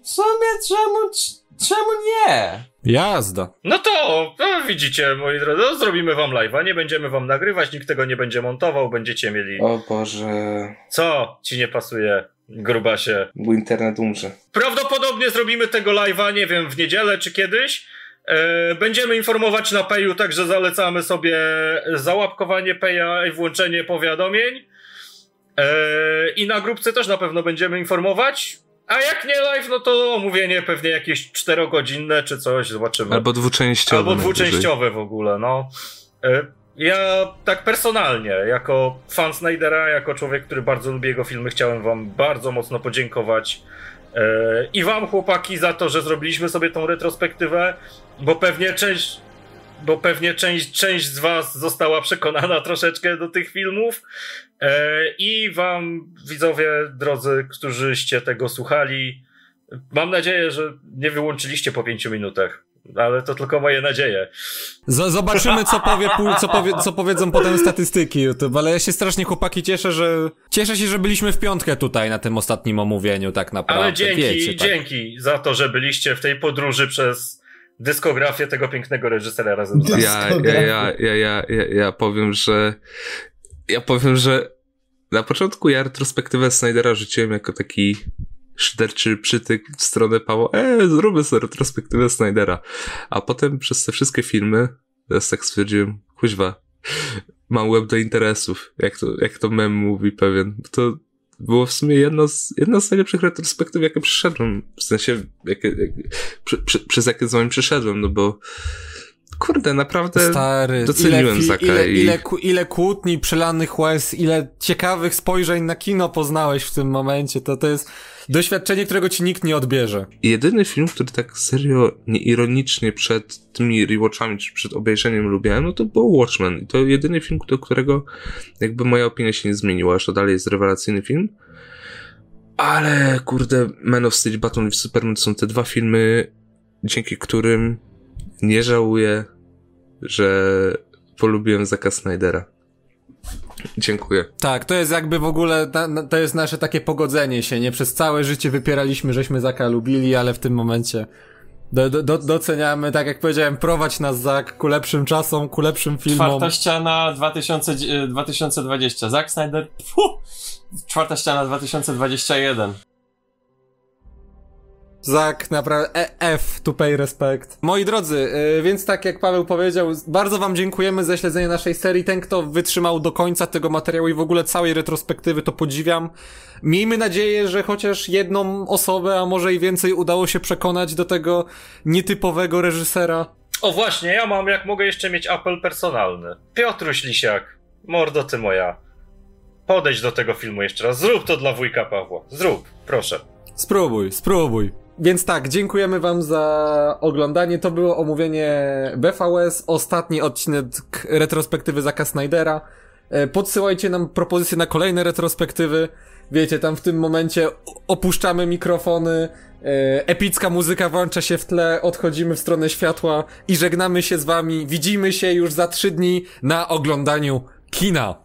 w sumie czemu nie? Jazda. No to widzicie, moi drodzy, zrobimy wam live'a, nie będziemy wam nagrywać, nikt tego nie będzie montował, będziecie mieli... O Boże... Co ci nie pasuje, grubasie? Bo internet umrze. Prawdopodobnie zrobimy tego live'a, nie wiem, w niedzielę czy kiedyś. Będziemy informować na Payu, także zalecamy sobie załapkowanie Paya i włączenie powiadomień. I na grupce też na pewno będziemy informować. A jak nie live, no to omówienie pewnie jakieś 4-godzinne czy coś, zobaczymy. Albo dwuczęściowe. Albo dwuczęściowe w ogóle, no. Ja tak personalnie, jako fan Snydera, jako człowiek, który bardzo lubi jego filmy, chciałem wam bardzo mocno podziękować. I wam, chłopaki, za to, że zrobiliśmy sobie tą retrospektywę, bo pewnie część z was została przekonana troszeczkę do tych filmów. I wam, widzowie drodzy, którzyście tego słuchali, mam nadzieję, że nie wyłączyliście po 5 minutach. Ale to tylko moje nadzieje. Zobaczymy, co powiedzą potem statystyki YouTube, ale ja się strasznie, chłopaki, cieszę się, że byliśmy w piątkę tutaj na tym ostatnim omówieniu, tak naprawdę. Ale Wiecie, tak. dzięki za to, że byliście w tej podróży przez dyskografię tego pięknego reżysera razem z nami. Ja powiem, że na początku ja retrospektywę Snydera rzuciłem jako taki szyderczy przytyk w stronę Pawła, zróbmy sobie retrospektywę Snydera. A potem przez te wszystkie filmy, teraz tak stwierdziłem, kuźwa, mam łeb do interesów, jak to mem mówi pewien. To było w sumie jedna z najlepszych retrospektyw, jakie przyszedłem. W sensie, przez jakie z wami przyszedłem, no bo kurde, naprawdę stary, doceniłem Zaka. Ile kłótni, przelanych łez, ile ciekawych spojrzeń na kino poznałeś w tym momencie. To jest doświadczenie, którego ci nikt nie odbierze. Jedyny film, który tak serio, nieironicznie przed tymi rewatchami, czy przed obejrzeniem lubiłem, no to był Watchmen. I to jedyny film, do którego jakby moja opinia się nie zmieniła, że to dalej jest rewelacyjny film. Ale kurde, Man of Steel, Batman v Superman są te 2 filmy, dzięki którym nie żałuję, że polubiłem Zacka Snydera. Dziękuję. Tak, to jest jakby w ogóle, to jest nasze takie pogodzenie się, nie? Przez całe życie wypieraliśmy, żeśmy Zacka lubili, ale w tym momencie doceniamy, tak jak powiedziałem, prowadź nas Zack ku lepszym czasom, ku lepszym filmom. 4. ściana 2020. Zack Snyder, 4. ściana 2021. Zack, naprawdę, F, to pay respect. Moi drodzy, więc tak jak Paweł powiedział, bardzo wam dziękujemy za śledzenie naszej serii. Ten, kto wytrzymał do końca tego materiału i w ogóle całej retrospektywy, to podziwiam. Miejmy nadzieję, że chociaż jedną osobę, a może i więcej, udało się przekonać do tego nietypowego reżysera. O właśnie, jak mogę jeszcze mieć apel personalny. Piotruś Lisiak, mordo ty moja, podejdź do tego filmu jeszcze raz, zrób to dla wujka Pawła, zrób, proszę. Spróbuj. Więc tak, dziękujemy wam za oglądanie. To było omówienie BVS, ostatni odcinek retrospektywy Zacka Snydera. Podsyłajcie nam propozycje na kolejne retrospektywy. Wiecie, tam w tym momencie opuszczamy mikrofony, epicka muzyka włącza się w tle, odchodzimy w stronę światła i żegnamy się z wami. Widzimy się już za 3 dni na oglądaniu kina.